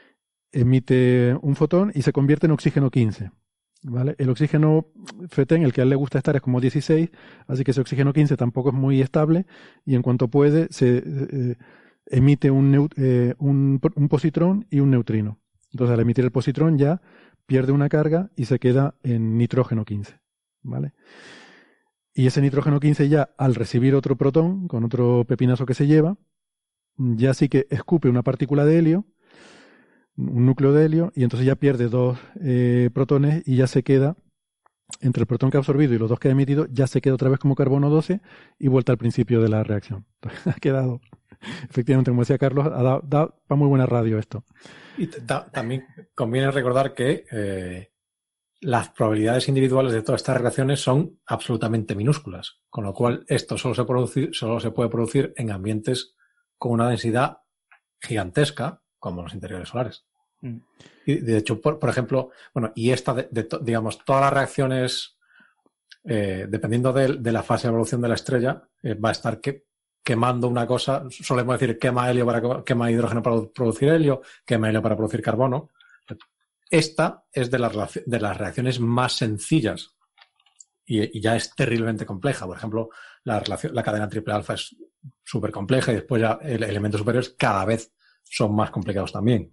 Speaker 4: emite un fotón y se convierte en oxígeno 15. ¿Vale? El oxígeno fetén, el que a él le gusta estar, es como 16, así que ese oxígeno 15 tampoco es muy estable y en cuanto puede se emite un positrón y un neutrino. Entonces al emitir el positrón ya pierde una carga y se queda en nitrógeno 15. ¿Vale? Y ese nitrógeno 15 ya al recibir otro protón con otro pepinazo que se lleva, ya sí que escupe una partícula de helio, un núcleo de helio, y entonces ya pierde dos protones y ya se queda, entre el protón que ha absorbido y los dos que ha emitido, ya se queda otra vez como carbono 12 y vuelta al principio de la reacción. Entonces, ha quedado, efectivamente, como decía Carlos, da para muy buena radio esto.
Speaker 6: Y también conviene recordar que las probabilidades individuales de todas estas reacciones son absolutamente minúsculas, con lo cual esto solo se puede producir en ambientes con una densidad gigantesca, como los interiores solares. Y de hecho, por ejemplo, bueno, y esta, digamos, todas las reacciones, dependiendo de la fase de evolución de la estrella, va a estar quemando una cosa. Solemos decir quema hidrógeno para producir helio, quema helio para producir carbono. Esta es de las reacciones más sencillas y ya es terriblemente compleja. Por ejemplo, la cadena triple alfa es súper compleja y después ya elementos superiores cada vez son más complicados también.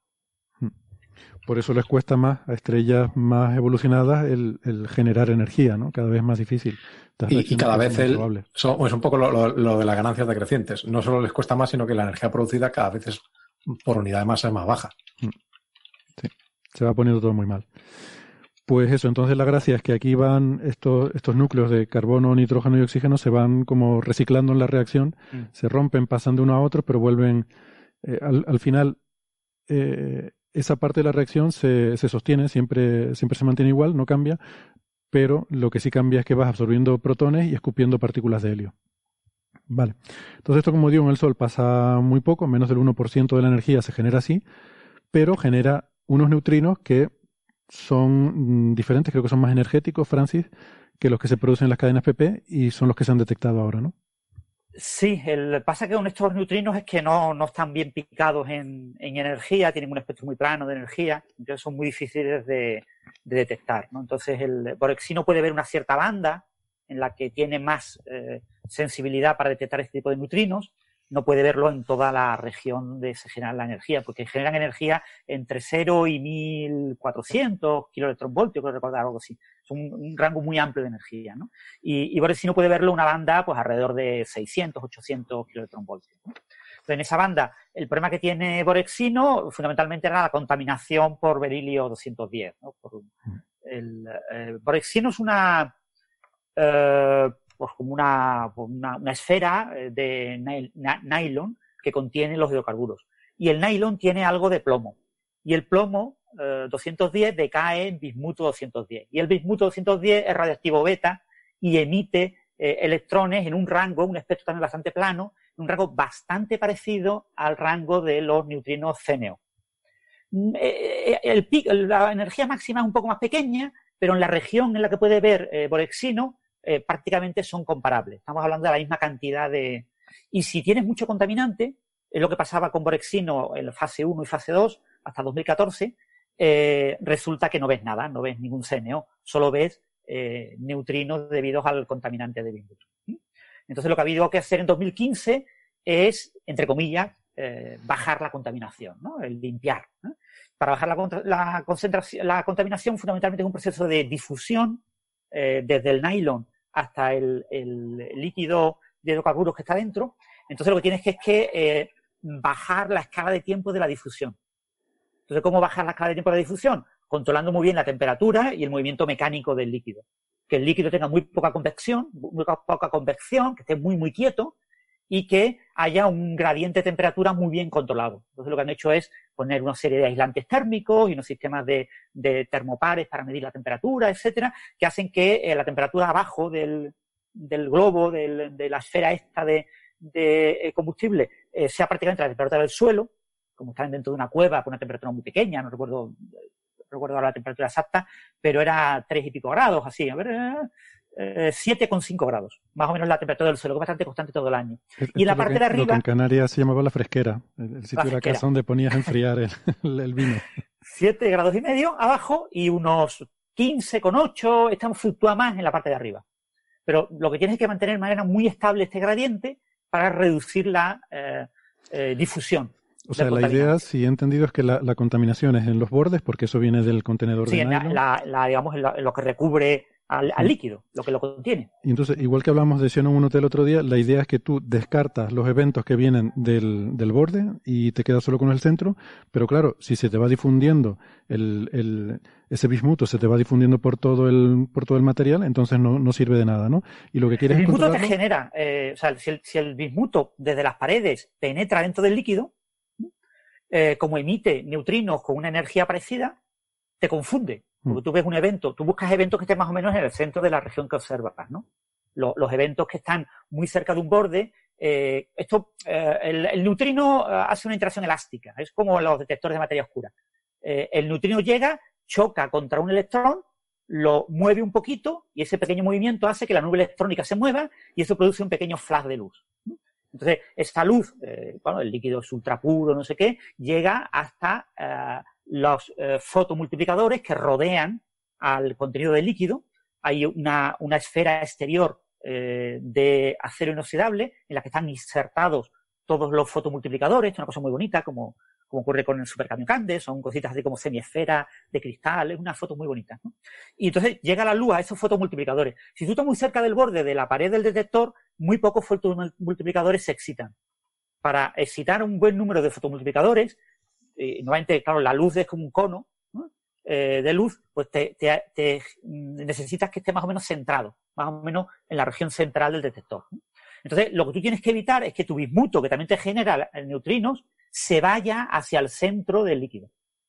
Speaker 4: Por eso les cuesta más a estrellas más evolucionadas el generar energía, ¿no? Cada vez más difícil.
Speaker 6: Y cada vez es un poco lo de las ganancias decrecientes. No solo les cuesta más, sino que la energía producida cada vez es por unidad de masa es más baja.
Speaker 4: Sí, se va poniendo todo muy mal. Pues eso, entonces la gracia es que aquí van estos núcleos de carbono, nitrógeno y oxígeno se van como reciclando en la reacción, se rompen, pasan de uno a otro, pero vuelven al final esa parte de la reacción se sostiene, siempre se mantiene igual, no cambia, pero lo que sí cambia es que vas absorbiendo protones y escupiendo partículas de helio. Vale. Entonces esto, como digo, en el Sol pasa muy poco, menos del 1% de la energía se genera así, pero genera unos neutrinos que son diferentes, creo que son más energéticos, Francis, que los que se producen en las cadenas PP y son los que se han detectado ahora, ¿no?
Speaker 7: Sí, pasa que con estos neutrinos es que no están bien picados en energía, tienen un espectro muy plano de energía, entonces son muy difíciles de detectar, ¿no? Entonces el borexino puede ver una cierta banda en la que tiene más sensibilidad para detectar este tipo de neutrinos, no puede verlo en toda la región donde se genera la energía, porque generan energía entre 0 y 1400 kiloelectronvoltios, creo recordar algo así. Es un rango muy amplio de energía, ¿no? Y borexino puede verlo una banda pues alrededor de 600, 800 kiloelectronvoltios, ¿no? Entonces, en esa banda, el problema que tiene borexino fundamentalmente era la contaminación por berilio 210, ¿no? Borexino es pues como una esfera de nylon que contiene los hidrocarburos. Y el nylon tiene algo de plomo. Y el plomo 210 decae en bismuto 210. Y el bismuto 210 es radiactivo beta y emite electrones en un rango, un espectro también bastante plano, en un rango bastante parecido al rango de los neutrinos CNO. La energía máxima es un poco más pequeña, pero en la región en la que puede ver borexino, prácticamente son comparables. Estamos hablando de la misma cantidad de... Y si tienes mucho contaminante, es lo que pasaba con borexino en fase 1 y fase 2 hasta 2014, resulta que no ves nada, no ves ningún CNO, solo ves neutrinos debido al contaminante de bismuto. Entonces lo que ha habido que hacer en 2015 es, entre comillas, bajar la contaminación, ¿no? El limpiar, ¿no? Para bajar la contaminación fundamentalmente es un proceso de difusión desde el nylon hasta el líquido de hidrocarburos que está dentro, Entonces lo que tienes es que bajar la escala de tiempo de la difusión. Entonces, ¿cómo bajar la escala de tiempo de la difusión? Controlando muy bien la temperatura y el movimiento mecánico del líquido. Que el líquido tenga muy poca convección, que esté muy, muy quieto, y que haya un gradiente de temperatura muy bien controlado. Entonces, lo que han hecho es poner una serie de aislantes térmicos y unos sistemas de termopares para medir la temperatura, etcétera, que hacen que la temperatura abajo del globo, de la esfera esta de combustible, sea prácticamente la temperatura del suelo, como están dentro de una cueva con una temperatura muy pequeña, no recuerdo ahora la temperatura exacta, pero era 3 y pico grados, así, 7,5 grados, más o menos la temperatura del suelo, que es bastante constante todo el año. Y en la parte de arriba...
Speaker 4: Lo que en Canarias se llamaba la fresquera, el sitio de la casa donde ponías a enfriar el vino.
Speaker 7: 7 grados y medio abajo y unos 15,8, estamos fluctúa más en la parte de arriba. Pero lo que tienes es que mantener de manera muy estable este gradiente para reducir la difusión.
Speaker 4: O sea, la idea, si he entendido, es que la contaminación es en los bordes, porque eso viene del contenedor de nylon.
Speaker 7: Sí, digamos, lo que recubre al líquido, lo que lo contiene.
Speaker 4: Y entonces, igual que hablamos de Xenon 1T el otro día, la idea es que tú descartas los eventos que vienen del borde y te quedas solo con el centro, pero claro, si se te va difundiendo ese bismuto, se te va difundiendo por todo el material, entonces no sirve de nada, ¿no? Y lo que quieres
Speaker 7: el bismuto
Speaker 4: controlarlo...
Speaker 7: te genera, o sea, si el bismuto desde las paredes penetra dentro del líquido, como emite neutrinos con una energía parecida, te confunde. Porque tú ves un evento, tú buscas eventos que estén más o menos en el centro de la región que observas, ¿no? Los eventos que están muy cerca de un borde, el neutrino hace una interacción elástica, es como los detectores de materia oscura. El neutrino llega, choca contra un electrón, lo mueve un poquito y ese pequeño movimiento hace que la nube electrónica se mueva y eso produce un pequeño flash de luz. Entonces, esta luz, el líquido es ultra puro, no sé qué, llega hasta los fotomultiplicadores que rodean al contenido del líquido. Hay una esfera exterior de acero inoxidable en la que están insertados todos los fotomultiplicadores. Es una cosa muy bonita, como ocurre con el supercamión Cande, son cositas así como semiesfera de cristal, es una foto muy bonita, ¿no? Y entonces llega la luz a esos fotomultiplicadores. Si tú estás muy cerca del borde de la pared del detector, muy pocos fotomultiplicadores se excitan. Para excitar un buen número de fotomultiplicadores, normalmente, claro, la luz es como un cono, ¿no? De luz, pues necesitas que esté más o menos centrado, más o menos en la región central del detector, ¿no? Entonces, lo que tú tienes que evitar es que tu bismuto, que también te genera neutrinos, se vaya hacia el centro del líquido.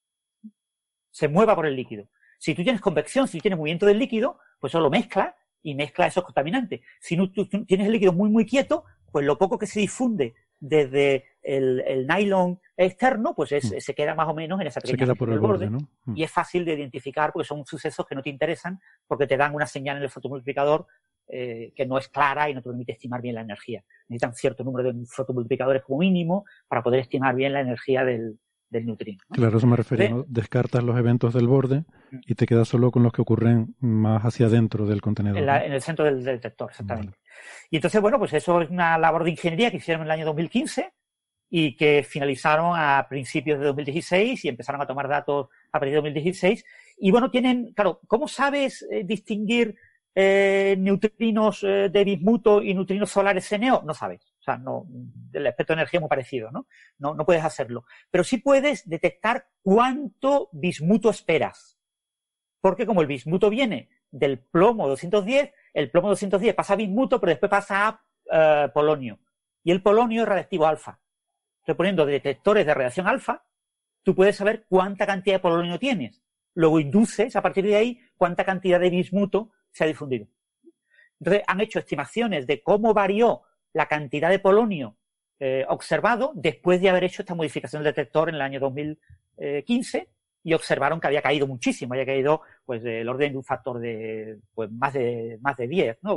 Speaker 7: Se mueva por el líquido. Si tú tienes convección, si tú tienes movimiento del líquido, pues eso lo mezcla y mezcla esos contaminantes. Si tú tienes el líquido muy, muy quieto, pues lo poco que se difunde desde el nylon externo, pues se queda más o menos en esa pequeña
Speaker 4: región del borde, ¿no?
Speaker 7: Y es fácil de identificar porque son sucesos que no te interesan, porque te dan una señal en el fotomultiplicador que no es clara y no te permite estimar bien la energía. Necesitan cierto número de fotomultiplicadores como mínimo para poder estimar bien la energía del neutrino, ¿no?
Speaker 4: Claro, eso me refería, ¿no? Descartas los eventos del borde y te quedas solo con los que ocurren más hacia adentro del contenedor.
Speaker 7: En el centro del detector, exactamente. Vale. Y entonces, bueno, pues eso es una labor de ingeniería que hicieron en el año 2015 y que finalizaron a principios de 2016 y empezaron a tomar datos a partir de 2016. Y bueno, claro, ¿cómo sabes distinguir neutrinos de bismuto y neutrinos solares CNO? No sabes. O sea, no, el espectro de energía es muy parecido, ¿no? No puedes hacerlo. Pero sí puedes detectar cuánto bismuto esperas. Porque como el bismuto viene del plomo 210, el plomo 210 pasa a bismuto, pero después pasa a polonio. Y el polonio es radiactivo alfa. Entonces, poniendo detectores de radiación alfa, tú puedes saber cuánta cantidad de polonio tienes. Luego induces, a partir de ahí, cuánta cantidad de bismuto se ha difundido. Entonces, han hecho estimaciones de cómo varió la cantidad de polonio observado después de haber hecho esta modificación del detector en el año 2015 y observaron que había caído muchísimo, había caído pues del orden de un factor de pues más de 10, no,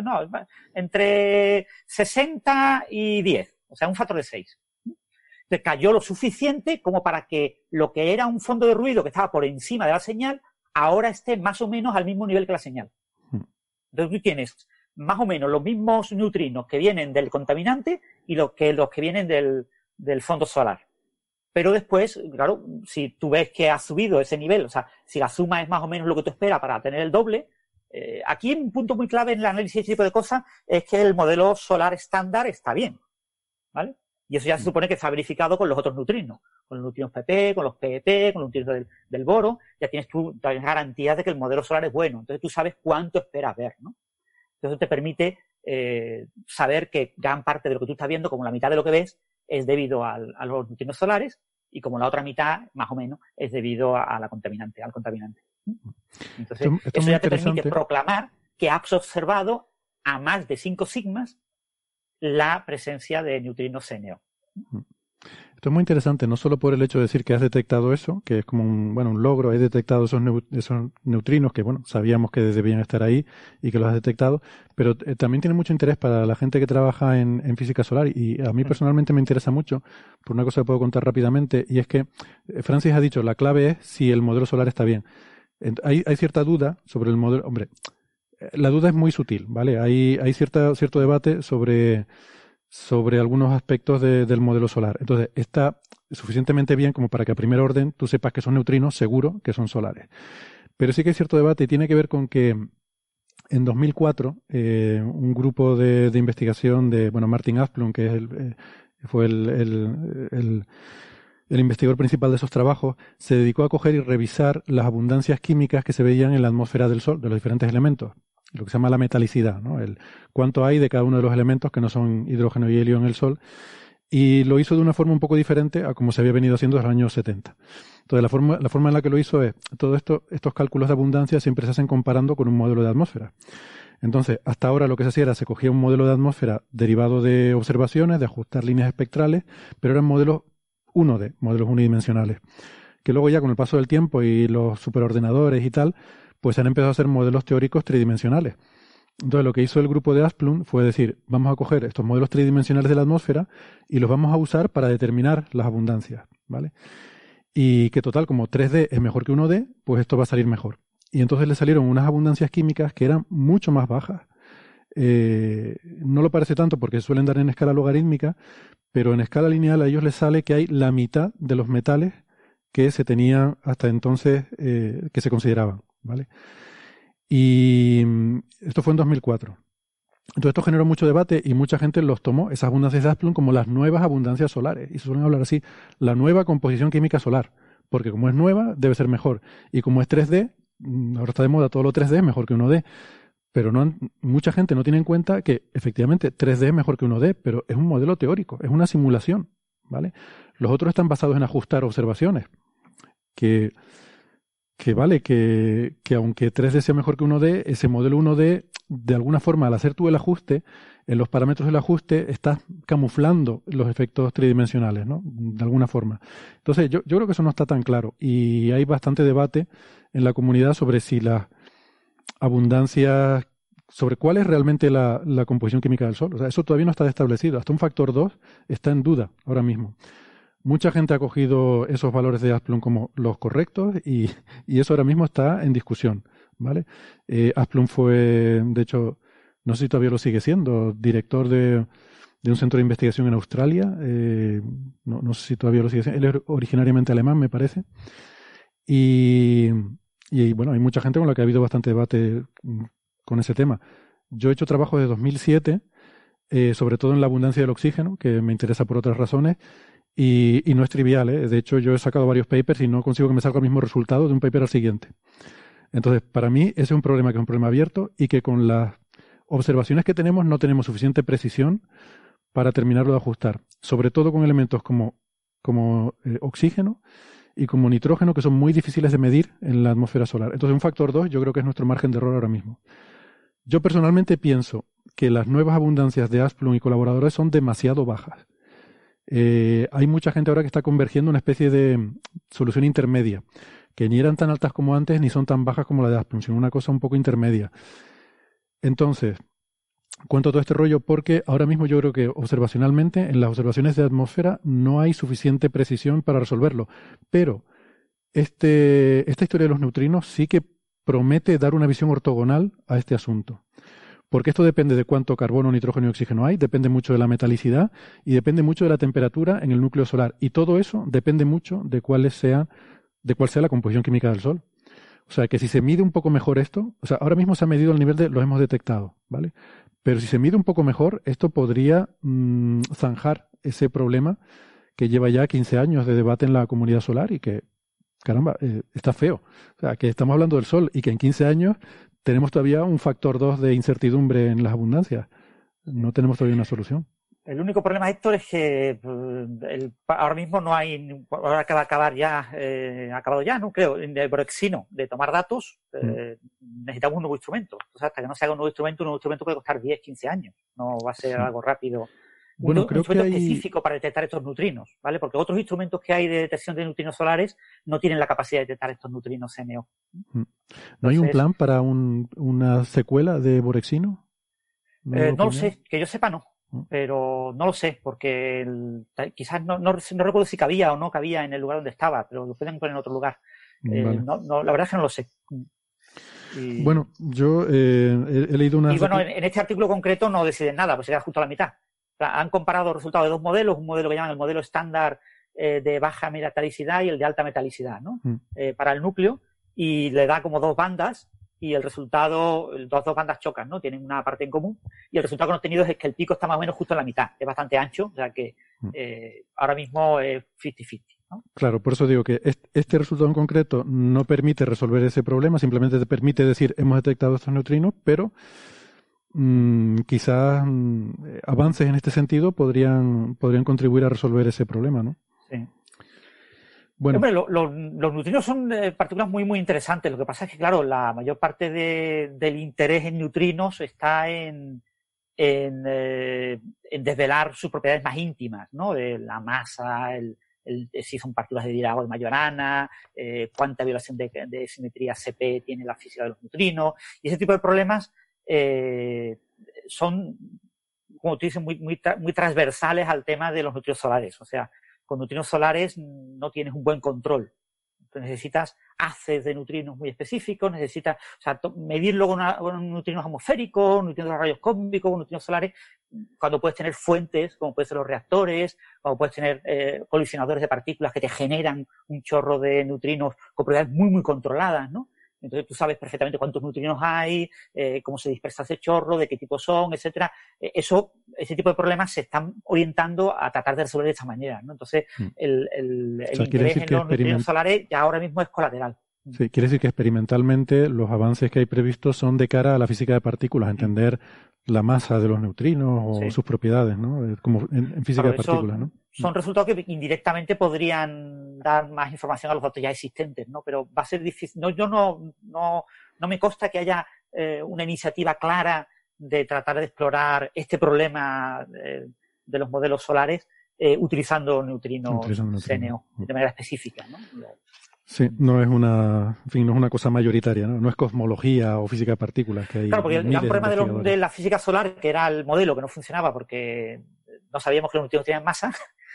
Speaker 7: entre 60 y 10, o sea, un factor de 6. Entonces, cayó lo suficiente como para que lo que era un fondo de ruido que estaba por encima de la señal ahora esté más o menos al mismo nivel que la señal. Entonces tú tienes más o menos los mismos neutrinos que vienen del contaminante y los que vienen del fondo solar. Pero después, claro, si tú ves que ha subido ese nivel, o sea, si la suma es más o menos lo que tú esperas para tener el doble, aquí un punto muy clave en el análisis de este tipo de cosas es que el modelo solar estándar está bien. ¿vale? Y eso ya se supone que está verificado con los otros neutrinos, con los neutrinos PP, con los PEP, con los neutrinos del boro. Ya tienes tú garantías de que el modelo solar es bueno. Entonces tú sabes cuánto esperas ver, ¿no? Entonces eso te permite saber que gran parte de lo que tú estás viendo, como la mitad de lo que ves, es debido a los neutrinos solares, y como la otra mitad, más o menos, es debido a la contaminante, al contaminante. Entonces,
Speaker 4: esto
Speaker 7: eso ya te permite proclamar que has observado a más de 5 sigmas la presencia de neutrinos CNO.
Speaker 4: Esto es muy interesante, no solo por el hecho de decir que has detectado eso, que es como un logro, he detectado esos neutrinos que, sabíamos que debían estar ahí y que los has detectado, pero también tiene mucho interés para la gente que trabaja en física solar, y a mí personalmente me interesa mucho, por una cosa que puedo contar rápidamente, y es que Francis ha dicho, la clave es si el modelo solar está bien. Hay cierta duda sobre el modelo, la duda es muy sutil, ¿vale? Hay cierto debate sobre algunos aspectos del modelo solar. Entonces, está suficientemente bien como para que a primer orden tú sepas que son neutrinos, seguro que son solares. Pero sí que hay cierto debate y tiene que ver con que en 2004 un grupo de investigación de Martin Asplund, que fue el investigador principal de esos trabajos, se dedicó a coger y revisar las abundancias químicas que se veían en la atmósfera del Sol, de los diferentes elementos, lo que se llama la metalicidad, ¿no? Cuánto hay de cada uno de los elementos que no son hidrógeno y helio en el Sol, y lo hizo de una forma un poco diferente a como se había venido haciendo desde los años 70. Entonces, la forma en la que lo hizo es, estos cálculos de abundancia siempre se hacen comparando con un modelo de atmósfera. Entonces, hasta ahora lo que se hacía era, se cogía un modelo de atmósfera derivado de observaciones, de ajustar líneas espectrales, pero eran modelos 1D, modelos unidimensionales, que luego ya con el paso del tiempo y los superordenadores y tal, pues se han empezado a hacer modelos teóricos tridimensionales. Entonces lo que hizo el grupo de Asplund fue decir, vamos a coger estos modelos tridimensionales de la atmósfera y los vamos a usar para determinar las abundancias, ¿vale? Y que total, como 3D es mejor que 1D, pues esto va a salir mejor. Y entonces le salieron unas abundancias químicas que eran mucho más bajas. No lo parece tanto porque suelen dar en escala logarítmica, pero en escala lineal a ellos les sale que hay la mitad de los metales que se tenían hasta entonces, que se consideraban, ¿vale? Y esto fue en 2004. Entonces esto generó mucho debate y mucha gente los tomó, esas abundancias de Asplund, como las nuevas abundancias solares. Y se suelen hablar así, la nueva composición química solar. Porque como es nueva, debe ser mejor. Y como es 3D, ahora está de moda todo lo 3D, es mejor que 1D. Pero mucha gente no tiene en cuenta que efectivamente 3D es mejor que 1D, pero es un modelo teórico, es una simulación, ¿vale? Los otros están basados en ajustar observaciones. Que aunque 3D sea mejor que 1D, ese modelo 1D, de alguna forma, al hacer tú el ajuste, en los parámetros del ajuste, estás camuflando los efectos tridimensionales, ¿no? De alguna forma. Entonces, yo creo que eso no está tan claro. Y hay bastante debate en la comunidad sobre si las abundancias, sobre cuál es realmente la composición química del Sol. O sea, eso todavía no está establecido. Hasta un factor 2 está en duda ahora mismo. Mucha gente ha cogido esos valores de Asplund como los correctos y eso ahora mismo está en discusión, ¿vale? Asplund fue, de hecho, no sé si todavía lo sigue siendo, director de un centro de investigación en Australia. No sé si todavía lo sigue siendo. Él es originariamente alemán, me parece. Y bueno, hay mucha gente con la que ha habido bastante debate con ese tema. Yo he hecho trabajo desde 2007, sobre todo en la abundancia del oxígeno, que me interesa por otras razones. Y no es trivial, ¿eh? De hecho, yo he sacado varios papers y no consigo que me salga el mismo resultado de un paper al siguiente. Entonces, para mí, ese es un problema que es un problema abierto y que con las observaciones que tenemos no tenemos suficiente precisión para terminarlo de ajustar. Sobre todo con elementos como oxígeno y como nitrógeno, que son muy difíciles de medir en la atmósfera solar. Entonces, un factor 2 yo creo que es nuestro margen de error ahora mismo. Yo personalmente pienso que las nuevas abundancias de Asplund y colaboradores son demasiado bajas. Hay mucha gente ahora que está convergiendo una especie de solución intermedia, que ni eran tan altas como antes ni son tan bajas como la de Asplund, sino una cosa un poco intermedia. Entonces, cuento todo este rollo porque ahora mismo yo creo que observacionalmente, en las observaciones de atmósfera, no hay suficiente precisión para resolverlo. Pero esta historia de los neutrinos sí que promete dar una visión ortogonal a este asunto. Porque esto depende de cuánto carbono, nitrógeno y oxígeno hay, depende mucho de la metalicidad y depende mucho de la temperatura en el núcleo solar. Y todo eso depende mucho de cuál sea la composición química del Sol. O sea, que si se mide un poco mejor esto, o sea, ahora mismo se ha medido el nivel lo hemos detectado, ¿vale? Pero si se mide un poco mejor, esto podría zanjar ese problema que lleva ya 15 años de debate en la comunidad solar y que, caramba, está feo. O sea, que estamos hablando del Sol y que en 15 años tenemos todavía un factor 2 de incertidumbre en las abundancias. No tenemos todavía una solución.
Speaker 7: El único problema, Héctor, es que ahora mismo no hay, ahora que va a acabar ya, acabado ya, no creo, de Borexino, de tomar datos, necesitamos un nuevo instrumento. Entonces, hasta que no se haga un nuevo instrumento puede costar 10, 15 años. No va a ser algo rápido.
Speaker 4: Bueno,
Speaker 7: un
Speaker 4: creo
Speaker 7: instrumento
Speaker 4: que hay...
Speaker 7: específico para detectar estos neutrinos, ¿vale? Porque otros instrumentos que hay de detección de neutrinos solares no tienen la capacidad de detectar estos neutrinos CMO.
Speaker 4: ¿No hay un plan para una secuela de Borexino?
Speaker 7: No lo sé, que yo sepa no. Pero no lo sé, porque quizás no recuerdo si cabía o no cabía en el lugar donde estaba, pero lo pueden poner en otro lugar. Vale. La verdad es que no lo sé.
Speaker 4: Bueno, yo he leído una...
Speaker 7: Y bueno, en este artículo concreto no deciden nada, pues se queda justo a la mitad. O sea, han comparado los resultados de dos modelos, un modelo que llaman el modelo estándar de baja metalicidad y el de alta metalicidad, ¿no? Para el núcleo, y le da como dos bandas, y el resultado, las dos bandas chocan, ¿no? Tienen una parte en común, y el resultado que hemos tenido es que el pico está más o menos justo en la mitad, es bastante ancho, o sea que ahora mismo es 50-50, ¿no?
Speaker 4: Claro, por eso digo que este resultado en concreto no permite resolver ese problema, simplemente te permite decir hemos detectado estos neutrinos, pero quizás avances en este sentido podrían contribuir a resolver ese problema, ¿no?
Speaker 7: Sí.
Speaker 4: Bueno.
Speaker 7: Hombre, los neutrinos son partículas muy, muy interesantes. Lo que pasa es que, claro, la mayor parte del interés en neutrinos está en desvelar sus propiedades más íntimas, ¿no? De la masa, si son partículas de Dirac o de Majorana, cuánta violación de simetría CP tiene la física de los neutrinos. Y ese tipo de problemas son, como tú dices, muy transversales al tema de los neutrinos solares. O sea, con neutrinos solares no tienes un buen control. Entonces necesitas haces de neutrinos muy específicos, necesitas, o sea, medirlo con neutrinos atmosféricos, neutrinos de rayos cósmicos, con neutrinos solares, cuando puedes tener fuentes, como pueden ser los reactores, como puedes tener colisionadores de partículas que te generan un chorro de neutrinos con propiedades muy, muy controladas, ¿no? Entonces tú sabes perfectamente cuántos neutrinos hay, cómo se dispersa ese chorro, de qué tipo son, etcétera. Ese tipo de problemas se están orientando a tratar de resolver de esta manera, ¿no? Entonces, el interés en los neutrinos solares ya ahora mismo es colateral.
Speaker 4: Sí, quiere decir que experimentalmente los avances que hay previstos son de cara a la física de partículas, a entender la masa de los neutrinos o sus propiedades, ¿no? Como en física de partículas, ¿no?
Speaker 7: Son resultados que indirectamente podrían dar más información a los datos ya existentes, ¿no? Pero va a ser difícil. No me consta que haya una iniciativa clara de tratar de explorar este problema de los modelos solares utilizando neutrinos CNO de manera específica, ¿no?
Speaker 4: Sí, no es una cosa mayoritaria, ¿no? No es cosmología o física de partículas que hay.
Speaker 7: Claro, porque el gran problema de la física solar, que era el modelo que no funcionaba porque no sabíamos que los neutrinos tenían masa,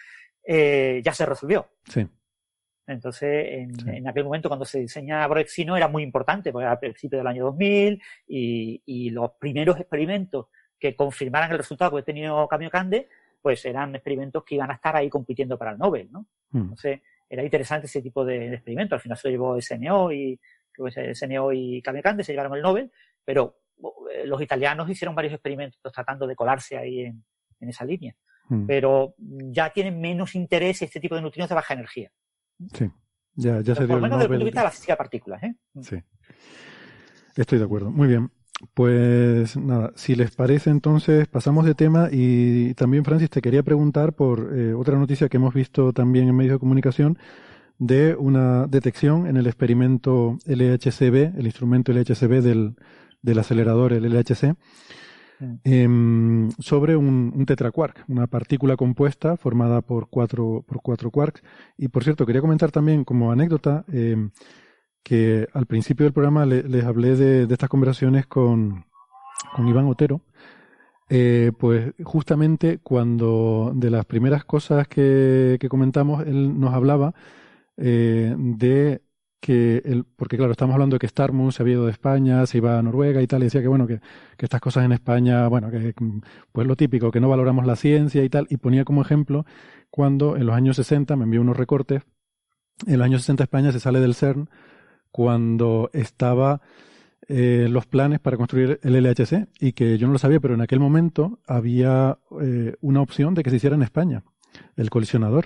Speaker 7: ya se resolvió.
Speaker 4: Sí.
Speaker 7: Entonces, en aquel momento, cuando se diseña Borexino, era muy importante, porque era a principios del año 2000 y los primeros experimentos que confirmaran el resultado que había tenido Kamiokande, pues eran experimentos que iban a estar ahí compitiendo para el Nobel, ¿no? Entonces, era interesante ese tipo de experimento. Al final se lo llevó SNO y Kamiokande se llevaron el Nobel, pero los italianos hicieron varios experimentos tratando de colarse ahí en esa línea. Pero ya tienen menos interés este tipo de neutrinos de baja energía.
Speaker 4: Sí, ya se dio el Nobel.
Speaker 7: Por lo menos desde el punto de vista de la física de partículas, ¿eh?
Speaker 4: Sí, estoy de acuerdo. Muy bien. Pues nada, si les parece entonces pasamos de tema y también, Francis, te quería preguntar por otra noticia que hemos visto también en medios de comunicación de una detección en el experimento LHCb, el instrumento LHCb del acelerador, el LHC, sobre un tetraquark, una partícula compuesta formada por cuatro quarks. Y por cierto, quería comentar también como anécdota que al principio del programa les hablé de estas conversaciones con Iván Otero, pues justamente cuando de las primeras cosas que comentamos, él nos hablaba de que porque claro, estamos hablando de que Starmoon se había ido de España, se iba a Noruega y tal, y decía que bueno, que estas cosas en España, bueno, que pues lo típico, que no valoramos la ciencia y tal, y ponía como ejemplo cuando en los años 60, me envió unos recortes, en los años 60 España se sale del CERN cuando estaba los planes para construir el LHC, y que yo no lo sabía, pero en aquel momento había una opción de que se hiciera en España. el colisionador,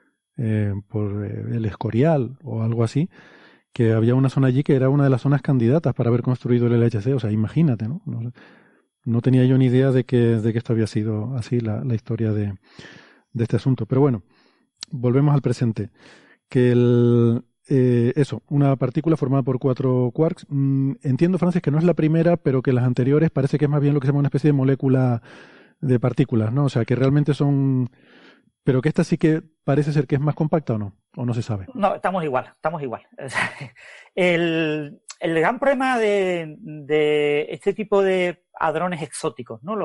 Speaker 4: por el Escorial o algo así, que había una zona allí que era una de las zonas candidatas para haber construido el LHC. O sea, imagínate, ¿no? No tenía yo ni idea de que esto había sido así la historia de este asunto. Pero bueno, volvemos al presente. Que una partícula formada por 4 quarks. Entiendo, Francis, que no es la primera, pero que las anteriores parece que es más bien lo que se llama una especie de molécula de partículas, ¿no? O sea, que realmente son... Pero que esta sí que parece ser que es más compacta, o no se sabe.
Speaker 7: No, estamos igual. O sea, el gran problema de este tipo de hadrones exóticos, ¿no?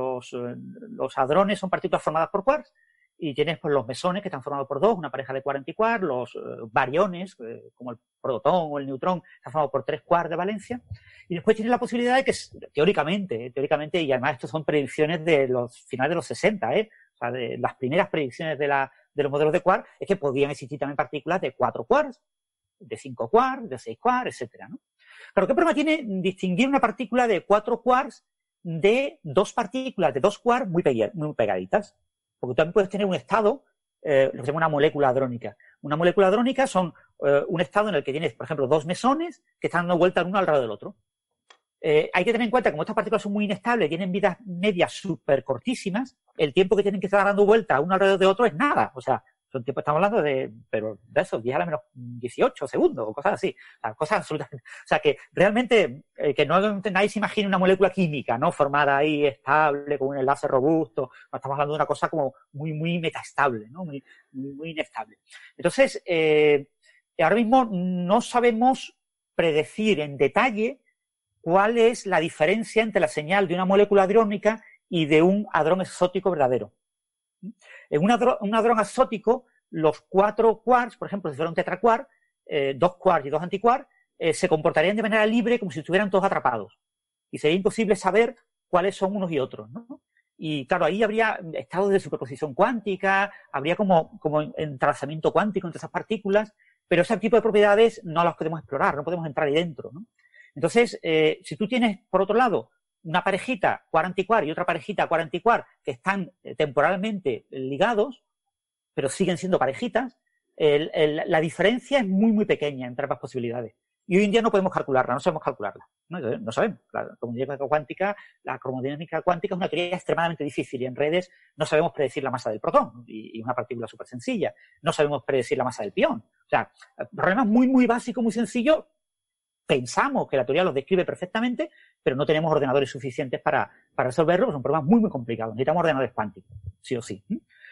Speaker 7: Los hadrones son partículas formadas por quarks, y tienes pues los mesones, que están formados por 2, una pareja de quark antiquark, los bariones, como el protón o el neutrón, están formados por 3 quarks de valencia, y después tienes la posibilidad de que, teóricamente, y además estos son predicciones de los finales de los 60, o sea, de las primeras predicciones de los modelos de quark, es que podían existir también partículas de 4 quarks, de 5 quarks, de 6 quarks, etcétera, ¿no? Claro, ¿qué problema tiene distinguir una partícula de 4 quarks de 2 partículas de 2 quarks muy pegaditas? Porque tú también puedes tener un estado, lo que se llama una molécula hadrónica. Una molécula hadrónica son un estado en el que tienes, por ejemplo, 2 mesones que están dando vuelta uno alrededor del otro. Hay que tener en cuenta que como estas partículas son muy inestables, tienen vidas medias súper cortísimas, el tiempo que tienen que estar dando vuelta uno alrededor de otro es nada. O sea, estamos hablando de esos 10 a la menos 18 segundos o cosas así. O sea, cosas absolutamente... O sea, que realmente, que nadie se imagine una molécula química, ¿no? Formada ahí, estable, con un enlace robusto. No, estamos hablando de una cosa como muy metaestable, ¿no? Muy inestable. Entonces, ahora mismo no sabemos predecir en detalle cuál es la diferencia entre la señal de una molécula hadrónica y de un hadrón exótico verdadero. En un hadrón exótico, los 4 quarks, por ejemplo, si fuera un tetraquark, 2 quarks y 2 antiquarks, se comportarían de manera libre como si estuvieran todos atrapados. Y sería imposible saber cuáles son unos y otros, ¿no? Y claro, ahí habría estados de superposición cuántica, habría como entrelazamiento cuántico entre esas partículas, pero ese tipo de propiedades no las podemos explorar, no podemos entrar ahí dentro, ¿no? Entonces, si tú tienes, por otro lado, una parejita quark antiquark y otra parejita quark antiquark que están temporalmente ligados, pero siguen siendo parejitas, la diferencia es muy pequeña entre ambas posibilidades. Y hoy en día no podemos calcularla, no sabemos calcularla. No sabemos. La cromodinámica cuántica es una teoría extremadamente difícil y en redes no sabemos predecir la masa del protón, y una partícula súper sencilla. No sabemos predecir la masa del pión. O sea, problemas muy básicos, muy sencillos. Pensamos que la teoría los describe perfectamente, pero no tenemos ordenadores suficientes para resolverlo, porque son problemas muy complicados. Necesitamos ordenadores cuánticos, sí o sí.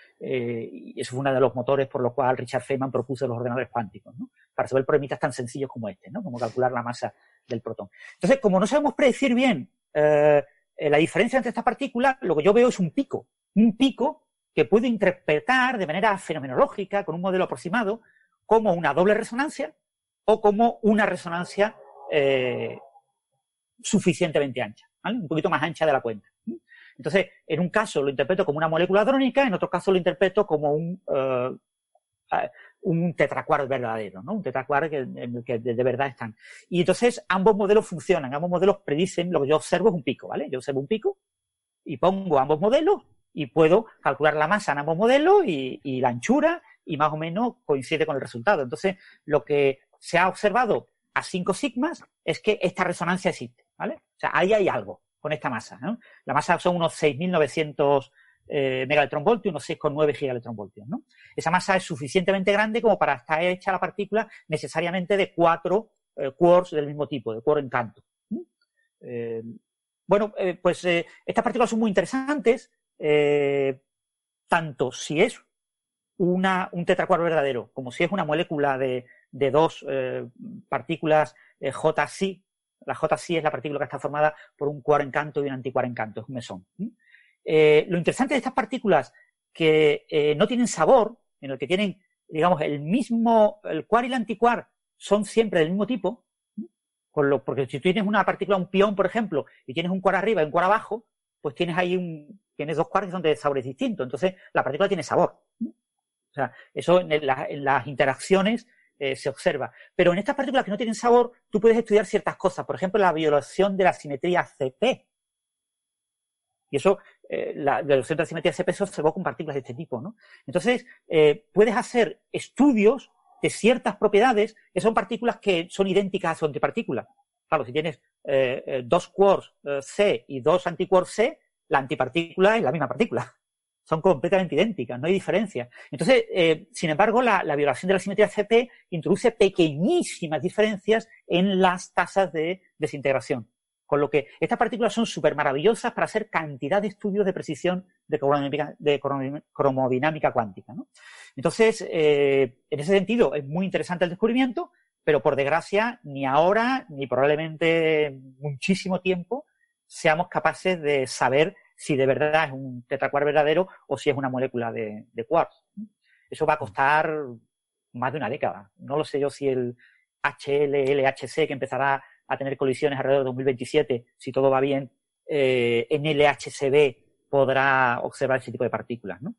Speaker 7: Y eso fue uno de los motores por los cuales Richard Feynman propuso los ordenadores cuánticos, ¿no? Para resolver problemitas tan sencillos como este, ¿no? Como calcular la masa del protón. Entonces, como no sabemos predecir bien la diferencia entre estas partículas, lo que yo veo es un pico que puedo interpretar de manera fenomenológica, con un modelo aproximado, como una doble resonancia o como una resonancia suficientemente ancha, ¿vale? Un poquito más ancha de la cuenta. Entonces, en un caso lo interpreto como una molécula hadrónica, en otro caso lo interpreto como un tetraquark verdadero, ¿no? Un tetraquark en el que de verdad están. Y entonces ambos modelos funcionan, ambos modelos predicen, lo que yo observo es un pico, ¿vale? Yo observo un pico y pongo ambos modelos y puedo calcular la masa en ambos modelos y la anchura, y más o menos coincide con el resultado. Entonces, lo que se ha observado a 5 sigmas es que esta resonancia existe, ¿vale? O sea, ahí hay algo con esta masa, ¿no? La masa son unos 6.900 megaelectronvoltios, unos 6,9 gigaelectronvoltios, ¿no? Esa masa es suficientemente grande como para estar hecha la partícula necesariamente de 4 quarks del mismo tipo, de quark encanto. Pues estas partículas son muy interesantes, tanto si es un tetraquark verdadero como si es una molécula de 2 partículas JC. La JC es la partícula que está formada por un quark encanto y un antiquark encanto, es un mesón. Lo interesante de estas partículas que no tienen sabor, en el que tienen, digamos, el quark y el antiquark son siempre del mismo tipo, porque si tú tienes una partícula, un pión, por ejemplo, y tienes un quark arriba y un quark abajo, pues tienes ahí tienes 2 quarks que son de sabores distintos, entonces la partícula tiene sabor. O sea, eso en las interacciones se observa. Pero en estas partículas que no tienen sabor, tú puedes estudiar ciertas cosas. Por ejemplo, la violación de la simetría CP. Y eso la reducción de la simetría CP se observó con partículas de este tipo, ¿no? Entonces, puedes hacer estudios de ciertas propiedades que son partículas que son idénticas a su antipartícula. Claro, si tienes 2 quarks C y 2 antiquarks C, la antipartícula es la misma partícula. Son completamente idénticas, no hay diferencia. Entonces, sin embargo, la violación de la simetría CP introduce pequeñísimas diferencias en las tasas de desintegración. Con lo que estas partículas son súper maravillosas para hacer cantidad de estudios de precisión de cromodinámica cuántica, ¿no? Entonces, en ese sentido, es muy interesante el descubrimiento, pero por desgracia, ni ahora, ni probablemente muchísimo tiempo, seamos capaces de saber si de verdad es un tetraquark verdadero o si es una molécula de quarks. Eso va a costar más de una década. No lo sé yo si el HL-LHC, que empezará a tener colisiones alrededor de 2027, si todo va bien, en LHCb podrá observar ese tipo de partículas, ¿no?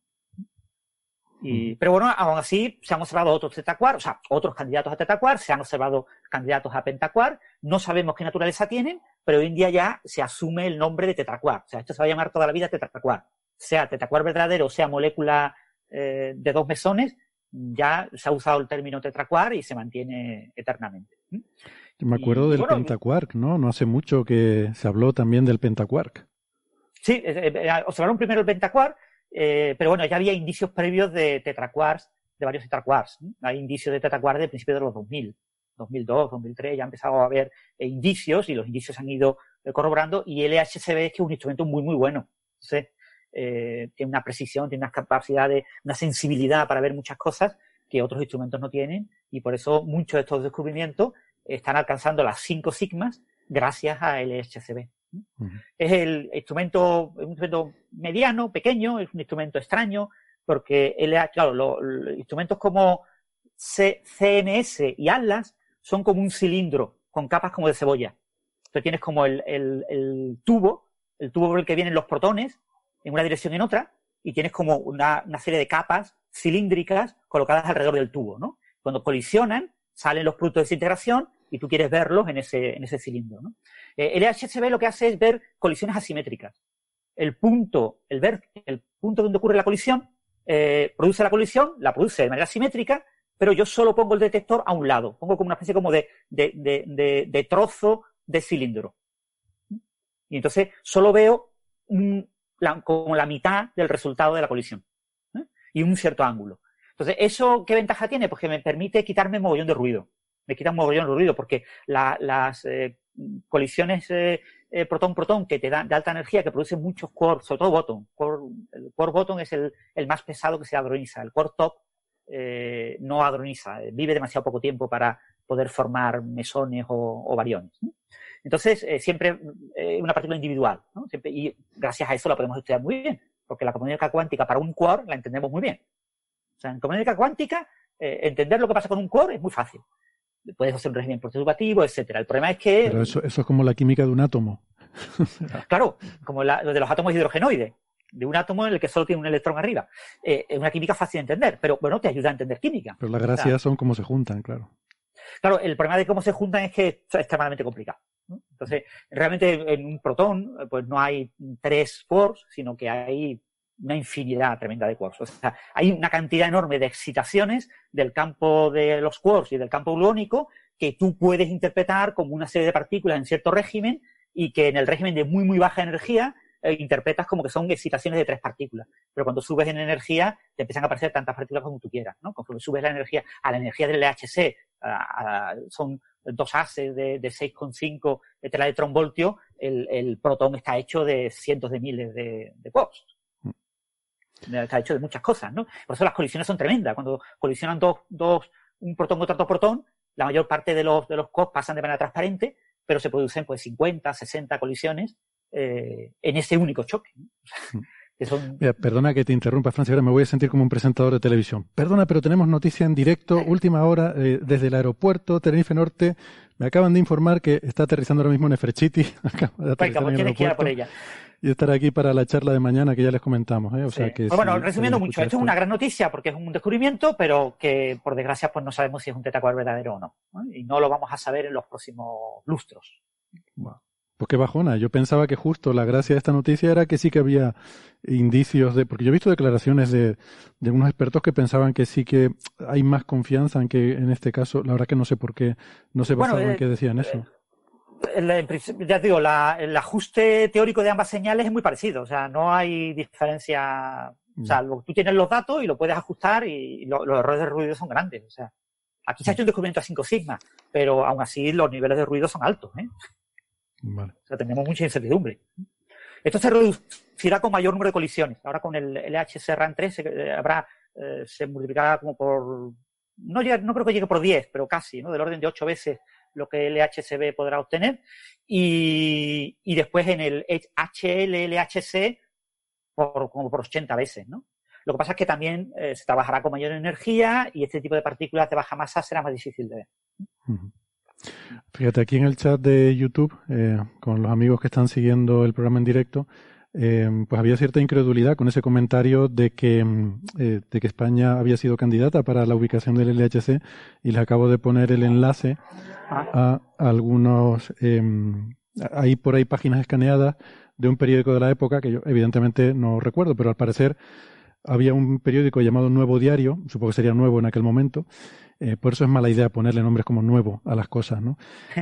Speaker 7: Pero bueno, aún así se han observado otros tetaquarks, o sea, otros candidatos a tetaquark, se han observado candidatos a pentaquark, no sabemos qué naturaleza tienen, pero hoy en día ya se asume el nombre de tetraquark. O sea, esto se va a llamar toda la vida tetraquark. Sea tetraquark verdadero, sea molécula de 2 mesones, ya se ha usado el término tetraquark y se mantiene eternamente.
Speaker 4: Me acuerdo del pentaquark, ¿no? No hace mucho que se habló también del pentaquark.
Speaker 7: Sí, observaron primero el pentaquark, pero bueno, ya había indicios previos de tetraquarks, de varios tetraquarks. Hay indicios de tetraquarks de principios de los 2000, 2002, 2003, ya ha empezado a haber indicios y los indicios han ido corroborando, y LHCb es que es un instrumento muy, muy bueno. Entonces, tiene una precisión, tiene una capacidad una sensibilidad para ver muchas cosas que otros instrumentos no tienen, y por eso muchos de estos descubrimientos están alcanzando las 5 sigmas gracias a LHCb. Es un instrumento mediano, pequeño, es un instrumento extraño, porque claro, los instrumentos como CMS y Atlas son como un cilindro con capas como de cebolla. Entonces tienes como el tubo por el que vienen los protones en una dirección y en otra, y tienes como una serie de capas cilíndricas colocadas alrededor del tubo, ¿no? Cuando colisionan, salen los productos de desintegración y tú quieres verlos en ese cilindro, ¿no? El LHCb lo que hace es ver colisiones asimétricas. El punto donde ocurre la colisión, produce la colisión, la produce de manera simétrica, pero yo solo pongo el detector a un lado. Pongo como una especie como de trozo de cilindro. Y entonces solo veo como la mitad del resultado de la colisión, y un cierto ángulo. Entonces, ¿eso qué ventaja tiene? Pues que me permite quitarme mogollón de ruido. Me quita un mogollón de ruido porque las colisiones protón-protón que te dan de alta energía, que producen muchos quarks, sobre todo botón. El quark botón es el más pesado que se hadroniza. El quark top no hadroniza, vive demasiado poco tiempo para poder formar mesones o bariones, ¿no? Entonces, siempre una partícula individual, ¿no? Siempre, y gracias a eso la podemos estudiar muy bien, porque la cromodinámica cuántica para un quark la entendemos muy bien. O sea, en cromodinámica cuántica, entender lo que pasa con un quark es muy fácil. Puedes hacer un régimen perturbativo, etcétera. El problema es que...
Speaker 4: Pero eso es como la química de un átomo.
Speaker 7: Claro, como lo de los átomos hidrogenoides, de un átomo en el que solo tiene un electrón arriba. Es una química fácil de entender, pero bueno, te ayuda a entender química.
Speaker 4: Pero las gracias son cómo se juntan, claro.
Speaker 7: Claro, el problema de cómo se juntan es que es extremadamente complicado, ¿no? Entonces, realmente en un protón, pues no hay 3 quarks, sino que hay una infinidad tremenda de quarks. O sea, hay una cantidad enorme de excitaciones del campo de los quarks y del campo gluónico que tú puedes interpretar como una serie de partículas en cierto régimen, y que en el régimen de muy, muy baja energía interpretas como que son excitaciones de 3 partículas. Pero cuando subes en energía, te empiezan a aparecer tantas partículas como tú quieras, ¿no? Conforme subes la energía, a la energía del LHC, son 2 haces de 6,5 teraelectronvoltios, el protón está hecho de cientos de miles de quarks. Está hecho de muchas cosas, ¿no? Por eso las colisiones son tremendas. Cuando colisionan un protón contra otro protón, la mayor parte de los quarks pasan de manera transparente, pero se producen pues 50, 60 colisiones en ese único choque, ¿no? Que son...
Speaker 4: Mira, perdona que te interrumpa, Francis, ahora me voy a sentir como un presentador de televisión. Perdona, pero tenemos noticia en directo, última hora, desde el aeropuerto Tenerife Norte. Me acaban de informar que está aterrizando ahora mismo Nefertiti.
Speaker 7: Venga, pues tienes que ir a por ella.
Speaker 4: Y estar aquí para la charla de mañana que ya les comentamos, ¿eh? O sea que
Speaker 7: pues bueno, resumiendo mucho, esto es una gran noticia porque es un descubrimiento, pero que por desgracia pues no sabemos si es un tetraquark verdadero o no, ¿no? Y no lo vamos a saber en los próximos lustros.
Speaker 4: Bueno, Pues qué bajona. Yo pensaba que justo la gracia de esta noticia era que sí que había indicios de... Porque yo he visto declaraciones de unos expertos que pensaban que sí que hay más confianza en que en este caso, la verdad que no sé por qué, no sé basado en qué decían eso.
Speaker 7: Ya te digo, el ajuste teórico de ambas señales es muy parecido, o sea, no hay diferencia. O sea, tú tienes los datos y lo puedes ajustar y los errores de ruido son grandes. O sea, aquí se ha hecho un descubrimiento a 5 sigma, pero aún así los niveles de ruido son altos, ¿eh?
Speaker 4: Vale.
Speaker 7: O sea, tenemos mucha incertidumbre. Esto se reducirá con mayor número de colisiones. Ahora con el LHC RAN 3 se multiplicará como por... No creo que llegue por 10, pero casi, ¿no? Del orden de 8 veces lo que el LHCb podrá obtener. Y después en el HLLHC como por 80 veces, ¿no? Lo que pasa es que también se trabajará con mayor energía y este tipo de partículas de baja masa será más difícil de ver.
Speaker 4: Uh-huh. Fíjate, aquí en el chat de YouTube, con los amigos que están siguiendo el programa en directo, pues había cierta incredulidad con ese comentario de que España había sido candidata para la ubicación del LHC, y les acabo de poner el enlace a algunos, hay por ahí páginas escaneadas de un periódico de la época que yo evidentemente no recuerdo, pero al parecer había un periódico llamado Nuevo Diario, supongo que sería nuevo en aquel momento, por eso es mala idea ponerle nombres como nuevo a las cosas, ¿no?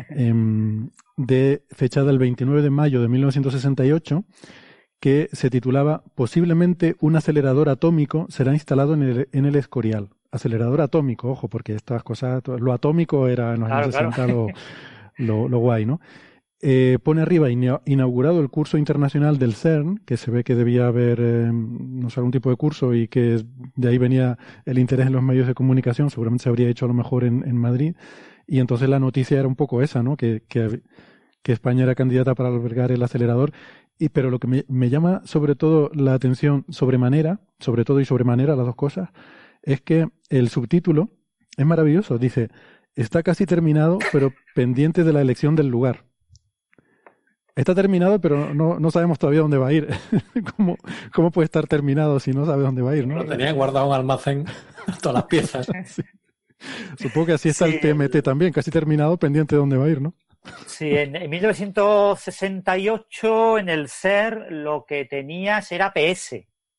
Speaker 4: De fecha del 29 de mayo de 1968, que se titulaba "Posiblemente un acelerador atómico será instalado en el Escorial". Acelerador atómico, ojo, porque estas cosas, lo atómico era en los años 60 lo guay, ¿no? Pone arriba inaugurado el curso internacional del CERN, que se ve que debía haber no sé, algún tipo de curso y que de ahí venía el interés en los medios de comunicación, seguramente se habría hecho a lo mejor en Madrid, y entonces la noticia era un poco esa, ¿no? Que España era candidata para albergar el acelerador, pero lo que me llama sobre todo la atención sobremanera, sobre todo y sobremanera, las dos cosas, es que el subtítulo es maravilloso, dice: está casi terminado, pero pendiente de la elección del lugar. Está terminado, pero no sabemos todavía dónde va a ir. ¿Cómo puede estar terminado si no sabe dónde va a ir, ¿no?
Speaker 6: Lo tenía guardado en un almacén, todas las piezas.
Speaker 4: Sí. Supongo que así está el TMT también, casi terminado, pendiente de dónde va a ir, ¿no?
Speaker 7: Sí, en 1968 en el CER lo que tenías era PS.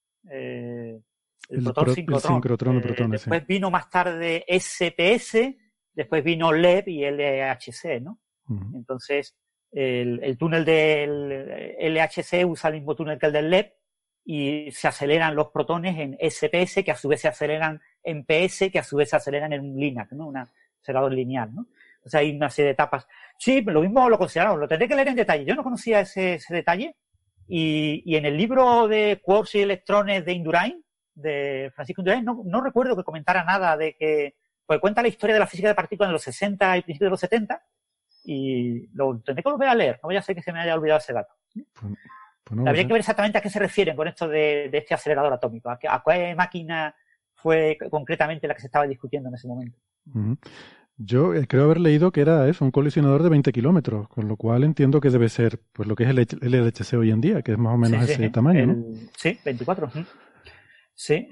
Speaker 7: El
Speaker 4: sincrotrón de protones.
Speaker 7: Después vino más tarde SPS, después vino LEP y LHC, ¿no? Uh-huh. Entonces, el túnel del LHC usa el mismo túnel que el del LEP y se aceleran los protones en SPS, que a su vez se aceleran en PS, que a su vez se aceleran en un LINAC, ¿no? Un acelerador lineal, ¿no? O sea, hay una serie de etapas. Sí, lo mismo lo consideramos, lo tendré que leer en detalle. Yo no conocía ese detalle y en el libro de Quarks y Electrones de Indurain, de Francisco Indurain, no recuerdo que comentara nada de que... Pues cuenta la historia de la física de partículas en los 60 y principios de los 70 y lo tendré que volver a leer. No voy a hacer que se me haya olvidado ese dato.
Speaker 4: Pues no,
Speaker 7: habría que ver exactamente a qué se refieren con esto de este acelerador atómico, a cuál máquina fue concretamente la que se estaba discutiendo en ese momento.
Speaker 4: Uh-huh. Yo creo haber leído que era eso, un colisionador de 20 kilómetros, con lo cual entiendo que debe ser pues lo que es el LHC hoy en día, que es más o menos ese tamaño, ¿no?
Speaker 7: Sí, 24. Sí,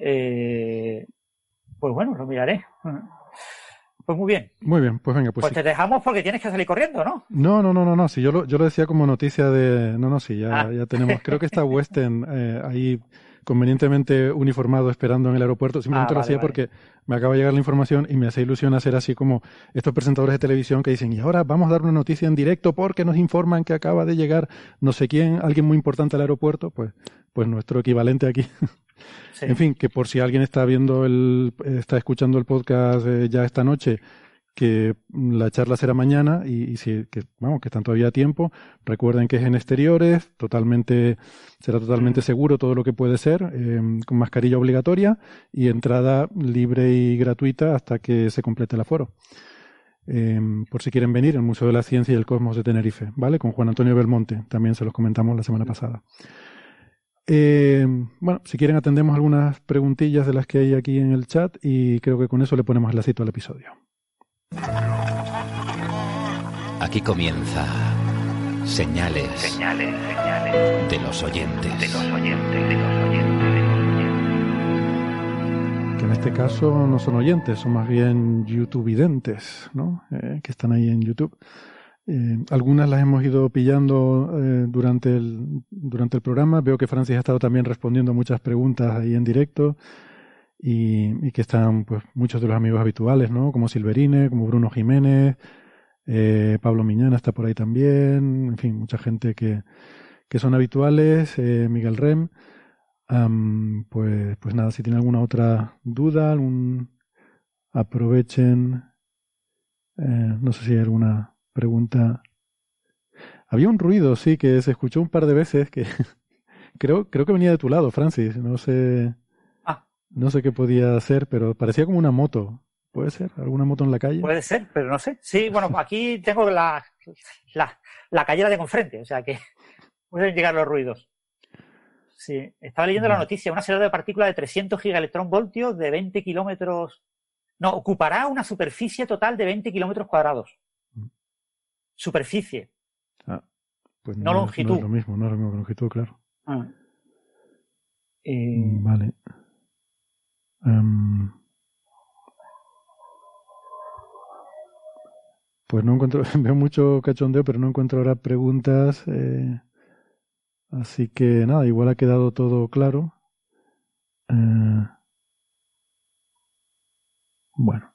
Speaker 7: pues bueno, lo miraré. Pues muy bien.
Speaker 4: Muy bien, pues venga. Pues
Speaker 7: sí. Te dejamos porque tienes que salir corriendo, ¿no?
Speaker 4: No, si yo lo decía como noticia de... Sí, ya tenemos... Creo que está Weston ahí convenientemente uniformado esperando en el aeropuerto. Simplemente lo hacía porque me acaba de llegar la información y me hace ilusión hacer así como estos presentadores de televisión que dicen: y ahora vamos a dar una noticia en directo porque nos informan que acaba de llegar no sé quién, alguien muy importante al aeropuerto. Pues nuestro equivalente aquí. Sí. En fin, que por si alguien está está escuchando el podcast ya esta noche, que la charla será mañana y que están todavía a tiempo. Recuerden que es en exteriores, será totalmente seguro todo lo que puede ser, con mascarilla obligatoria y entrada libre y gratuita hasta que se complete el aforo. Por si quieren venir, el Museo de la Ciencia y el Cosmos de Tenerife, ¿vale? Con Juan Antonio Belmonte, también se los comentamos la semana pasada. Si quieren atendemos algunas preguntillas de las que hay aquí en el chat y creo que con eso le ponemos el lacito al episodio.
Speaker 2: Aquí comienza Señales de los oyentes.
Speaker 4: Que en este caso no son oyentes, son más bien YouTubeidentes, ¿no? Que están ahí en YouTube. Algunas las hemos ido pillando durante el programa. Veo que Francis ha estado también respondiendo a muchas preguntas ahí en directo y que están pues muchos de los amigos habituales, ¿no? Como Silverine, como Bruno Jiménez, Pablo Miñana está por ahí también, en fin, mucha gente que son habituales, Miguel Rem. Pues nada, si tiene alguna otra duda, aprovechen. No sé si hay alguna pregunta. Había un ruido, sí, que se escuchó un par de veces que creo que venía de tu lado, Francis. No sé qué podía ser, pero parecía como una moto. ¿Puede ser? ¿Alguna moto en la calle?
Speaker 7: Puede ser, pero no sé. Sí, bueno, aquí tengo la calle la tengo enfrente, o sea que pueden llegar los ruidos. Sí, estaba leyendo la noticia. Un acelerador de partículas de 300 gigaelectronvoltios de 20 kilómetros. No, ocupará una superficie total de 20 kilómetros cuadrados. Superficie.
Speaker 4: Pues
Speaker 7: no longitud.
Speaker 4: No es lo mismo que longitud, claro. Vale. Pues no encuentro, veo mucho cachondeo, pero no encuentro ahora preguntas. Así que nada, igual ha quedado todo claro. Bueno.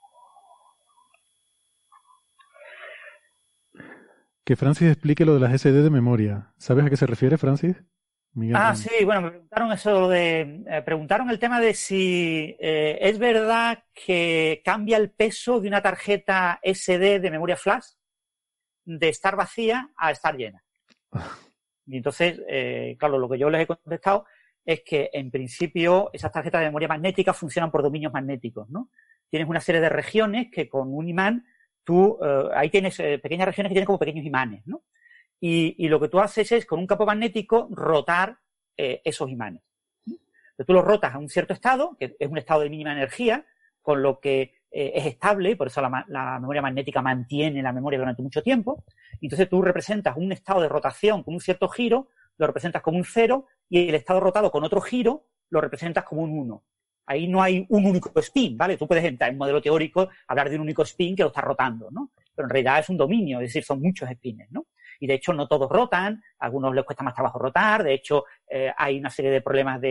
Speaker 4: Que Francis explique lo de las SD de memoria. ¿Sabes a qué se refiere, Francis? Miguel
Speaker 7: sí, bueno, me preguntaron preguntaron el tema de si es verdad que cambia el peso de una tarjeta SD de memoria flash de estar vacía a estar llena. Y entonces, claro, lo que yo les he contestado es que en principio esas tarjetas de memoria magnética funcionan por dominios magnéticos, ¿no? Tienes una serie de regiones que con un imán ahí tienes pequeñas regiones que tienen como pequeños imanes, ¿no? Y lo que tú haces es, con un campo magnético, rotar esos imanes. Entonces, tú los rotas a un cierto estado, que es un estado de mínima energía, con lo que es estable, por eso la memoria magnética mantiene la memoria durante mucho tiempo. Y entonces tú representas un estado de rotación con un cierto giro, lo representas como un 0, y el estado rotado con otro giro lo representas como un 1. Ahí no hay un único spin, ¿vale? Tú puedes entrar en un modelo teórico, hablar de un único spin que lo está rotando, ¿no? Pero en realidad es un dominio, es decir, son muchos spins, ¿no? Y de hecho no todos rotan, a algunos les cuesta más trabajo rotar, de hecho hay una serie de problemas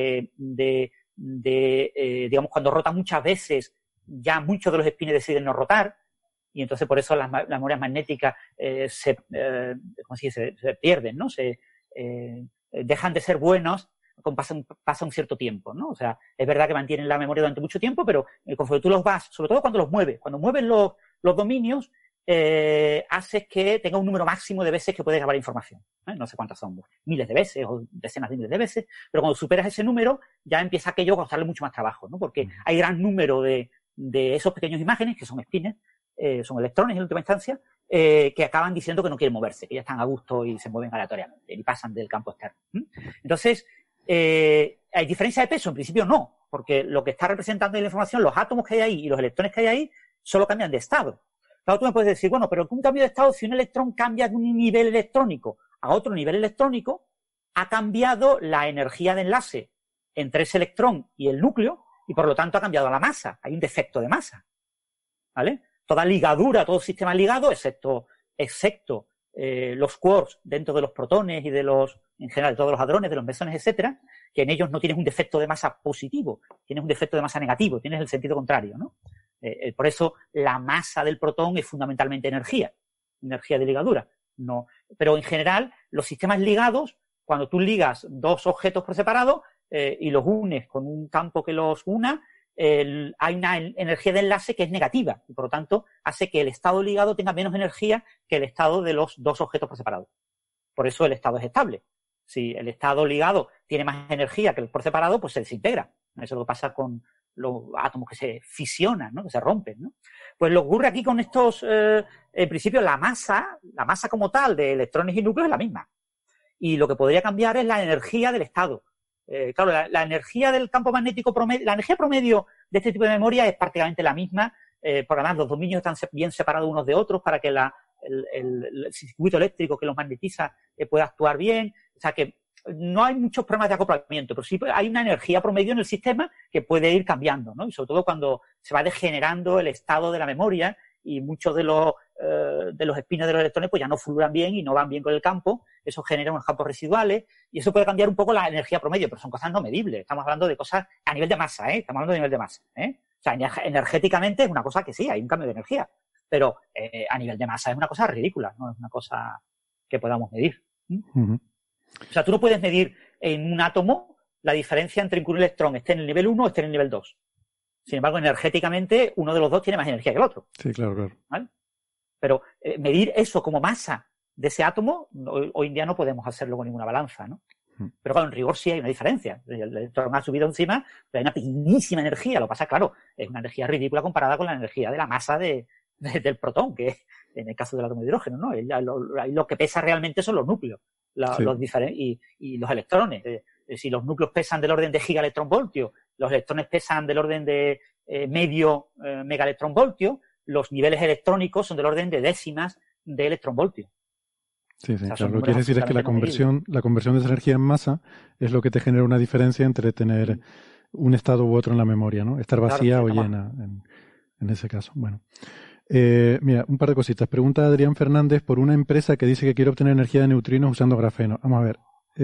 Speaker 7: digamos, cuando rotan muchas veces, ya muchos de los spins deciden no rotar, y entonces por eso las memorias magnéticas se pierden, ¿no? Dejan de ser buenos pasa un cierto tiempo, ¿no? O sea, es verdad que mantienen la memoria durante mucho tiempo, pero conforme tú los vas, sobre todo cuando los mueves, cuando mueves los dominios, haces que tenga un número máximo de veces que puedes grabar información. No sé cuántas son, miles de veces o decenas de miles de veces, pero cuando superas ese número ya empieza aquello a costarle mucho más trabajo, ¿no? Porque hay gran número de esos pequeños imágenes, que son spines, son electrones en última instancia, que acaban diciendo que no quieren moverse, que ya están a gusto y se mueven aleatoriamente y pasan del campo externo. Entonces, ¿hay diferencia de peso? En principio no, porque lo que está representando en la información, los átomos que hay ahí y los electrones que hay ahí, solo cambian de estado. Claro, tú me puedes decir, bueno, pero un cambio de estado, si un electrón cambia de un nivel electrónico a otro nivel electrónico, ha cambiado la energía de enlace entre ese electrón y el núcleo, y por lo tanto ha cambiado la masa. Hay un defecto de masa, ¿vale? Toda ligadura, todo sistema ligado, excepto los quarks dentro de los protones y en general, todos los hadrones, de los mesones, etcétera, que en ellos no tienes un defecto de masa positivo, tienes un defecto de masa negativo, tienes el sentido contrario, ¿no? Por eso la masa del protón es fundamentalmente energía de ligadura. No, pero en general, los sistemas ligados, cuando tú ligas dos objetos por separado y los unes con un campo que los una, hay una energía de enlace que es negativa y por lo tanto hace que el estado ligado tenga menos energía que el estado de los dos objetos por separado. Por eso el estado es estable. Si el estado ligado tiene más energía que el por separado, pues se desintegra. Eso es lo que pasa con los átomos que se fisionan, ¿no? Que se rompen, ¿no? Pues lo que ocurre aquí con estos, en principio la masa como tal de electrones y núcleos es la misma. Y lo que podría cambiar es la energía del estado. Claro, la energía del campo magnético promedio, la energía promedio de este tipo de memoria es prácticamente la misma, porque además los dominios están bien separados unos de otros para que el circuito eléctrico que los magnetiza pueda actuar bien. O sea que no hay muchos problemas de acoplamiento, pero sí hay una energía promedio en el sistema que puede ir cambiando, ¿no? Y sobre todo cuando se va degenerando el estado de la memoria y muchos de los de los espines de los electrones pues ya no fluyan bien y no van bien con el campo. Eso genera unos campos residuales y eso puede cambiar un poco la energía promedio, pero son cosas no medibles. Estamos hablando de cosas a nivel de masa, Estamos hablando de nivel de masa, O sea, energéticamente es una cosa que sí, hay un cambio de energía, pero a nivel de masa es una cosa ridícula, no es una cosa que podamos medir.
Speaker 4: Uh-huh.
Speaker 7: O sea, tú no puedes medir en un átomo la diferencia entre que un electrón esté en el nivel 1 o esté en el nivel 2. Sin embargo, energéticamente, uno de los dos tiene más energía que el otro.
Speaker 4: Sí, claro.
Speaker 7: ¿Vale? Pero medir eso como masa de ese átomo, hoy en día no podemos hacerlo con ninguna balanza, ¿no? Pero claro, en rigor sí hay una diferencia. El electrón ha subido encima, pero hay una pequeñísima energía. Lo que pasa, claro, es una energía ridícula comparada con la energía de la masa del protón, que es en el caso del átomo de hidrógeno, ¿no? Lo que pesa realmente son los núcleos,
Speaker 4: sí.
Speaker 7: y los electrones. Si los núcleos pesan del orden de gigaelectronvoltio, los electrones pesan del orden de medio megaelectronvoltio, los niveles electrónicos son del orden de décimas de electronvoltio.
Speaker 4: Sí, o sea, claro. Lo que quiere decir es que la conversión de esa energía en masa es lo que te genera una diferencia entre tener un estado u otro en la memoria, ¿no? Estar vacía o llena, en ese caso. Bueno. Mira, un par de cositas. Pregunta Adrián Fernández por una empresa que dice que quiere obtener energía de neutrinos usando grafeno. Vamos a ver.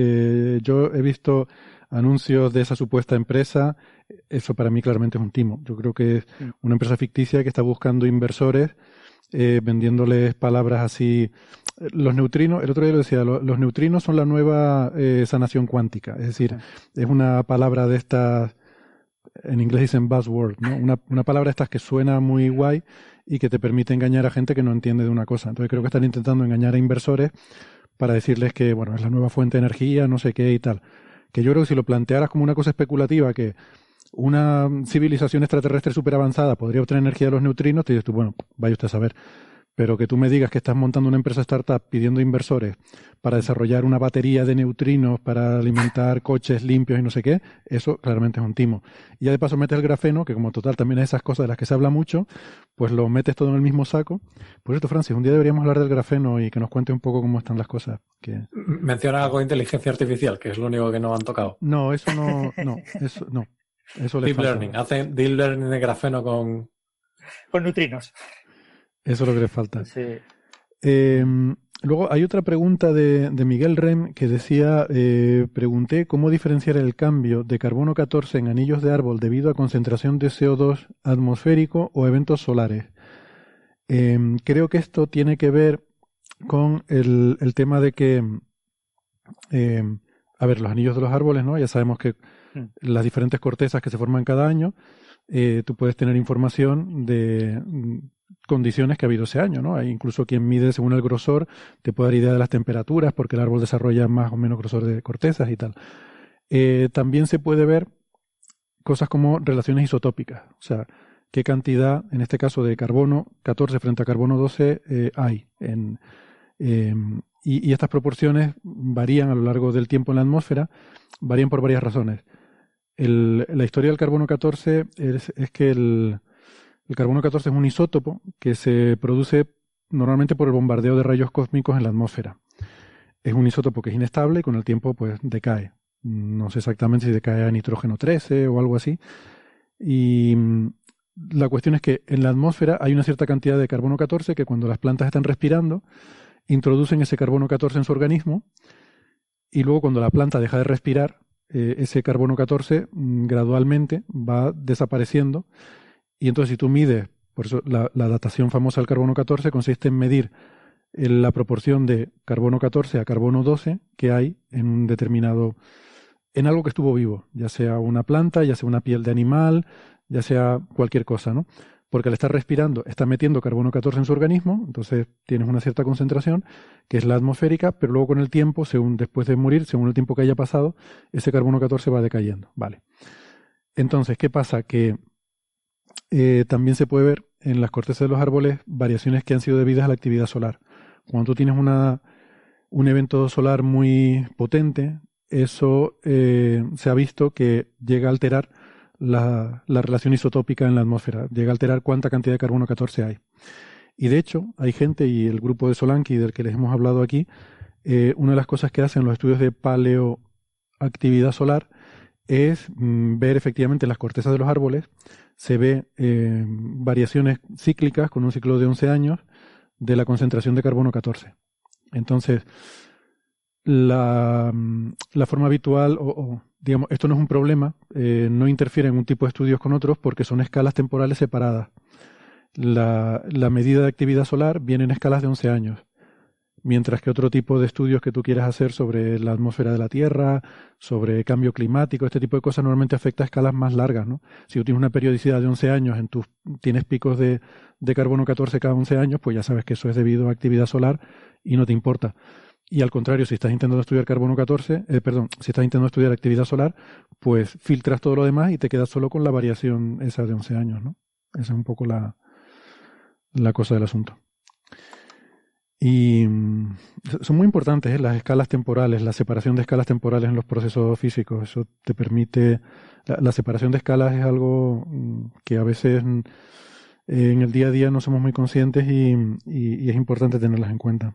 Speaker 4: Yo he visto anuncios de esa supuesta empresa. Eso para mí claramente es un timo. Yo creo que es una empresa ficticia que está buscando inversores vendiéndoles palabras así. Los neutrinos, el otro día lo decía, los neutrinos son la nueva sanación cuántica. Es decir, es una palabra de estas, en inglés dicen buzzword, ¿no? Una palabra de estas que suena muy guay y que te permite engañar a gente que no entiende de una cosa. Entonces creo que están intentando engañar a inversores para decirles que, bueno, es la nueva fuente de energía, no sé qué y tal. Que yo creo que si lo plantearas como una cosa especulativa, que una civilización extraterrestre súper avanzada podría obtener energía de los neutrinos, te dices tú, bueno, vaya usted a saber. Pero que tú me digas que estás montando una empresa startup pidiendo inversores para desarrollar una batería de neutrinos para alimentar coches limpios y no sé qué, eso claramente es un timo. Y ya de paso metes el grafeno, que como total también es esas cosas de las que se habla mucho, pues lo metes todo en el mismo saco. Por cierto, Francis, un día deberíamos hablar del grafeno y que nos cuente un poco cómo están las cosas.
Speaker 6: Menciona algo de inteligencia artificial, que es lo único que no han tocado.
Speaker 4: No, eso no. Eso
Speaker 6: Deep Learning. Hacen Deep Learning de grafeno con
Speaker 7: neutrinos.
Speaker 4: Eso es lo que le falta.
Speaker 7: Sí.
Speaker 4: Luego hay otra pregunta de Miguel Rem que decía, pregunté cómo diferenciar el cambio de carbono 14 en anillos de árbol debido a concentración de CO2 atmosférico o eventos solares. Creo que esto tiene que ver con el tema de que, los anillos de los árboles, ¿no? Ya sabemos que las diferentes cortezas que se forman cada año, tú puedes tener información de condiciones que ha habido ese año, ¿no? Hay incluso quien mide según el grosor, te puede dar idea de las temperaturas, porque el árbol desarrolla más o menos grosor de cortezas y tal. También se puede ver cosas como relaciones isotópicas, o sea, qué cantidad, en este caso de carbono 14 frente a carbono 12 hay. Y estas proporciones varían a lo largo del tiempo en la atmósfera, varían por varias razones. La historia del carbono 14 es que el carbono 14 es un isótopo que se produce normalmente por el bombardeo de rayos cósmicos en la atmósfera. Es un isótopo que es inestable y con el tiempo pues decae. No sé exactamente si decae a nitrógeno 13 o algo así. Y la cuestión es que en la atmósfera hay una cierta cantidad de carbono 14 que cuando las plantas están respirando introducen ese carbono 14 en su organismo y luego cuando la planta deja de respirar ese carbono 14 gradualmente va desapareciendo. Y entonces si tú mides, por eso la datación famosa del carbono 14 consiste en medir la proporción de carbono 14 a carbono 12 que hay en un determinado, en algo que estuvo vivo, ya sea una planta, ya sea una piel de animal, ya sea cualquier cosa, ¿no? Porque al estar respirando está metiendo carbono 14 en su organismo, entonces tienes una cierta concentración, que es la atmosférica, pero luego con el tiempo, después de morir, según el tiempo que haya pasado, ese carbono 14 va decayendo, ¿vale? Entonces, ¿qué pasa? Que también se puede ver en las cortezas de los árboles variaciones que han sido debidas a la actividad solar. Cuando tú tienes un evento solar muy potente, eso se ha visto que llega a alterar la relación isotópica en la atmósfera, llega a alterar cuánta cantidad de carbono 14 hay. Y de hecho, hay gente, y el grupo de Solanki del que les hemos hablado aquí, una de las cosas que hacen los estudios de paleoactividad solar es ver efectivamente las cortezas de los árboles, se ve variaciones cíclicas con un ciclo de 11 años de la concentración de carbono 14. Entonces, la forma habitual, digamos, esto no es un problema, no interfiere en un tipo de estudios con otros porque son escalas temporales separadas. La medida de actividad solar viene en escalas de 11 años, mientras que otro tipo de estudios que tú quieras hacer sobre la atmósfera de la Tierra, sobre cambio climático, este tipo de cosas normalmente afecta a escalas más largas, ¿no? Si tú tienes una periodicidad de 11 años, tienes picos de carbono 14 cada 11 años, pues ya sabes que eso es debido a actividad solar y no te importa. Y al contrario, si estás intentando estudiar carbono 14, si estás intentando estudiar actividad solar, pues filtras todo lo demás y te quedas solo con la variación esa de 11 años, ¿no? Esa es un poco la cosa del asunto. Y son muy importantes, las escalas temporales, la separación de escalas temporales en los procesos físicos. Eso te permite... La separación de escalas es algo que a veces en el día a día no somos muy conscientes y es importante tenerlas en cuenta.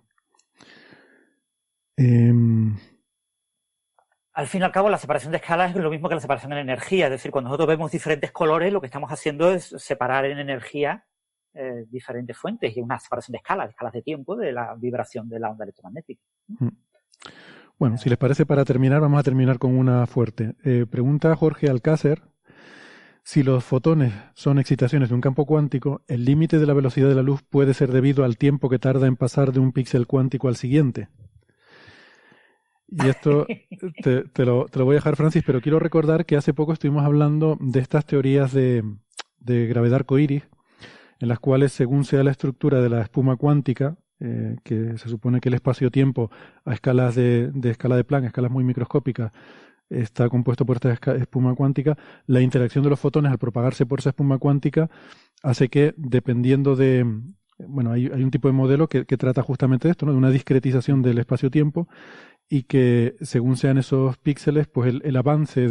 Speaker 7: Al fin y al cabo, la separación de escalas es lo mismo que la separación en energía. Es decir, cuando nosotros vemos diferentes colores, lo que estamos haciendo es separar en energía diferentes fuentes y una separación de escalas de tiempo de la vibración de la onda electromagnética.
Speaker 4: Bueno, si les parece, para terminar, vamos a terminar con una fuerte. Pregunta Jorge Alcácer: si los fotones son excitaciones de un campo cuántico, ¿el límite de la velocidad de la luz puede ser debido al tiempo que tarda en pasar de un píxel cuántico al siguiente? Y esto te lo voy a dejar, Francis, pero quiero recordar que hace poco estuvimos hablando de estas teorías de gravedad arcoíris, en las cuales, según sea la estructura de la espuma cuántica, que se supone que el espacio-tiempo a escalas de escala de Planck, escalas muy microscópicas, está compuesto por esta espuma cuántica, la interacción de los fotones al propagarse por esa espuma cuántica hace que, dependiendo de... Bueno, hay un tipo de modelo que trata justamente de esto, ¿no? De una discretización del espacio-tiempo, y que según sean esos píxeles, pues el avance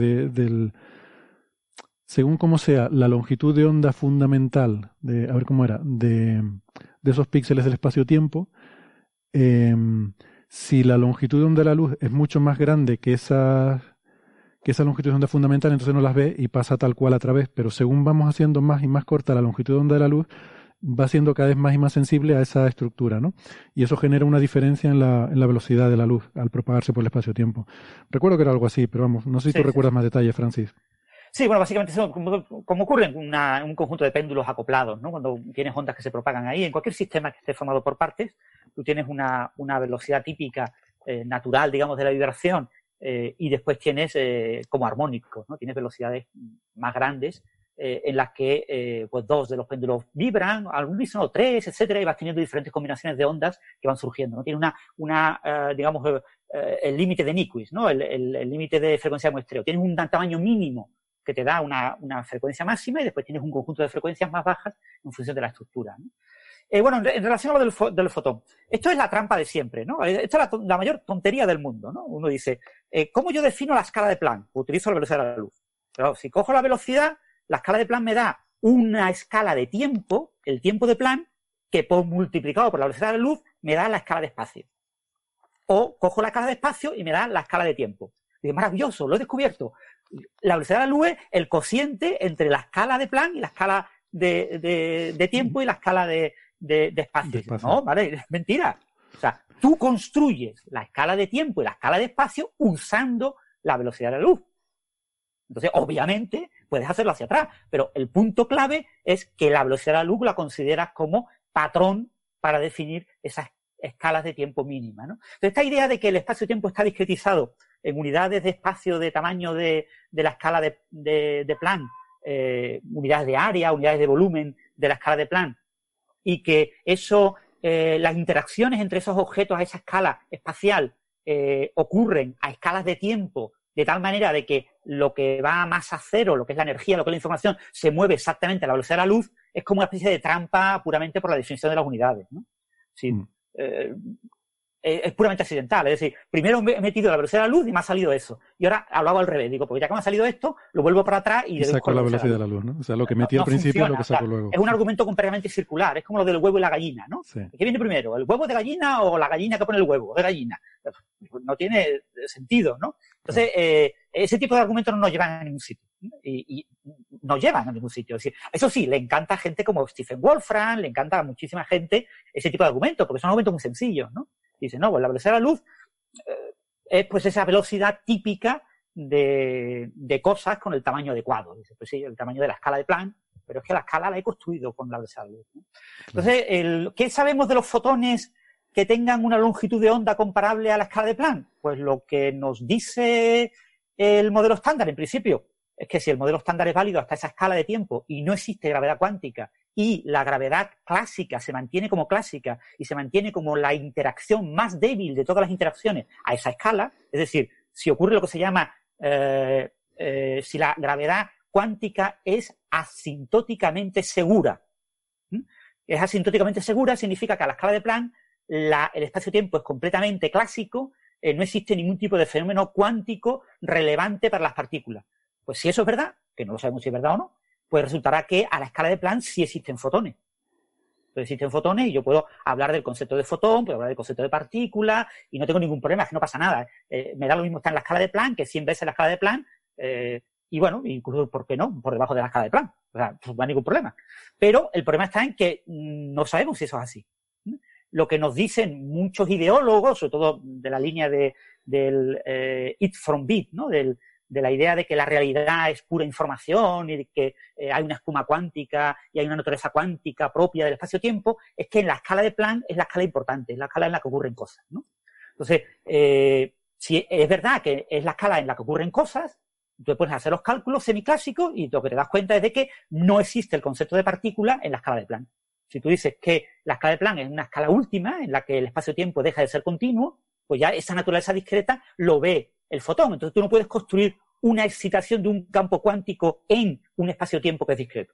Speaker 4: según cómo sea la longitud de onda fundamental de esos píxeles del espacio-tiempo, si la longitud de onda de la luz es mucho más grande que esa longitud de onda fundamental, entonces no las ve y pasa tal cual a través, pero según vamos haciendo más y más corta la longitud de onda de la luz, va siendo cada vez más y más sensible a esa estructura, ¿no? Y eso genera una diferencia en la velocidad de la luz al propagarse por el espacio-tiempo. Recuerdo que era algo así, pero vamos, no sé si tú recuerdas más detalles, Francis.
Speaker 7: Sí, bueno, básicamente eso, como ocurre en un conjunto de péndulos acoplados, ¿no? Cuando tienes ondas que se propagan ahí, en cualquier sistema que esté formado por partes, tú tienes una velocidad típica natural, digamos, de la vibración, y después tienes como armónicos, ¿no? Tienes velocidades más grandes en las que pues dos de los péndulos vibran, algunos o tres, etcétera, y vas teniendo diferentes combinaciones de ondas que van surgiendo, ¿no? Tiene digamos, el límite de Nyquist, ¿no? El límite de frecuencia de muestreo. Tienes un tamaño mínimo que te da una frecuencia máxima y después tienes un conjunto de frecuencias más bajas en función de la estructura, ¿no? Bueno, en relación a lo del fotón, esto es la trampa de siempre, ¿no? Esta es la mayor tontería del mundo, ¿no? Uno dice, ¿cómo yo defino la escala de Planck? Utilizo la velocidad de la luz. Pero si cojo la velocidad, la escala de Planck me da una escala de tiempo, el tiempo de Planck, que multiplicado por la velocidad de la luz me da la escala de espacio. O cojo la escala de espacio y me da la escala de tiempo. Digo, maravilloso, lo he descubierto. La velocidad de la luz es el cociente entre la escala de Planck y la escala de tiempo y la escala de espacio. No, vale, es mentira. O sea, tú construyes la escala de tiempo y la escala de espacio usando la velocidad de la luz. Entonces, obviamente, puedes hacerlo hacia atrás, pero el punto clave es que la velocidad de la luz la consideras como patrón para definir esas escalas de tiempo mínimas, ¿no? Entonces, esta idea de que el espacio-tiempo está discretizado en unidades de espacio de tamaño de la escala de Planck, unidades de área, unidades de volumen de la escala de Planck, y que eso, las interacciones entre esos objetos a esa escala espacial ocurren a escalas de tiempo, de tal manera de que lo que va a masa cero, lo que es la energía, lo que es la información, se mueve exactamente a la velocidad de la luz, es como una especie de trampa puramente por la definición de las unidades, ¿no? Sí. Es puramente accidental, es decir, primero he metido la velocidad de la luz y me ha salido eso, y ahora lo hago al revés, digo, porque ya que me ha salido esto, lo vuelvo para atrás y
Speaker 4: saco la velocidad de la luz, ¿no? O sea, lo que metí al principio es lo que saco luego.
Speaker 7: Es un argumento completamente circular, es como lo del huevo y la gallina, ¿no?
Speaker 4: Sí.
Speaker 7: ¿Qué viene primero, el huevo de gallina o la gallina que pone el huevo de gallina? No tiene sentido, ¿no? Entonces, ese tipo de argumentos no nos llevan a ningún sitio. y no llevan a ningún sitio. Es decir, eso sí, le encanta a gente como Stephen Wolfram, le encanta a muchísima gente ese tipo de argumentos, porque son argumentos muy sencillos, ¿no? Dice, no, pues la velocidad de la luz es pues esa velocidad típica de cosas con el tamaño adecuado. Dice, pues sí, el tamaño de la escala de Planck, pero es que la escala la he construido con la velocidad de la luz, ¿no? Entonces, ¿qué sabemos de los fotones que tengan una longitud de onda comparable a la escala de Planck? Pues lo que nos dice el modelo estándar, en principio, es que si el modelo estándar es válido hasta esa escala de tiempo y no existe gravedad cuántica y la gravedad clásica se mantiene como clásica y se mantiene como la interacción más débil de todas las interacciones a esa escala, es decir, si ocurre lo que se llama, si la gravedad cuántica es asintóticamente segura. Es asintóticamente segura significa que a la escala de Planck el espacio-tiempo es completamente clásico, no existe ningún tipo de fenómeno cuántico relevante para las partículas. Pues si eso es verdad, que no lo sabemos si es verdad o no, pues resultará que a la escala de Planck sí existen fotones. Entonces existen fotones y yo puedo hablar del concepto de fotón, puedo hablar del concepto de partícula y no tengo ningún problema, es que no pasa nada. Me da lo mismo estar en la escala de Planck que 100 veces la escala de Planck y bueno, incluso, ¿por qué no? Por debajo de la escala de Planck. O sea, pues no hay ningún problema. Pero el problema está en que no sabemos si eso es así. Lo que nos dicen muchos ideólogos, sobre todo de la línea del it from bit, ¿no? De la idea de que la realidad es pura información y de que hay una espuma cuántica y hay una naturaleza cuántica propia del espacio-tiempo, es que en la escala de Planck es la escala importante, es la escala en la que ocurren cosas, ¿no? Entonces, si es verdad que es la escala en la que ocurren cosas, tú puedes hacer los cálculos semiclásicos y lo que te das cuenta es de que no existe el concepto de partícula en la escala de Planck. Si tú dices que la escala de Planck es una escala última en la que el espacio-tiempo deja de ser continuo, pues ya esa naturaleza discreta lo ve el fotón. Entonces tú no puedes construir una excitación de un campo cuántico en un espacio-tiempo que es discreto.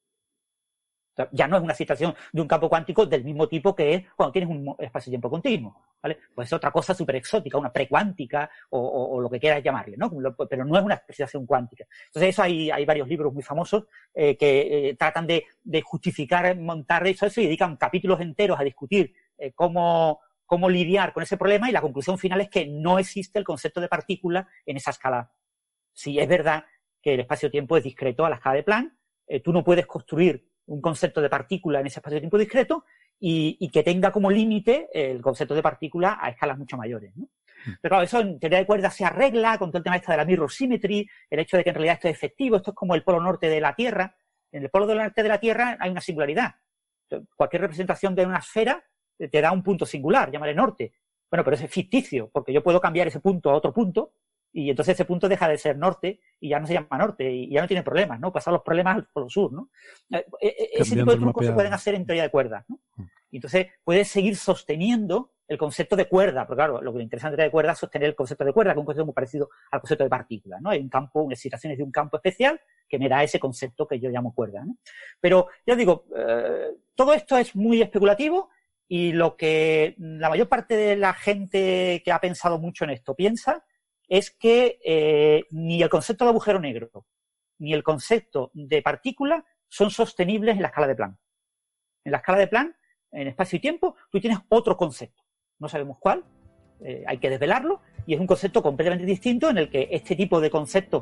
Speaker 7: O sea, ya no es una excitación de un campo cuántico del mismo tipo que es cuando tienes un espacio-tiempo continuo, ¿vale? Pues es otra cosa súper exótica, una precuántica o lo que quieras llamarle, ¿no? Pero no es una excitación cuántica. Entonces eso hay varios libros muy famosos que tratan de justificar, montar eso y dedican capítulos enteros a discutir cómo lidiar con ese problema y la conclusión final es que no existe el concepto de partícula en esa escala. Si es verdad que el espacio-tiempo es discreto a la escala de Planck, tú no puedes construir un concepto de partícula en ese espacio-tiempo discreto y que tenga como límite el concepto de partícula a escalas mucho mayores, ¿no? Pero claro, eso en teoría de cuerdas se arregla con todo el tema de la mirror symmetry, el hecho de que en realidad esto es efectivo, esto es como el polo norte de la Tierra. En el polo norte de la Tierra hay una singularidad. Cualquier representación de una esfera te da un punto singular, llámale norte. Bueno, pero ese es ficticio, porque yo puedo cambiar ese punto a otro punto y entonces ese punto deja de ser norte y ya no se llama norte y ya no tiene problemas, ¿no? Pasar los problemas al polo sur, ¿no? Ese tipo de trucos se pueden hacer en teoría de cuerdas, ¿no? Y entonces puedes seguir sosteniendo el concepto de cuerda, porque claro, lo que me interesa en teoría de cuerdas es sostener el concepto de cuerda, que es un concepto muy parecido al concepto de partícula, ¿no? Hay un campo, unas excitaciones de un campo especial que me da ese concepto que yo llamo cuerda, ¿no? Pero, ya digo, todo esto es muy especulativo y lo que la mayor parte de la gente que ha pensado mucho en esto piensa es que ni el concepto de agujero negro ni el concepto de partícula son sostenibles en la escala de Planck. En la escala de Planck, en espacio y tiempo, tú tienes otro concepto. No sabemos cuál, hay que desvelarlo, y es un concepto completamente distinto en el que este tipo de conceptos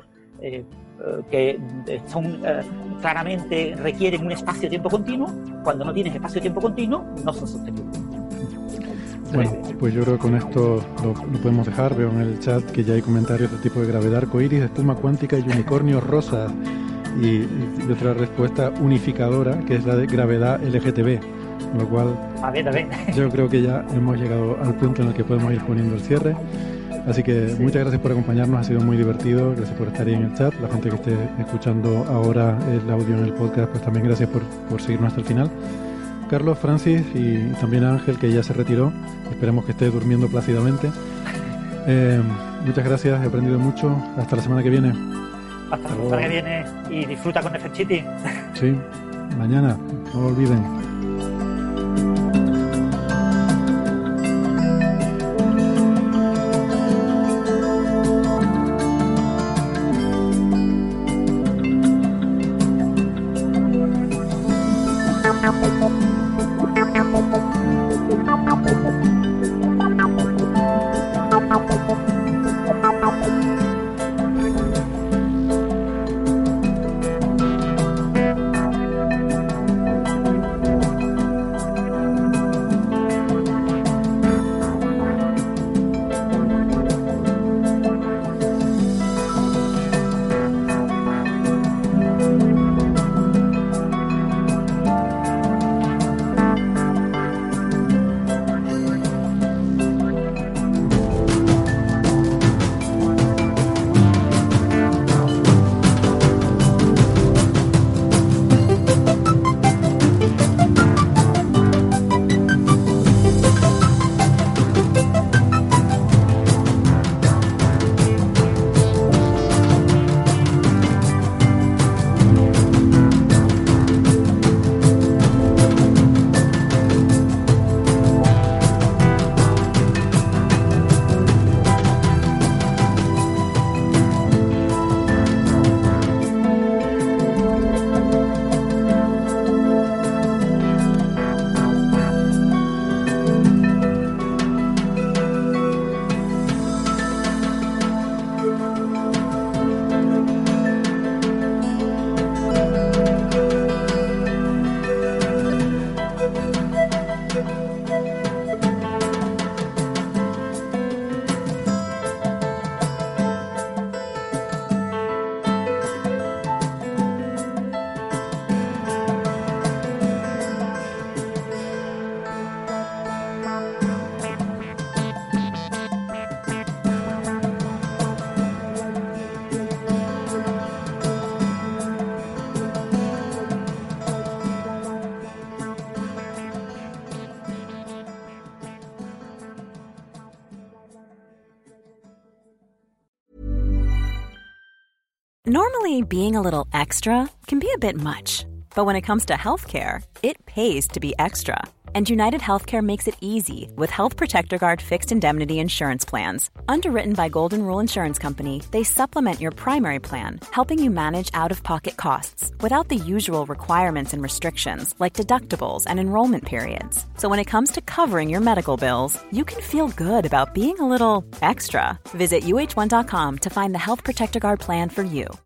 Speaker 7: que son claramente requieren un espacio-tiempo continuo, cuando no tienes espacio-tiempo continuo, no son sostenibles.
Speaker 4: Bueno, pues yo creo que con esto lo podemos dejar. Veo en el chat que ya hay comentarios de tipo de gravedad, arcoíris, espuma cuántica y unicornios rosas. Y otra respuesta unificadora, que es la de gravedad LGTB. Con lo cual, yo creo que ya hemos llegado al punto en el que podemos ir poniendo el cierre. Así que muchas gracias por acompañarnos, ha sido muy divertido. Gracias por estar ahí en el chat. La gente que esté escuchando ahora el audio en el podcast, pues también gracias por seguirnos hasta el final. Carlos, Francis y también Ángel, que ya se retiró. Esperemos que esté durmiendo plácidamente. Muchas gracias, he aprendido mucho. Hasta la semana que viene.
Speaker 7: Hasta la semana que viene y disfruta con Nefertiti.
Speaker 4: Sí, mañana, no lo olviden.
Speaker 8: Normally, being a little extra can be a bit much, but when it comes to healthcare, it pays to be extra. And United Healthcare makes it easy with Health Protector Guard fixed indemnity insurance plans. Underwritten by Golden Rule Insurance Company, they supplement your primary plan, helping you manage out-of-pocket costs without the usual requirements and restrictions like deductibles and enrollment periods. So when it comes to covering your medical bills, you can feel good about being a little extra. Visit uh1.com to find the Health Protector Guard plan for you.